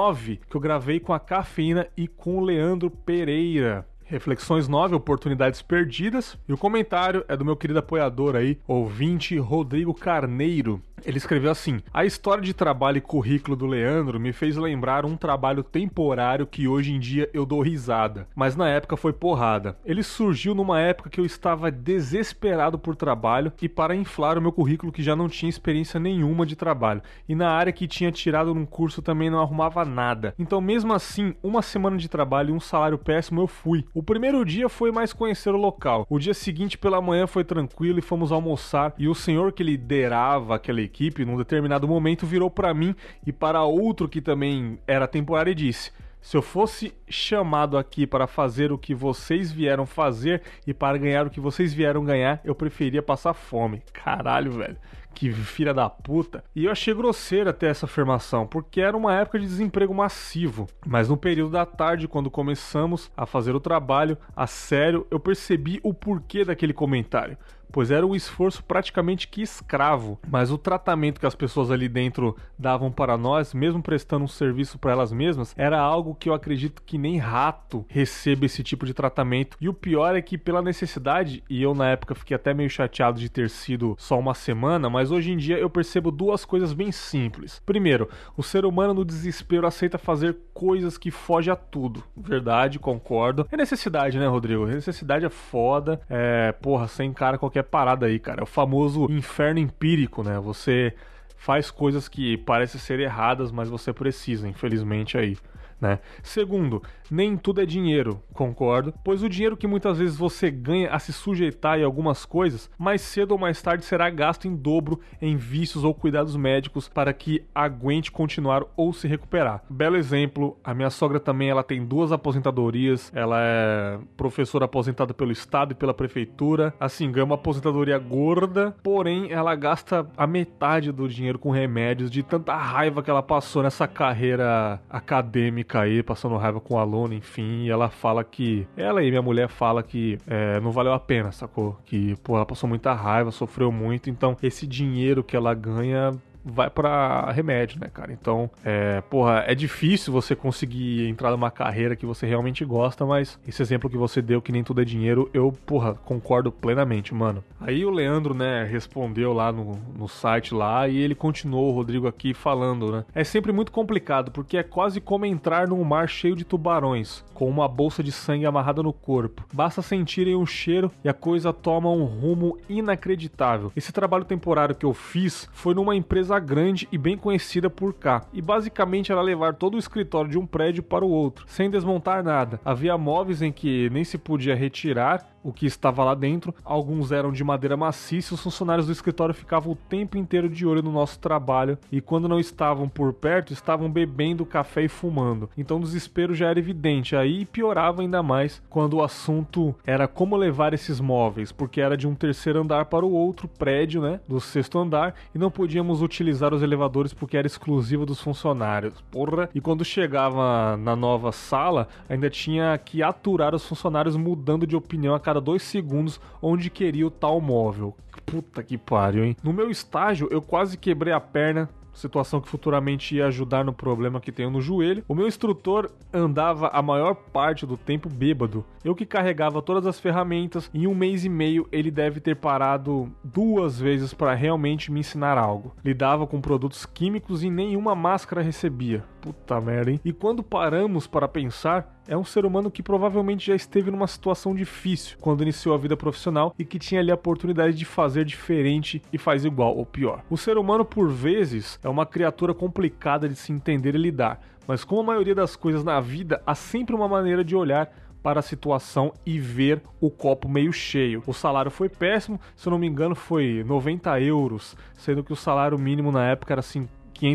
9 que eu gravei com a Cafeína e com o Leandro Pereira. Reflexões 9, oportunidades perdidas. E o comentário é do meu querido apoiador aí, ouvinte Rodrigo Carneiro. Ele escreveu assim: a história de trabalho e currículo do Leandro me fez lembrar um trabalho temporário que hoje em dia eu dou risada, mas na época foi porrada. Ele surgiu numa época que eu estava desesperado por trabalho e para inflar o meu currículo que já não tinha experiência nenhuma de trabalho, e na área que tinha tirado num curso também não arrumava nada. Então mesmo assim, uma semana de trabalho e um salário péssimo eu fui. O primeiro dia foi mais conhecer o local. O dia seguinte pela manhã foi tranquilo e fomos almoçar, e o senhor que liderava aquela equipe, num determinado momento, virou para mim e para outro que também era temporário e disse: se eu fosse chamado aqui para fazer o que vocês vieram fazer e para ganhar o que vocês vieram ganhar, eu preferia passar fome. Caralho, velho. Que filha da puta. E eu achei grosseira até essa afirmação, porque era uma época de desemprego massivo. Mas no período da tarde, quando começamos a fazer o trabalho a sério, eu percebi o porquê daquele comentário, pois era um esforço praticamente que escravo, mas o tratamento que as pessoas ali dentro davam para nós, mesmo prestando um serviço para elas mesmas, era algo que eu acredito que nem rato recebe esse tipo de tratamento. E o pior é que pela necessidade, e eu na época fiquei até meio chateado de ter sido só uma semana, mas hoje em dia eu percebo duas coisas bem simples. Primeiro, o ser humano no desespero aceita fazer coisas que fogem a tudo. Verdade, concordo. É necessidade, né, Rodrigo? Necessidade é foda. Porra, você encara qualquer parada aí, cara. É o famoso inferno empírico, né? Você faz coisas que parecem ser erradas, mas você precisa, infelizmente, aí, né? Segundo, nem tudo é dinheiro, concordo, pois o dinheiro que muitas vezes você ganha a se sujeitar em algumas coisas, mais cedo ou mais tarde será gasto em dobro em vícios ou cuidados médicos para que aguente continuar ou se recuperar. Belo exemplo, a minha sogra também, ela tem 2 aposentadorias, ela é professora aposentada pelo estado e pela prefeitura, assim, ganha uma aposentadoria gorda, porém ela gasta a metade do dinheiro com remédios de tanta raiva que ela passou nessa carreira acadêmica aí, passando raiva com o aluno, enfim, e ela fala que... Ela e minha mulher fala que não valeu a pena, sacou? Que, pô, ela passou muita raiva, sofreu muito, então esse dinheiro que ela ganha vai pra remédio, né, cara? Então, porra, é difícil você conseguir entrar numa carreira que você realmente gosta, mas esse exemplo que você deu, que nem tudo é dinheiro, eu, porra, concordo plenamente, mano. Aí o Leandro, né, respondeu lá no site lá, e ele continuou, o Rodrigo aqui, falando, né? É sempre muito complicado, porque é quase como entrar num mar cheio de tubarões, com uma bolsa de sangue amarrada no corpo. Basta sentirem o cheiro e a coisa toma um rumo inacreditável. Esse trabalho temporário que eu fiz foi numa empresa grande e bem conhecida por cá, e basicamente era levar todo o escritório de um prédio para o outro, sem desmontar nada. Havia móveis em que nem se podia retirar o que estava lá dentro, alguns eram de madeira maciça, e os funcionários do escritório ficavam o tempo inteiro de olho no nosso trabalho, e quando não estavam por perto, estavam bebendo café e fumando. Então o desespero já era evidente, aí piorava ainda mais quando o assunto era como levar esses móveis, porque era de um terceiro andar para o outro prédio, né, do 6º andar, e não podíamos utilizar os elevadores porque era exclusivo dos funcionários. Porra! E quando chegava na nova sala, ainda tinha que aturar os funcionários mudando de opinião a cada 2 segundos onde queria o tal móvel. Puta que pariu, hein? No meu estágio, eu quase quebrei a perna, situação que futuramente ia ajudar no problema que tenho no joelho. O meu instrutor andava a maior parte do tempo bêbado. Eu que carregava todas as ferramentas, em 1 mês e meio ele deve ter parado 2 vezes para realmente me ensinar algo. Lidava com produtos químicos e nenhuma máscara recebia. Puta merda, hein? E quando paramos para pensar, é um ser humano que provavelmente já esteve numa situação difícil quando iniciou a vida profissional e que tinha ali a oportunidade de fazer diferente e faz igual ou pior. O ser humano, por vezes, é uma criatura complicada de se entender e lidar, mas como a maioria das coisas na vida, há sempre uma maneira de olhar para a situação e ver o copo meio cheio. O salário foi péssimo, se eu não me engano foi 90 euros, sendo que o salário mínimo na época era assim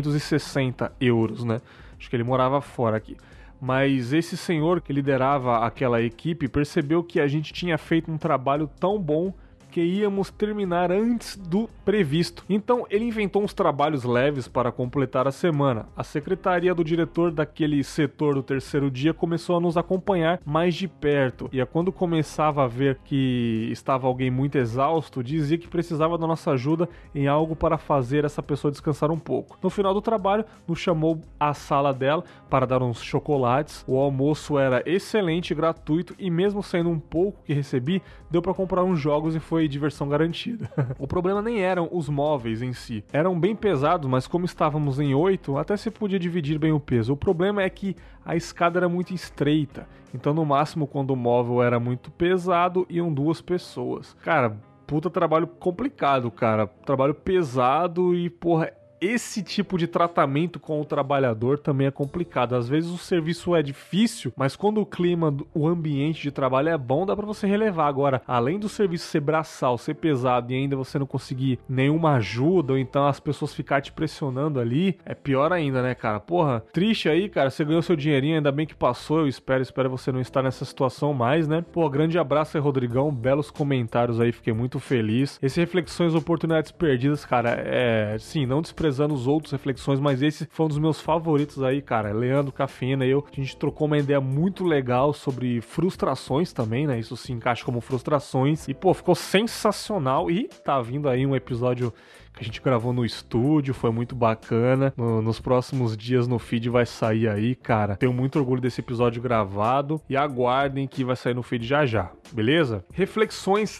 560 euros, né? Acho que ele morava fora aqui. Mas esse senhor que liderava aquela equipe percebeu que a gente tinha feito um trabalho tão bom que íamos terminar antes do previsto. Então ele inventou uns trabalhos leves para completar a semana. A secretaria do diretor daquele setor do terceiro dia começou a nos acompanhar mais de perto. E quando começava a ver que estava alguém muito exausto, dizia que precisava da nossa ajuda em algo para fazer essa pessoa descansar um pouco. No final do trabalho, nos chamou à sala dela para dar uns chocolates. O almoço era excelente, gratuito e mesmo sendo um pouco que recebi, deu para comprar uns jogos e foi diversão garantida. O problema nem eram os móveis em si. Eram bem pesados, mas como estávamos em 8, até se podia dividir bem o peso. O problema é que a escada era muito estreita. Então no máximo quando o móvel era muito pesado, iam 2 pessoas. Cara, puta trabalho complicado, cara. Trabalho pesado e, porra, esse tipo de tratamento com o trabalhador também é complicado. Às vezes o serviço é difícil, mas quando o clima, o ambiente de trabalho é bom, dá pra você relevar. Agora, além do serviço ser braçal, ser pesado e ainda você não conseguir nenhuma ajuda, ou então as pessoas ficarem te pressionando ali, é pior ainda, né, cara? Porra, triste aí, cara. Você ganhou seu dinheirinho, ainda bem que passou. Eu espero você não estar nessa situação mais, né? Pô, grande abraço aí, Rodrigão. Belos comentários aí, fiquei muito feliz. Esse Reflexões Oportunidades Perdidas, cara, sim, não desprezando os outros reflexões, mas esse foi um dos meus favoritos aí, cara. Leandro, Cafeína e eu, a gente trocou uma ideia muito legal sobre frustrações também, né? Isso se encaixa como frustrações. E, pô, ficou sensacional. E tá vindo aí um episódio que a gente gravou no estúdio, foi muito bacana. Nos próximos dias no feed vai sair aí, cara. Tenho muito orgulho desse episódio gravado e aguardem que vai sair no feed já já, beleza? Reflexões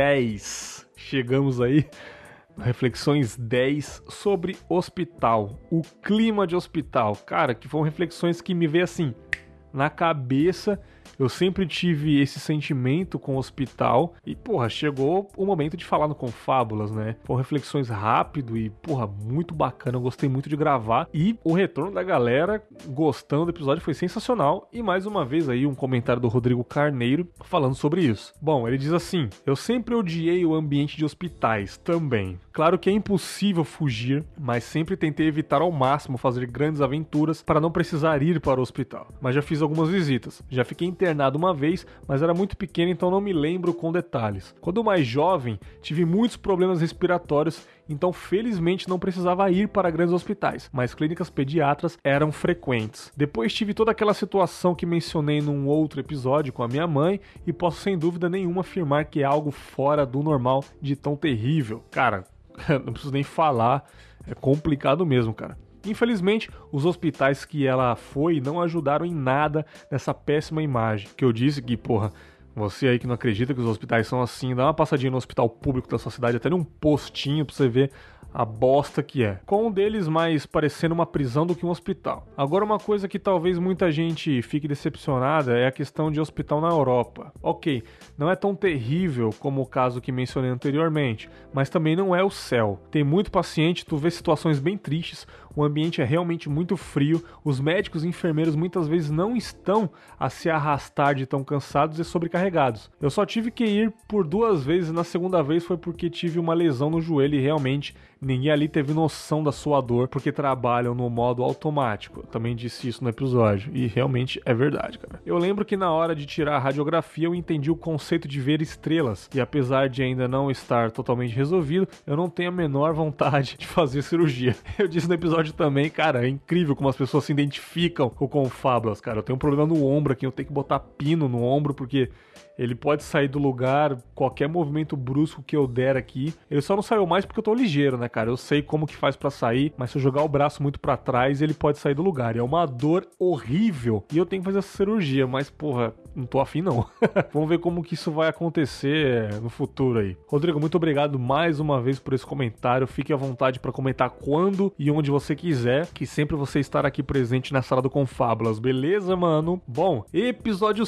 10. Chegamos aí. Reflexões 10 sobre hospital, o clima de hospital. Cara, que foram reflexões que me veio assim na cabeça. Eu sempre tive esse sentimento com o hospital e, porra, chegou o momento de falar no Confábulas, né? Foram reflexões rápido e, porra, muito bacana. Eu gostei muito de gravar e o retorno da galera gostando do episódio foi sensacional. E mais uma vez aí um comentário do Rodrigo Carneiro falando sobre isso. Bom, ele diz assim: eu sempre odiei o ambiente de hospitais também. Claro que é impossível fugir, mas sempre tentei evitar ao máximo fazer grandes aventuras para não precisar ir para o hospital. Mas já fiz algumas visitas, já fiquei internado uma vez, mas era muito pequeno, então não me lembro com detalhes. Quando mais jovem, tive muitos problemas respiratórios, então felizmente não precisava ir para grandes hospitais, mas clínicas pediatras eram frequentes. Depois tive toda aquela situação que mencionei num outro episódio com a minha mãe e posso sem dúvida nenhuma afirmar que é algo fora do normal de tão terrível. Cara, não preciso nem falar, é complicado mesmo, cara. Infelizmente, os hospitais que ela foi não ajudaram em nada nessa péssima imagem. Que eu disse que, porra, você aí que não acredita que os hospitais são assim, dá uma passadinha no hospital público da sua cidade, até num postinho pra você ver a bosta que é. Com um deles mais parecendo uma prisão do que um hospital. Agora, uma coisa que talvez muita gente fique decepcionada é a questão de hospital na Europa. Ok, não é tão terrível como o caso que mencionei anteriormente, mas também não é o céu. Tem muito paciente, tu vê situações bem tristes, o ambiente é realmente muito frio, os médicos e enfermeiros muitas vezes não estão a se arrastar de tão cansados e sobrecarregados. Eu só tive que ir por 2 vezes e na segunda vez foi porque tive uma lesão no joelho e realmente ninguém ali teve noção da sua dor porque trabalham no modo automático. Eu também disse isso no episódio e realmente é verdade, cara. Eu lembro que na hora de tirar a radiografia eu entendi o conceito de ver estrelas e apesar de ainda não estar totalmente resolvido, eu não tenho a menor vontade de fazer cirurgia. Eu disse no episódio também, cara, é incrível como as pessoas se identificam com Confábulas, cara. Eu tenho um problema no ombro aqui, eu tenho que botar pino no ombro porque ele pode sair do lugar, qualquer movimento brusco que eu der aqui. Ele só não saiu mais porque eu tô ligeiro, né, cara? Eu sei como que faz pra sair, mas se eu jogar o braço muito pra trás, ele pode sair do lugar. E é uma dor horrível. E eu tenho que fazer essa cirurgia, mas, porra, não tô afim, não. Vamos ver como que isso vai acontecer no futuro aí. Rodrigo, muito obrigado mais uma vez por esse comentário. Fique à vontade pra comentar quando e onde você quiser, que sempre você estará aqui presente na sala do Confábulas, beleza, mano? Bom, episódio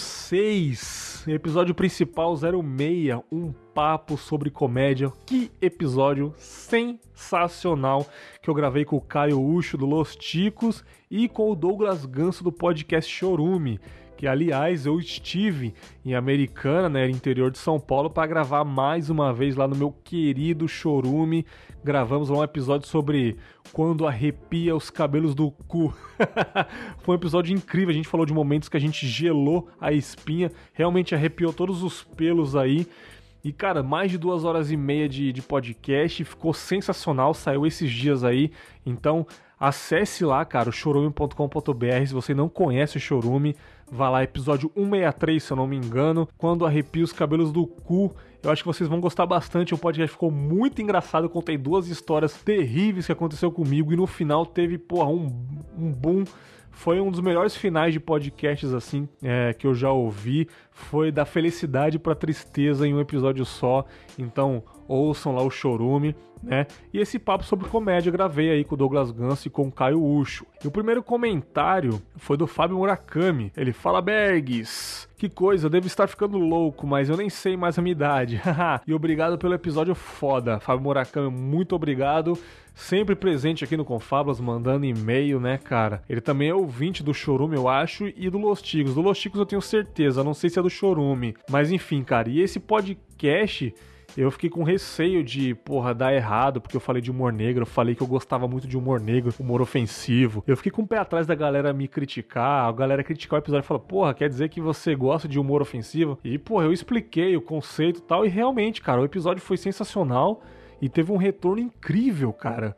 6. Episódio principal 06, um papo sobre comédia. Que episódio sensacional que eu gravei com o Caio Ucho do Los Ticos e com o Douglas Ganso do podcast Chorume, que aliás eu estive em Americana, né, interior de São Paulo, para gravar mais uma vez lá no meu querido Chorume. Gravamos lá um episódio sobre quando arrepia os cabelos do cu. Foi um episódio incrível, a gente falou de momentos que a gente gelou a espinha, realmente arrepiou todos os pelos aí. E, cara, mais de 2 horas e meia de podcast, ficou sensacional, saiu esses dias aí. Então, acesse lá, cara, o chorume.com.br. Se você não conhece o Chorume, vá lá, episódio 163, se eu não me engano, Quando Arrepia os Cabelos do Cu. Eu acho que vocês vão gostar bastante, o podcast ficou muito engraçado, eu contei 2 histórias terríveis que aconteceu comigo e no final teve, porra, um boom. Foi um dos melhores finais de podcasts, assim, que eu já ouvi. Foi da felicidade pra tristeza em um episódio só. Então, ouçam lá o Chorume, né? E esse papo sobre comédia eu gravei aí com o Douglas Ganso e com o Caio Ucho. E o primeiro comentário foi do Fábio Murakami. Ele fala: Bergs, que coisa, eu devo estar ficando louco, mas eu nem sei mais a minha idade. E obrigado pelo episódio foda. Fábio Murakami, muito obrigado. Sempre presente aqui no Confablas, mandando e-mail, né, cara? Ele também é ouvinte do Chorume, eu acho, e do Los Ticos. Do Los Ticos eu tenho certeza, não sei se é do Chorume. Mas enfim, cara, e esse podcast... Eu fiquei com receio de, dar errado, porque eu falei de humor negro, eu falei que eu gostava muito de humor negro, humor ofensivo. Eu fiquei com o pé atrás da galera me criticar, a galera criticar o episódio e falar, quer dizer que você gosta de humor ofensivo? E, eu expliquei o conceito e tal, e realmente, cara, o episódio foi sensacional e teve um retorno incrível, cara.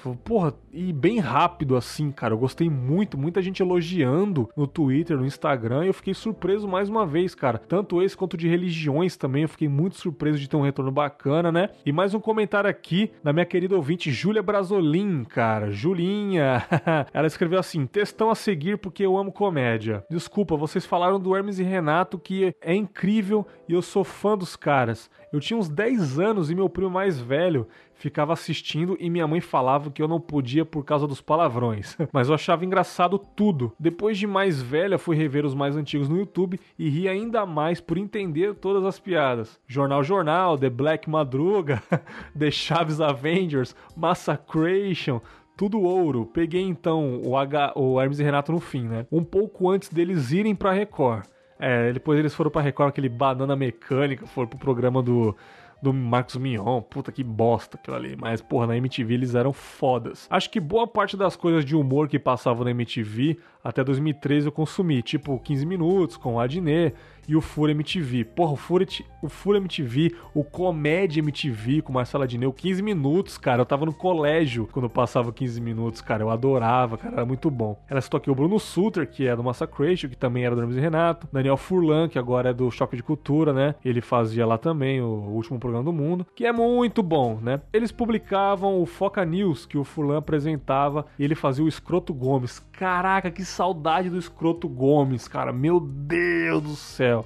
E bem rápido assim, cara, eu gostei muito, muita gente elogiando no Twitter, no Instagram, e eu fiquei surpreso mais uma vez, cara, tanto esse quanto de religiões também, eu fiquei muito surpreso de ter um retorno bacana, né? E mais um comentário aqui da minha querida ouvinte, Júlia Brasolin, cara, Julinha, ela escreveu assim: textão a seguir porque eu amo comédia. Desculpa, vocês falaram do Hermes e Renato, que é incrível e eu sou fã dos caras. Eu tinha uns 10 anos e meu primo mais velho ficava assistindo e minha mãe falava que eu não podia por causa dos palavrões. Mas eu achava engraçado tudo. Depois de mais velha, fui rever os mais antigos no YouTube e ri ainda mais por entender todas as piadas. Jornal, The Black Madruga, The Chaves Avengers, Massacration... Tudo ouro. Peguei então o Hermes e Renato no fim, né? Um pouco antes deles irem pra Record. Depois eles foram pra Record, aquele Banana Mecânica, foram pro programa do Marcos Mion. Puta que bosta aquilo ali. Mas, na MTV eles eram fodas. Acho que boa parte das coisas de humor que passavam na MTV, até 2013 eu consumi. Tipo, 15 Minutos, com o Adnet e o Fura MTV. O Fura MTV, o Comédia MTV com Marcelo Adnet, 15 Minutos, cara. Eu tava no colégio quando passava 15 Minutos, cara. Eu adorava, cara. Era muito bom. Ela citou aqui o Bruno Sutter, que é do Massacration, que também era do Hermes e Renato. Daniel Furlan, que agora é do Choque de Cultura, né? Ele fazia lá também o último programa do mundo, que é muito bom, né? Eles publicavam o Foca News, que o Furlan apresentava, e ele fazia o Escroto Gomes. Caraca, que saudade do Escroto Gomes, cara. Meu Deus do céu.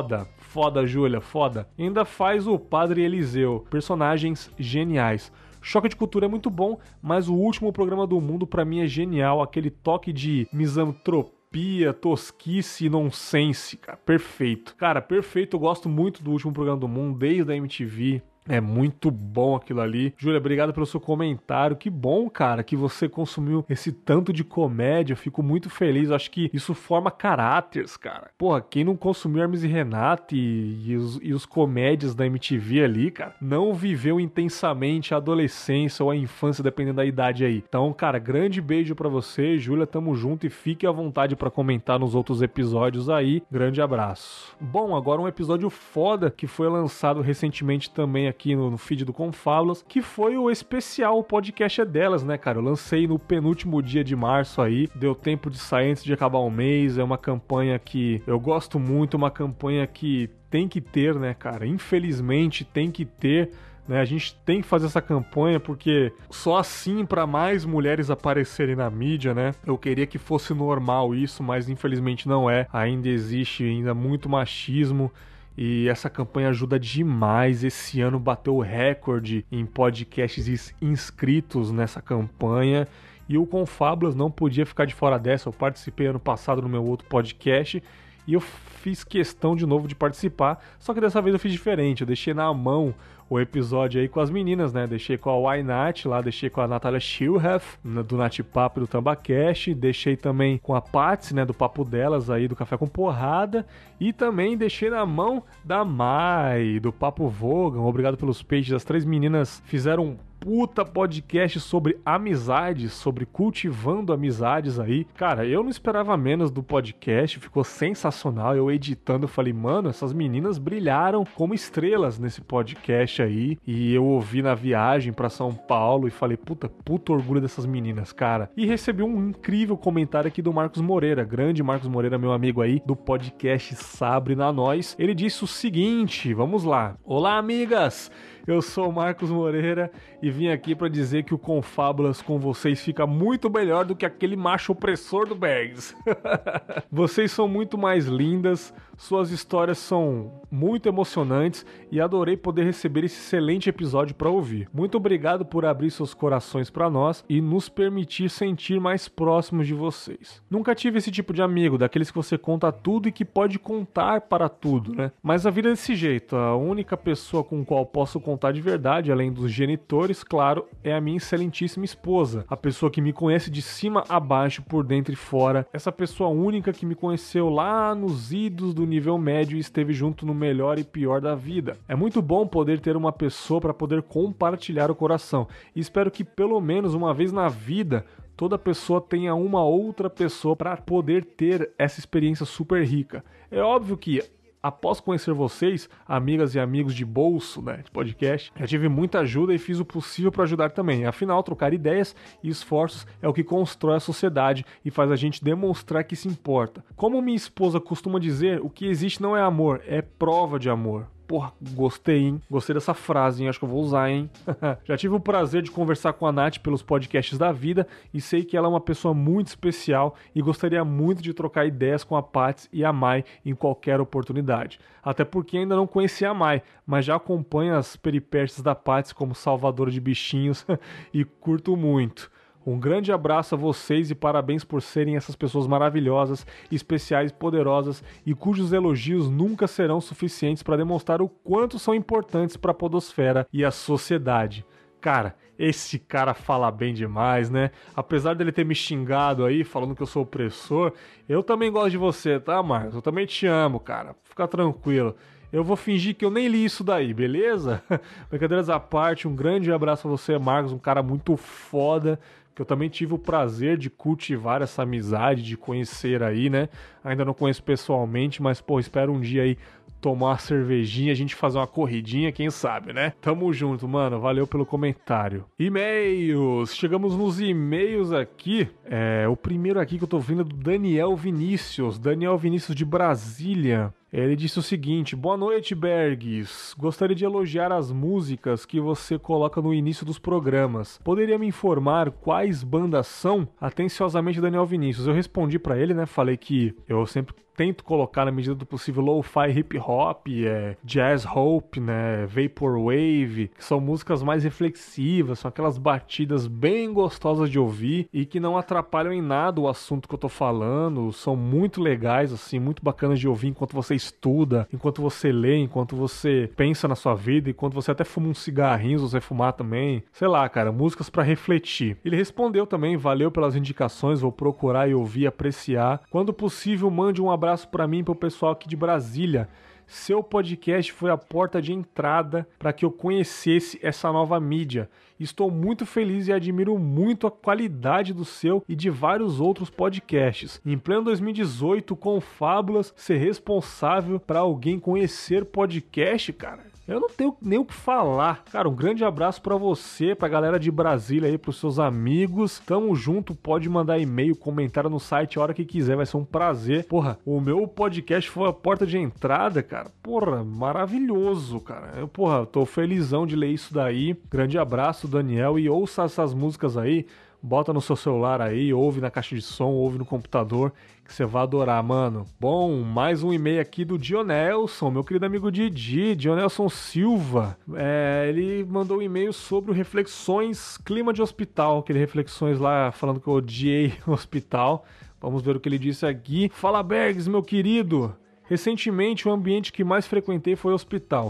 Foda, Júlia, foda. Ainda faz o Padre Eliseu. Personagens geniais. Choque de Cultura é muito bom, mas o último programa do mundo pra mim é genial. Aquele toque de misantropia, tosquice e nonsense, cara. Perfeito. Cara, perfeito. Eu gosto muito do último programa do mundo, desde a MTV. É muito bom aquilo ali. Júlia, obrigado pelo seu comentário. Que bom, cara, que você consumiu esse tanto de comédia. Eu fico muito feliz. Eu acho que isso forma caráteres, cara. Quem não consumiu Hermes e Renato e os comédias da MTV ali, cara, não viveu intensamente a adolescência ou a infância, dependendo da idade aí. Então, cara, grande beijo pra você, Júlia. Tamo junto e fique à vontade pra comentar nos outros episódios aí. Grande abraço. Bom, agora um episódio foda que foi lançado recentemente também aqui no feed do Confablas, que foi o especial, o podcast é delas, né, cara? Eu lancei no penúltimo dia de março aí, deu tempo de sair antes de acabar o mês, é uma campanha que eu gosto muito, uma campanha que tem que ter, né, cara? Infelizmente tem que ter, né? A gente tem que fazer essa campanha porque só assim para mais mulheres aparecerem na mídia, né? Eu queria que fosse normal isso, mas infelizmente não é. Ainda existe muito machismo. E essa campanha ajuda demais. Esse ano bateu o recorde em podcasts inscritos nessa campanha. E o Confablas não podia ficar de fora dessa. Eu participei ano passado no meu outro podcast. E eu fiz questão de novo de participar. Só que dessa vez eu fiz diferente. Eu deixei na mão o episódio aí com as meninas, né? Deixei com a Why Not lá, deixei com a Natália Schilhef, do Nat Papo e do Tambacast, deixei também com a Patsy, né? Do Papo Delas aí, do Café com Porrada, e também deixei na mão da Mai, do Papo Vogan. Obrigado pelos peixes. As 3 meninas fizeram um puta podcast sobre amizades, sobre cultivando amizades aí. Cara, eu não esperava menos do podcast, ficou sensacional. Eu editando, falei, mano, essas meninas brilharam como estrelas nesse podcast aí. E eu ouvi na viagem pra São Paulo e falei, puta orgulho dessas meninas, cara. E recebi um incrível comentário aqui do Marcos Moreira, grande Marcos Moreira, meu amigo aí, do podcast Sabre na Nós. Ele disse o seguinte, vamos lá. Olá, amigas! Eu sou o Marcos Moreira e vim aqui para dizer que o Confábulas com vocês fica muito melhor do que aquele macho opressor do Bergs. Vocês são muito mais lindas, suas histórias são muito emocionantes e adorei poder receber esse excelente episódio para ouvir. Muito obrigado por abrir seus corações para nós e nos permitir sentir mais próximos de vocês. Nunca tive esse tipo de amigo, daqueles que você conta tudo e que pode contar para tudo, né? Mas a vida é desse jeito, a única pessoa com qual posso contar de verdade, além dos genitores, claro, é a minha excelentíssima esposa, a pessoa que me conhece de cima a baixo, por dentro e fora, essa pessoa única que me conheceu lá nos idos do nível médio e esteve junto no melhor e pior da vida. É muito bom poder ter uma pessoa para poder compartilhar o coração e espero que pelo menos uma vez na vida toda pessoa tenha uma outra pessoa para poder ter essa experiência super rica. É óbvio que após conhecer vocês, amigas e amigos de bolso, né, de podcast, já tive muita ajuda e fiz o possível para ajudar também. Afinal, trocar ideias e esforços é o que constrói a sociedade e faz a gente demonstrar que se importa. Como minha esposa costuma dizer, o que existe não é amor, é prova de amor. Porra, gostei, hein? Gostei dessa frase, hein? Acho que eu vou usar, hein? Já tive o prazer de conversar com a Nath pelos podcasts da vida e sei que ela é uma pessoa muito especial e gostaria muito de trocar ideias com a Paty e a Mai em qualquer oportunidade. Até porque ainda não conhecia a Mai, mas já acompanho as peripécias da Paty como salvadora de bichinhos e curto muito. Um grande abraço a vocês e parabéns por serem essas pessoas maravilhosas, especiais, poderosas e cujos elogios nunca serão suficientes para demonstrar o quanto são importantes para a podosfera e a sociedade. Cara, esse cara fala bem demais, né? Apesar dele ter me xingado aí, falando que eu sou opressor, eu também gosto de você, tá, Marcos? Eu também te amo, cara. Fica tranquilo. Eu vou fingir que eu nem li isso daí, beleza? Brincadeiras à parte, um grande abraço a você, Marcos, um cara muito foda, que eu também tive o prazer de cultivar essa amizade, de conhecer aí, né? Ainda não conheço pessoalmente, mas, pô, espero um dia aí tomar uma cervejinha, a gente fazer uma corridinha, quem sabe, né? Tamo junto, mano. Valeu pelo comentário. E-mails. Chegamos nos e-mails aqui. O primeiro aqui que eu tô vendo é do Daniel Vinícius. Daniel Vinícius de Brasília. Ele disse o seguinte: boa noite, Bergs. Gostaria de elogiar as músicas que você coloca no início dos programas. Poderia me informar quais bandas são? Atenciosamente, Daniel Vinícius. Eu respondi pra ele, né? Falei que eu sempre tento colocar na medida do possível lo-fi hip hop, jazz hope, né, vaporwave, que são músicas mais reflexivas, são aquelas batidas bem gostosas de ouvir e que não atrapalham em nada o assunto que eu tô falando, são muito legais, assim, muito bacanas de ouvir enquanto você estuda, enquanto você lê, enquanto você pensa na sua vida, enquanto você até fuma uns cigarrinhos, você fumar também, sei lá, cara, músicas pra refletir. Ele respondeu também, valeu pelas indicações, vou procurar e ouvir, apreciar. Quando possível, mande um abraço pra mim e pro pessoal aqui de Brasília. Seu podcast foi a porta de entrada para que eu conhecesse essa nova mídia. Estou muito feliz e admiro muito a qualidade do seu e de vários outros podcasts. Em pleno 2018, com Fábulas, ser responsável para alguém conhecer podcast, cara, eu não tenho nem o que falar. Cara, um grande abraço pra você, pra galera de Brasília aí, pros seus amigos. Tamo junto, pode mandar e-mail, comentário no site a hora que quiser, vai ser um prazer. Porra, o meu podcast foi a porta de entrada, cara. Porra, maravilhoso, cara. Eu, tô felizão de ler isso daí. Grande abraço, Daniel, e ouça essas músicas aí. Bota no seu celular aí, ouve na caixa de som, ouve no computador, que você vai adorar, mano. Bom, mais um e-mail aqui do Dionelson, meu querido amigo Didi, Dionelson Silva. Ele mandou um e-mail sobre o Reflexões Clima de Hospital, aquele Reflexões lá falando que eu odiei o hospital. Vamos ver o que ele disse aqui. Fala, Bergs, meu querido. Recentemente, o ambiente que mais frequentei foi o hospital.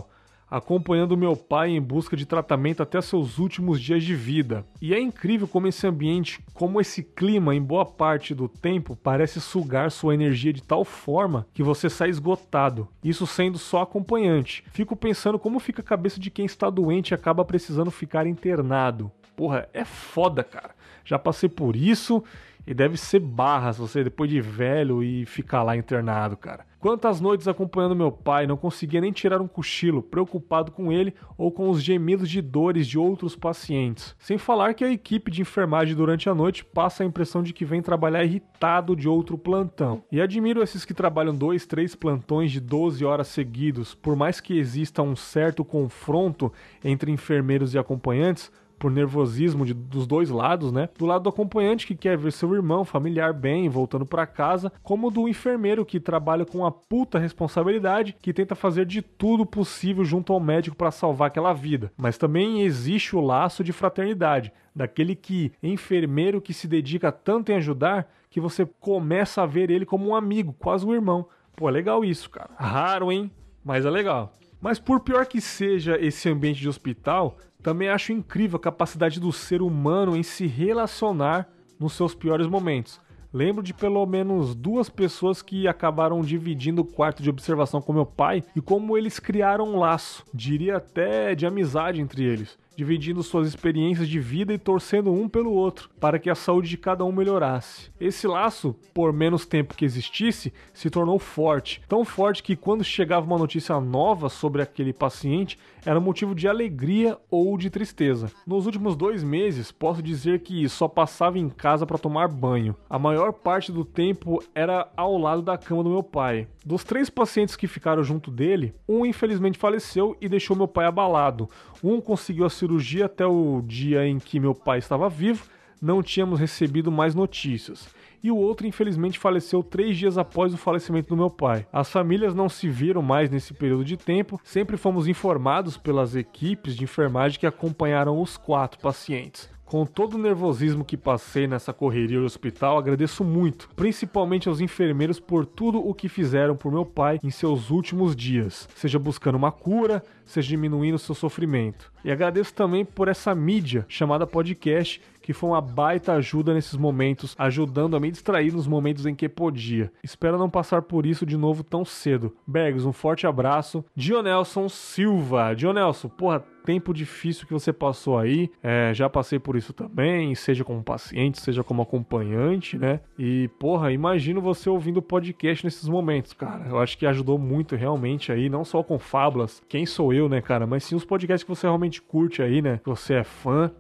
acompanhando meu pai em busca de tratamento até seus últimos dias de vida. E é incrível como esse ambiente, como esse clima em boa parte do tempo parece sugar sua energia de tal forma que você sai esgotado, isso sendo só acompanhante. Fico pensando como fica a cabeça de quem está doente e acaba precisando ficar internado. Porra, é foda, cara. Já passei por isso e deve ser barra se você depois de velho e ficar lá internado, cara. Quantas noites acompanhando meu pai, não conseguia nem tirar um cochilo, preocupado com ele ou com os gemidos de dores de outros pacientes. Sem falar que a equipe de enfermagem durante a noite passa a impressão de que vem trabalhar irritado de outro plantão. E admiro esses que trabalham 2, 3 plantões de 12 horas seguidos, por mais que exista um certo confronto entre enfermeiros e acompanhantes, por nervosismo dos dois lados, né? Do lado do acompanhante que quer ver seu irmão, familiar bem, voltando para casa, como do enfermeiro que trabalha com a puta responsabilidade, que tenta fazer de tudo possível junto ao médico para salvar aquela vida. Mas também existe o laço de fraternidade, daquele enfermeiro que se dedica tanto em ajudar que você começa a ver ele como um amigo, quase um irmão. Pô, é legal isso, cara. Raro, hein? Mas é legal. Mas por pior que seja esse ambiente de hospital, também acho incrível a capacidade do ser humano em se relacionar nos seus piores momentos. Lembro de pelo menos 2 pessoas que acabaram dividindo o quarto de observação com meu pai e como eles criaram um laço, diria até de amizade entre eles, dividindo suas experiências de vida e torcendo um pelo outro, para que a saúde de cada um melhorasse. Esse laço, por menos tempo que existisse, se tornou forte. Tão forte que quando chegava uma notícia nova sobre aquele paciente, era motivo de alegria ou de tristeza. Nos últimos 2 meses, posso dizer que só passava em casa para tomar banho. A maior parte do tempo era ao lado da cama do meu pai. Dos 3 pacientes que ficaram junto dele, um infelizmente faleceu e deixou meu pai abalado. Um conseguiu a cirurgia até o dia em que meu pai estava vivo, não tínhamos recebido mais notícias. E o outro infelizmente faleceu 3 dias após o falecimento do meu pai. As famílias não se viram mais nesse período de tempo, sempre fomos informados pelas equipes de enfermagem que acompanharam os 4 pacientes. Com todo o nervosismo que passei nessa correria do hospital, agradeço muito, principalmente aos enfermeiros por tudo o que fizeram por meu pai em seus últimos dias, seja buscando uma cura, seja diminuindo seu sofrimento. E agradeço também por essa mídia chamada podcast, que foi uma baita ajuda nesses momentos, ajudando a me distrair nos momentos em que podia. Espero não passar por isso de novo tão cedo. Bergs, um forte abraço. Dionelson Silva. Dionelson, porra, tempo difícil que você passou aí, já passei por isso também, seja como paciente, seja como acompanhante, né? E, porra, imagino você ouvindo o podcast nesses momentos, cara. Eu acho que ajudou muito realmente aí, não só com Fábulas, quem sou eu, né, cara? Mas sim os podcasts que você realmente curte aí, né? Que você é fã.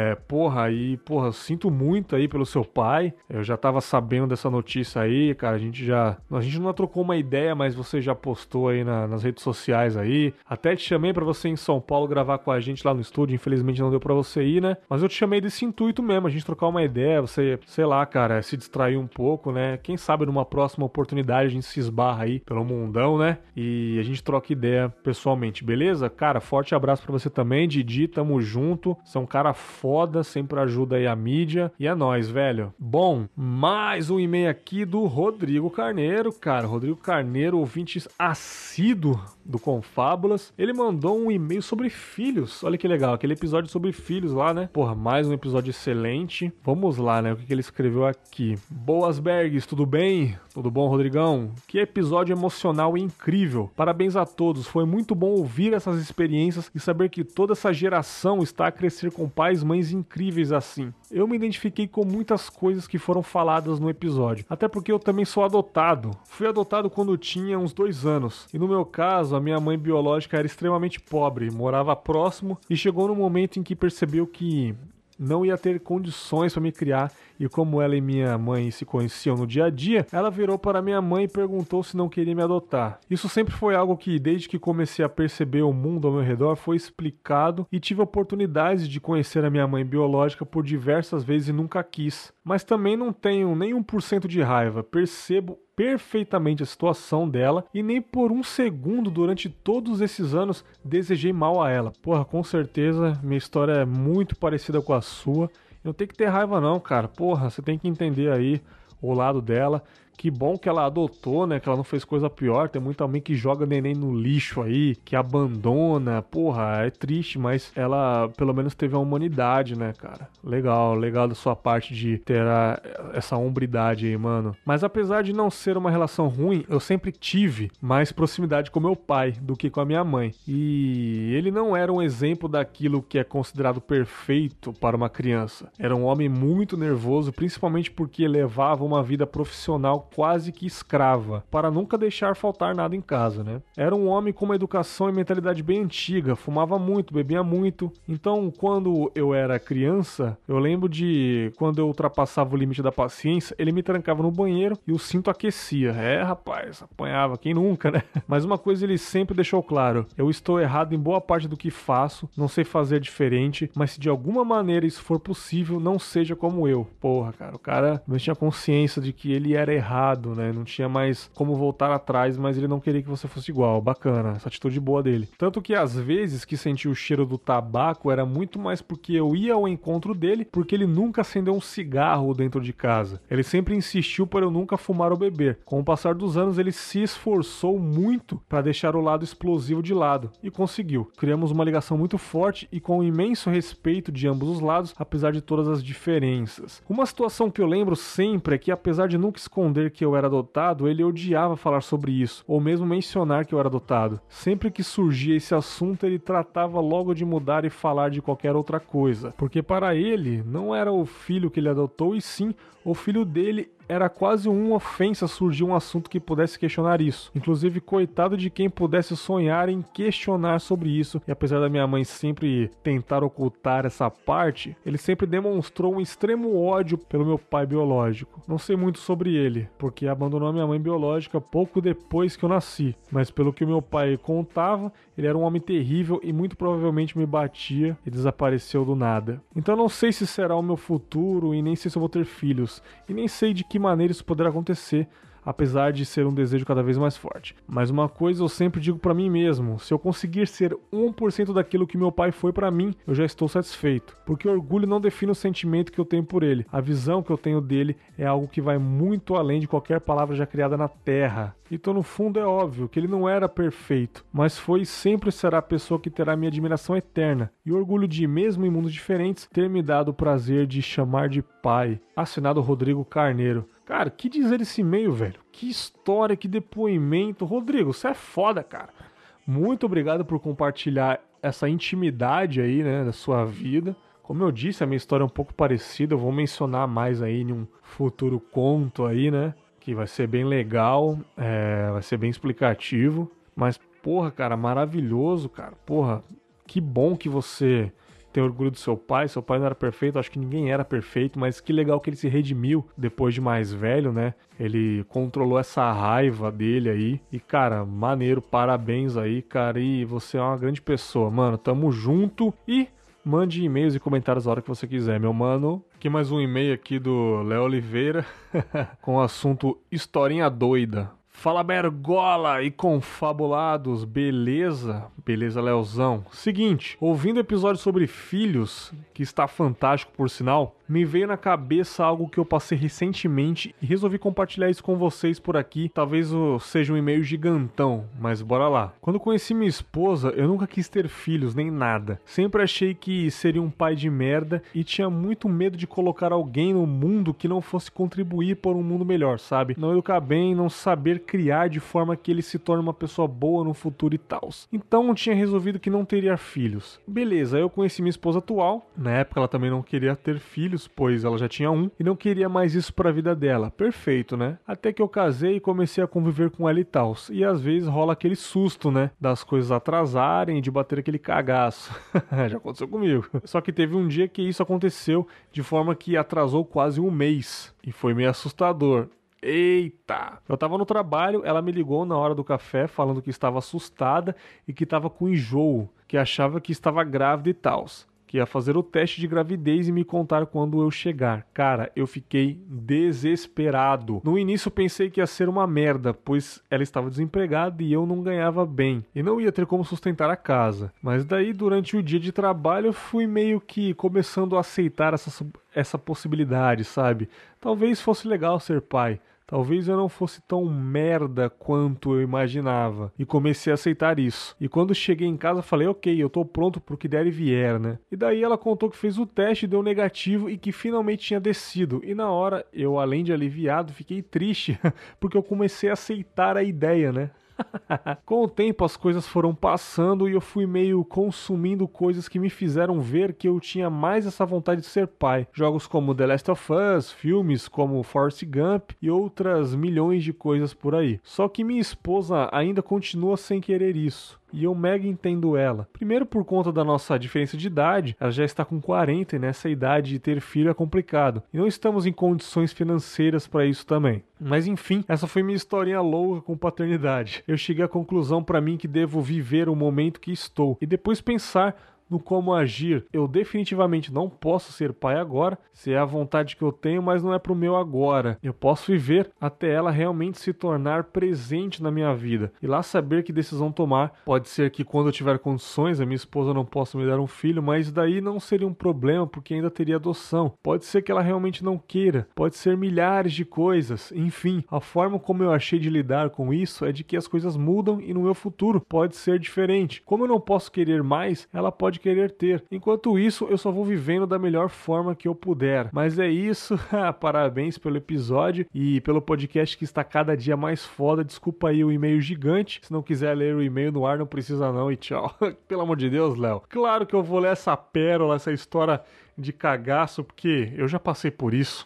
Porra, sinto muito aí pelo seu pai. Eu já tava sabendo dessa notícia aí, cara. A gente não trocou uma ideia, mas você já postou aí nas redes sociais aí. Até te chamei pra você em São Paulo gravar com a gente lá no estúdio. Infelizmente não deu pra você ir, né? Mas eu te chamei desse intuito mesmo, a gente trocar uma ideia, você, sei lá, cara, se distrair um pouco, né? Quem sabe numa próxima oportunidade a gente se esbarra aí pelo mundão, né? E a gente troca ideia pessoalmente, beleza? Cara, forte abraço pra você também, Didi, tamo junto. Você é um cara foda, sempre ajuda aí a mídia. E é nóis, velho. Bom, mais um e-mail aqui do Rodrigo Carneiro, cara. Rodrigo Carneiro, ouvinte assíduo do Confábulas. Ele mandou um e-mail sobre filhos. Olha que legal, aquele episódio sobre filhos lá, né? Porra, mais um episódio excelente. Vamos lá, né? O que ele escreveu aqui. Boas, Bergs, tudo bem? Tudo bom, Rodrigão? Que episódio emocional e incrível. Parabéns a todos. Foi muito bom ouvir essas experiências e saber que toda essa geração está a crescer com pais e mães incríveis assim. Eu me identifiquei com muitas coisas que foram faladas no episódio. Até porque eu também sou adotado. Fui adotado quando tinha uns 2 anos. E no meu caso, a minha mãe biológica era extremamente pobre, morava próximo e chegou no momento em que percebeu que não ia ter condições para me criar, e como ela e minha mãe se conheciam no dia a dia, ela virou para minha mãe e perguntou se não queria me adotar. Isso sempre foi algo que, desde que comecei a perceber o mundo ao meu redor, foi explicado e tive oportunidades de conhecer a minha mãe biológica por diversas vezes e nunca quis. Mas também não tenho nem 1% de raiva, percebo perfeitamente a situação dela e nem por um segundo durante todos esses anos desejei mal a ela. Porra, com certeza minha história é muito parecida com a sua. Não tem que ter raiva não, cara. Porra, você tem que entender aí o lado dela, Que bom que ela adotou, né? Que ela não fez coisa pior. Tem muita mãe que joga neném no lixo aí, que abandona. Porra, é triste, mas ela pelo menos teve a humanidade, né, cara? Legal da sua parte de ter essa hombridade aí, mano. Mas apesar de não ser uma relação ruim, eu sempre tive mais proximidade com meu pai do que com a minha mãe. E ele não era um exemplo daquilo que é considerado perfeito para uma criança. Era um homem muito nervoso, principalmente porque levava uma vida profissional quase que escrava, para nunca deixar faltar nada em casa, né? Era um homem com uma educação e mentalidade bem antiga, fumava muito, bebia muito. Então, quando eu era criança, eu lembro de quando eu ultrapassava o limite da paciência, ele me trancava no banheiro e o cinto aquecia. É, rapaz, apanhava, quem nunca, né? Mas uma coisa ele sempre deixou claro: eu estou errado em boa parte do que faço, não sei fazer diferente, mas se de alguma maneira isso for possível, não seja como eu. Porra, cara, o cara não tinha consciência de que ele era errado, né? Não tinha mais como voltar atrás, mas ele não queria que você fosse igual. Bacana, essa atitude boa dele. Tanto que às vezes que sentia o cheiro do tabaco era muito mais porque eu ia ao encontro dele, porque ele nunca acendeu um cigarro dentro de casa. Ele sempre insistiu para eu nunca fumar ou beber. Com o passar dos anos, ele se esforçou muito para deixar o lado explosivo de lado e conseguiu. Criamos uma ligação muito forte e com um imenso respeito de ambos os lados, apesar de todas as diferenças. Uma situação que eu lembro sempre é que, apesar de nunca esconder que eu era adotado, ele odiava falar sobre isso, ou mesmo mencionar que eu era adotado. Sempre que surgia esse assunto, ele tratava logo de mudar e falar de qualquer outra coisa, porque para ele não era o filho que ele adotou, e sim o filho dele. Era quase uma ofensa surgir um assunto que pudesse questionar isso. Inclusive, coitado de quem pudesse sonhar em questionar sobre isso. E apesar da minha mãe sempre tentar ocultar essa parte, ele sempre demonstrou um extremo ódio pelo meu pai biológico. Não sei muito sobre ele, porque abandonou a minha mãe biológica pouco depois que eu nasci. Mas pelo que o meu pai contava, ele era um homem terrível e muito provavelmente me batia e desapareceu do nada. Então não sei se será o meu futuro e nem sei se eu vou ter filhos. E nem sei de que maneira isso poderá acontecer, apesar de ser um desejo cada vez mais forte. Mas uma coisa eu sempre digo pra mim mesmo: se eu conseguir ser 1% daquilo que meu pai foi pra mim, eu já estou satisfeito. Porque orgulho não define o sentimento que eu tenho por ele. A visão que eu tenho dele é algo que vai muito além de qualquer palavra já criada na Terra. Então, no fundo, é óbvio que ele não era perfeito, mas foi e sempre será a pessoa que terá minha admiração eterna. E orgulho de, mesmo em mundos diferentes, ter me dado o prazer de chamar de pai. Assinado Rodrigo Carneiro. Cara, que dizer esse e-mail, velho? Que história, que depoimento. Rodrigo, você é foda, cara. Muito obrigado por compartilhar essa intimidade aí, né, da sua vida. Como eu disse, a minha história é um pouco parecida. Eu vou mencionar mais aí em um futuro conto aí, né? Que vai ser bem legal, vai ser bem explicativo. Mas, porra, cara, maravilhoso, cara. Porra, que bom que você tem orgulho do seu pai. Seu pai não era perfeito, acho que ninguém era perfeito, mas que legal que ele se redimiu depois de mais velho, né? Ele controlou essa raiva dele aí. E, cara, maneiro, parabéns aí, cara. E você é uma grande pessoa, mano. Tamo junto e mande e-mails e comentários a hora que você quiser, meu mano. Aqui mais um e-mail aqui do Léo Oliveira com o assunto Historinha Doida. Fala, Bergola e confabulados, beleza? Beleza, Leozão. Seguinte, ouvindo o episódio sobre filhos, que está fantástico por sinal, me veio na cabeça algo que eu passei recentemente e resolvi compartilhar isso com vocês por aqui. Talvez seja um e-mail gigantão, mas bora lá. Quando conheci minha esposa, eu nunca quis ter filhos, nem nada. Sempre achei que seria um pai de merda e tinha muito medo de colocar alguém no mundo que não fosse contribuir por um mundo melhor, sabe? Não educar bem, não saber criar de forma que ele se torne uma pessoa boa no futuro e tal. Então tinha resolvido que não teria filhos. Beleza, eu conheci minha esposa atual. Na época ela também não queria ter filhos, pois ela já tinha um, e não queria mais isso pra vida dela. Perfeito, né? Até que eu casei e comecei a conviver com ela e tal. E às vezes rola aquele susto, né? Das coisas atrasarem e de bater aquele cagaço. Já aconteceu comigo. Só que teve um dia que isso aconteceu de forma que atrasou quase um mês. E foi meio assustador. Eita! Eu tava no trabalho, ela me ligou na hora do café falando que estava assustada e que estava com enjoo, que achava que estava grávida e tal, que ia fazer o teste de gravidez e me contar quando eu chegar. Cara, eu fiquei desesperado. No início pensei que ia ser uma merda, pois ela estava desempregada e eu não ganhava bem, e não ia ter como sustentar a casa. Mas daí, durante o dia de trabalho, eu fui meio que começando a aceitar essa possibilidade, sabe? Talvez fosse legal ser pai. talvez eu não fosse tão merda quanto eu imaginava. E comecei a aceitar isso. E quando cheguei em casa, falei, ok, eu tô pronto pro que der e vier, né? E daí ela contou que fez o teste, deu negativo e que finalmente tinha descido. E na hora, eu, além de aliviado, fiquei triste, porque eu comecei a aceitar a ideia, né? Com o tempo as coisas foram passando e eu fui meio consumindo coisas que me fizeram ver que eu tinha mais essa vontade de ser pai. Jogos como The Last of Us, filmes como Forrest Gump e outras milhões de coisas por aí. Só que minha esposa ainda continua sem querer isso. E eu mega entendo ela. Primeiro por conta da nossa diferença de idade, ela já está com 40 e nessa idade de ter filho é complicado. E não estamos em condições financeiras para isso também. Mas enfim, essa foi minha historinha louca com paternidade. Eu cheguei à conclusão para mim que devo viver o momento que estou e depois pensar no como agir. Eu definitivamente não posso ser pai agora, se é a vontade que eu tenho, mas não é pro meu agora. Eu posso viver até ela realmente se tornar presente na minha vida e lá saber que decisão tomar. Pode ser que quando eu tiver condições, a minha esposa não possa me dar um filho, mas daí não seria um problema porque ainda teria adoção. Pode ser que ela realmente não queira, pode ser milhares de coisas. Enfim, a forma como eu achei de lidar com isso é de que as coisas mudam e no meu futuro pode ser diferente. Como eu não posso querer mais, ela pode querer ter. Enquanto isso, eu só vou vivendo da melhor forma que eu puder. Mas é isso. Parabéns pelo episódio e pelo podcast que está cada dia mais foda. Desculpa aí o e-mail gigante. Se não quiser ler o e-mail no ar, não precisa não e tchau. Pelo amor de Deus, Léo. Claro que eu vou ler essa pérola, essa história de cagaço, porque eu já passei por isso.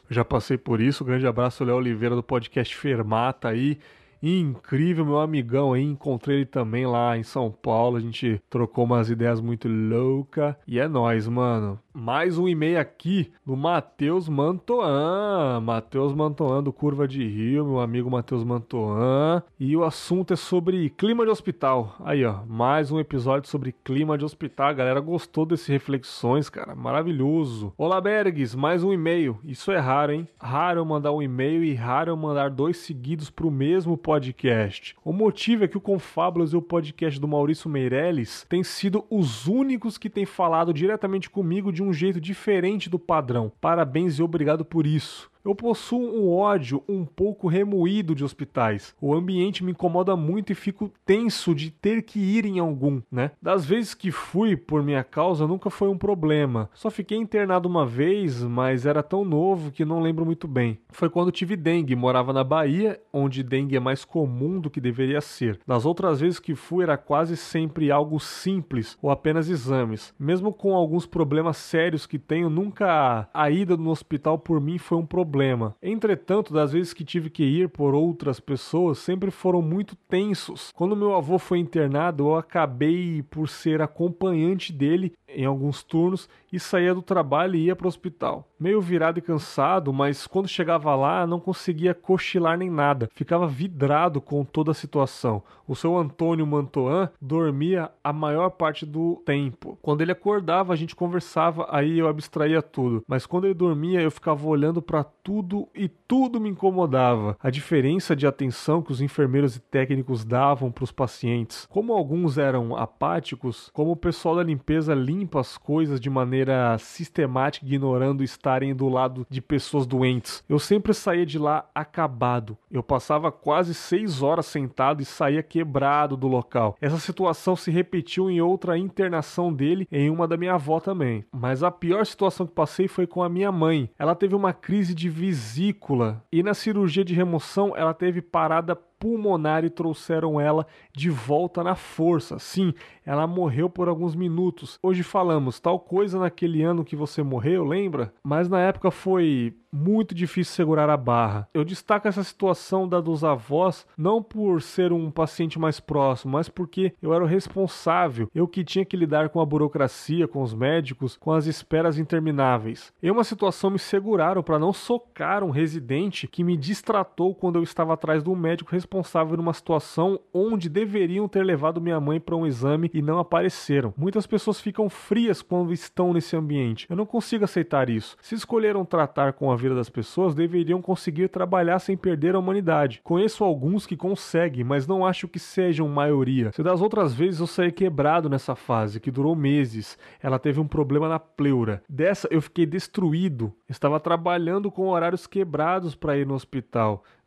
Grande abraço, Léo Oliveira do podcast Fermata aí. Incrível, meu amigão aí, encontrei ele também lá em São Paulo, a gente trocou umas ideias muito loucas e é nóis, mano. Mais um e-mail aqui do Matheus Mantoan, do Curva de Rio, meu amigo Matheus Mantoan, e o assunto é sobre clima de hospital. Aí ó, mais um episódio sobre clima de hospital, a galera gostou desse reflexões, cara, maravilhoso. Olá Bergs, mais um e-mail, isso é raro, hein? Raro eu mandar um e-mail e raro eu mandar 2 seguidos pro mesmo podcast. O motivo é que o Confábulas e o podcast do Maurício Meirelles têm sido os únicos que têm falado diretamente comigo de um jeito diferente do padrão. Parabéns e obrigado por isso. Eu possuo um ódio um pouco remoído de hospitais. O ambiente me incomoda muito e fico tenso de ter que ir em algum, né? Das vezes que fui por minha causa, nunca foi um problema. Só fiquei internado uma vez, mas era tão novo que não lembro muito bem. Foi quando tive dengue, morava na Bahia, onde dengue é mais comum do que deveria ser. Das outras vezes que fui, era quase sempre algo simples ou apenas exames. Mesmo com alguns problemas sérios que tenho, nunca a ida no hospital por mim foi um problema. Entretanto, das vezes que tive que ir por outras pessoas, sempre foram muito tensos. Quando meu avô foi internado, eu acabei por ser acompanhante dele em alguns turnos e saía do trabalho e ia para o hospital. Meio virado e cansado, mas quando chegava lá não conseguia cochilar nem nada. Ficava vidrado com toda a situação. O seu Antônio Mantoan dormia a maior parte do tempo. Quando ele acordava, a gente conversava, aí eu abstraía tudo. Mas quando ele dormia, eu ficava olhando para tudo e tudo me incomodava. A diferença de atenção que os enfermeiros e técnicos davam para os pacientes. Como alguns eram apáticos, como o pessoal da limpeza limpa as coisas de maneira sistemática, ignorando estarem do lado de pessoas doentes. Eu sempre saía de lá acabado. Eu passava quase 6 horas sentado e saía quebrado do local. Essa situação se repetiu em outra internação dele, em uma da minha avó também. Mas a pior situação que passei foi com a minha mãe. Ela teve uma crise de vesícula e na cirurgia de remoção ela teve parada pulmonar e trouxeram ela de volta na força. Sim, ela morreu por alguns minutos. Hoje falamos tal coisa naquele ano que você morreu, lembra? Mas na época foi muito difícil segurar a barra. Eu destaco essa situação da dos avós não por ser um paciente mais próximo, mas porque eu era o responsável, eu que tinha que lidar com a burocracia, com os médicos, com as esperas intermináveis. Em uma situação me seguraram para não socar um residente que me distratou quando eu estava atrás do médico responsável numa situação onde deveriam ter levado minha mãe para um exame e não apareceram. Muitas pessoas ficam frias quando estão nesse ambiente. Eu não consigo aceitar isso. Se escolheram tratar com a vida das pessoas, deveriam conseguir trabalhar sem perder a humanidade. Conheço alguns que conseguem, mas não acho que sejam maioria. Se das outras vezes eu saí quebrado nessa fase, que durou meses, ela teve um problema na pleura. Dessa eu fiquei destruído. Estava trabalhando com horários quebrados para ir no hospital.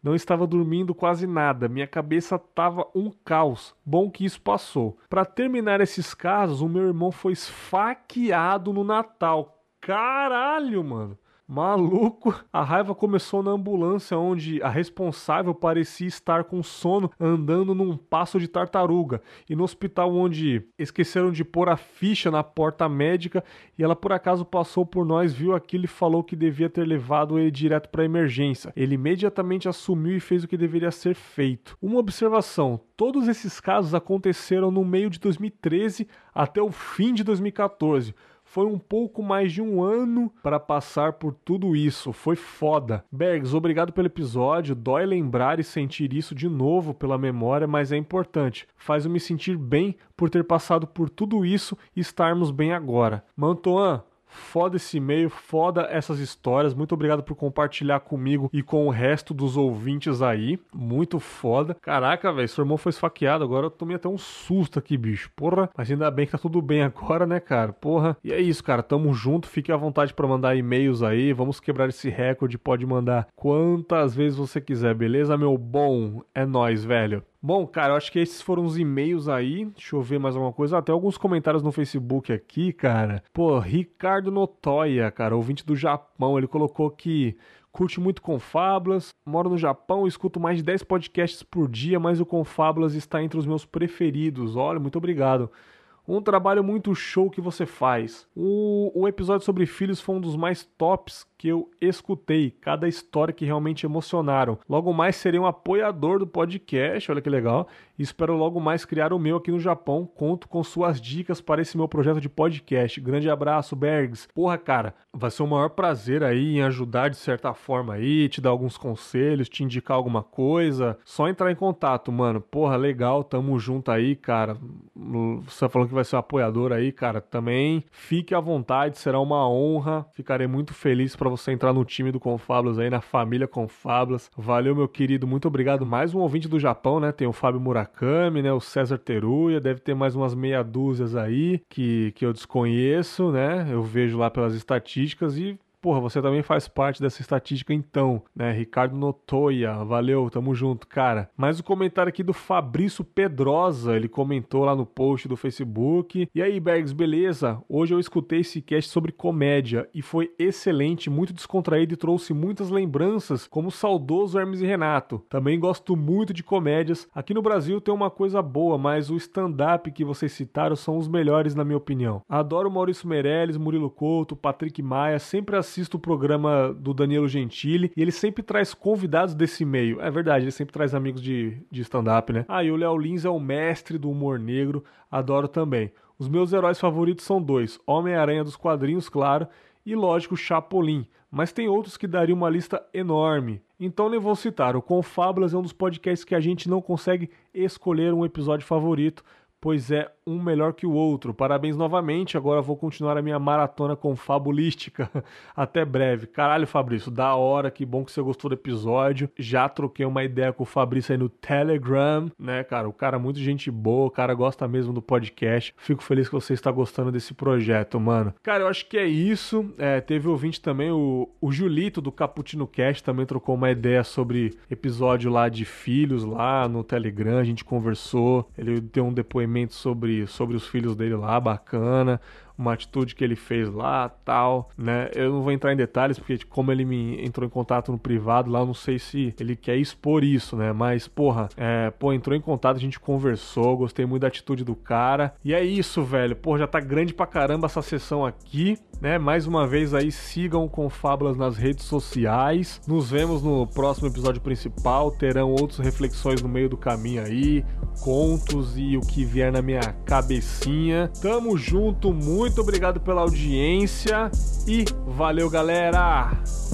Não estava dormindo quase nada, minha cabeça tava um caos. Bom que isso passou. Para terminar esses casos, o meu irmão foi esfaqueado no Natal. Caralho, mano. Maluco, a raiva começou na ambulância, onde a responsável parecia estar com sono andando num passo de tartaruga, e no hospital onde esqueceram de pôr a ficha na porta médica e ela por acaso passou por nós, viu aquilo e falou que devia ter levado ele direto para emergência. Ele imediatamente assumiu e fez o que deveria ser feito. Uma observação: todos esses casos aconteceram no meio de 2013 até o fim de 2014. Foi um pouco mais de um ano para passar por tudo isso. Foi foda. Bergs, obrigado pelo episódio. Dói lembrar e sentir isso de novo pela memória, mas é importante. Faz eu me sentir bem por ter passado por tudo isso e estarmos bem agora. Mantoan, foda esse e-mail, foda essas histórias. Muito obrigado por compartilhar comigo e com o resto dos ouvintes aí. Muito foda. Caraca, velho, seu irmão foi esfaqueado. Agora eu tomei até um susto aqui, bicho. Porra, mas ainda bem que tá tudo bem agora, né, cara? Porra. E é isso, cara. Tamo junto. Fique à vontade pra mandar e-mails aí. Vamos quebrar esse recorde. Pode mandar quantas vezes você quiser, beleza, meu bom? É nóis, velho. Bom, cara, eu acho que esses foram os e-mails aí. Deixa eu ver mais alguma coisa. Até alguns comentários no Facebook aqui, cara. Pô, Ricardo Notoya, cara, ouvinte do Japão. Ele colocou que curte muito Confábulas. Moro no Japão, escuto mais de 10 podcasts por dia, mas o Confábulas está entre os meus preferidos. Olha, muito obrigado. Um trabalho muito show que você faz. O episódio sobre filhos foi um dos mais tops que eu escutei. Cada história que realmente emocionaram. Logo mais serei um apoiador do podcast, olha que legal. E espero logo mais criar o meu aqui no Japão. Conto com suas dicas para esse meu projeto de podcast. Grande abraço, Bergs. Porra, cara, vai ser o maior prazer aí em ajudar de certa forma aí, te dar alguns conselhos, te indicar alguma coisa. Só entrar em contato, mano. Porra, legal, tamo junto aí, cara. Você falou que vai ser um apoiador aí, cara. Também fique à vontade, será uma honra. Ficarei muito feliz para você entrar no time do Confábulas aí, na família Confábulas. Valeu, meu querido, muito obrigado. Mais um ouvinte do Japão, né? Tem o Fábio Murakami, né? O César Teruya, deve ter mais umas meia dúzias aí que eu desconheço, né? Eu vejo lá pelas estatísticas e porra, você também faz parte dessa estatística então, né? Ricardo Notoya, valeu, tamo junto, cara. Mais um comentário aqui do Fabrício Pedrosa, ele comentou lá no post do Facebook. E aí, Bergs, beleza? Hoje eu escutei esse cast sobre comédia e foi excelente, muito descontraído e trouxe muitas lembranças, como o saudoso Hermes e Renato. Também gosto muito de comédias. Aqui no Brasil tem uma coisa boa, mas o stand-up que vocês citaram são os melhores na minha opinião. Adoro Maurício Meirelles, Murilo Couto, Patrick Maia, sempre assisto o programa do Danilo Gentili e ele sempre traz convidados desse meio. É verdade, ele sempre traz amigos de stand-up, né? Ah, e o Léo Lins é o mestre do humor negro, adoro também. Os meus heróis favoritos são dois, Homem-Aranha dos quadrinhos, claro, e lógico, Chapolin. Mas tem outros que daria uma lista enorme. Então nem vou citar, o Confábulas é um dos podcasts que a gente não consegue escolher um episódio favorito, pois é um melhor que o outro. Parabéns novamente, agora vou continuar a minha maratona confabulística. Até breve. Caralho, Fabrício, da hora, que bom que você gostou do episódio. Já troquei uma ideia com o Fabrício aí no Telegram, né, cara? O cara é muito gente boa, o cara gosta mesmo do podcast. Fico feliz que você está gostando desse projeto, mano. Cara, eu acho que é isso. Teve ouvinte também, o Julito do Cappuccino Cast também trocou uma ideia sobre episódio lá de filhos lá no Telegram, a gente conversou, ele deu um depoimento sobre os filhos dele lá, bacana, uma atitude que ele fez lá, tal, né? Eu não vou entrar em detalhes, porque como ele me entrou em contato no privado lá, eu não sei se ele quer expor isso, né? Mas, porra, entrou em contato, a gente conversou, gostei muito da atitude do cara. E é isso, velho. Porra, já tá grande pra caramba essa sessão aqui, né? Mais uma vez aí, sigam o Confábulas nas redes sociais. Nos vemos no próximo episódio principal. Terão outras reflexões no meio do caminho aí, contos e o que vier na minha cabecinha. Tamo junto, muito obrigado pela audiência e valeu, galera!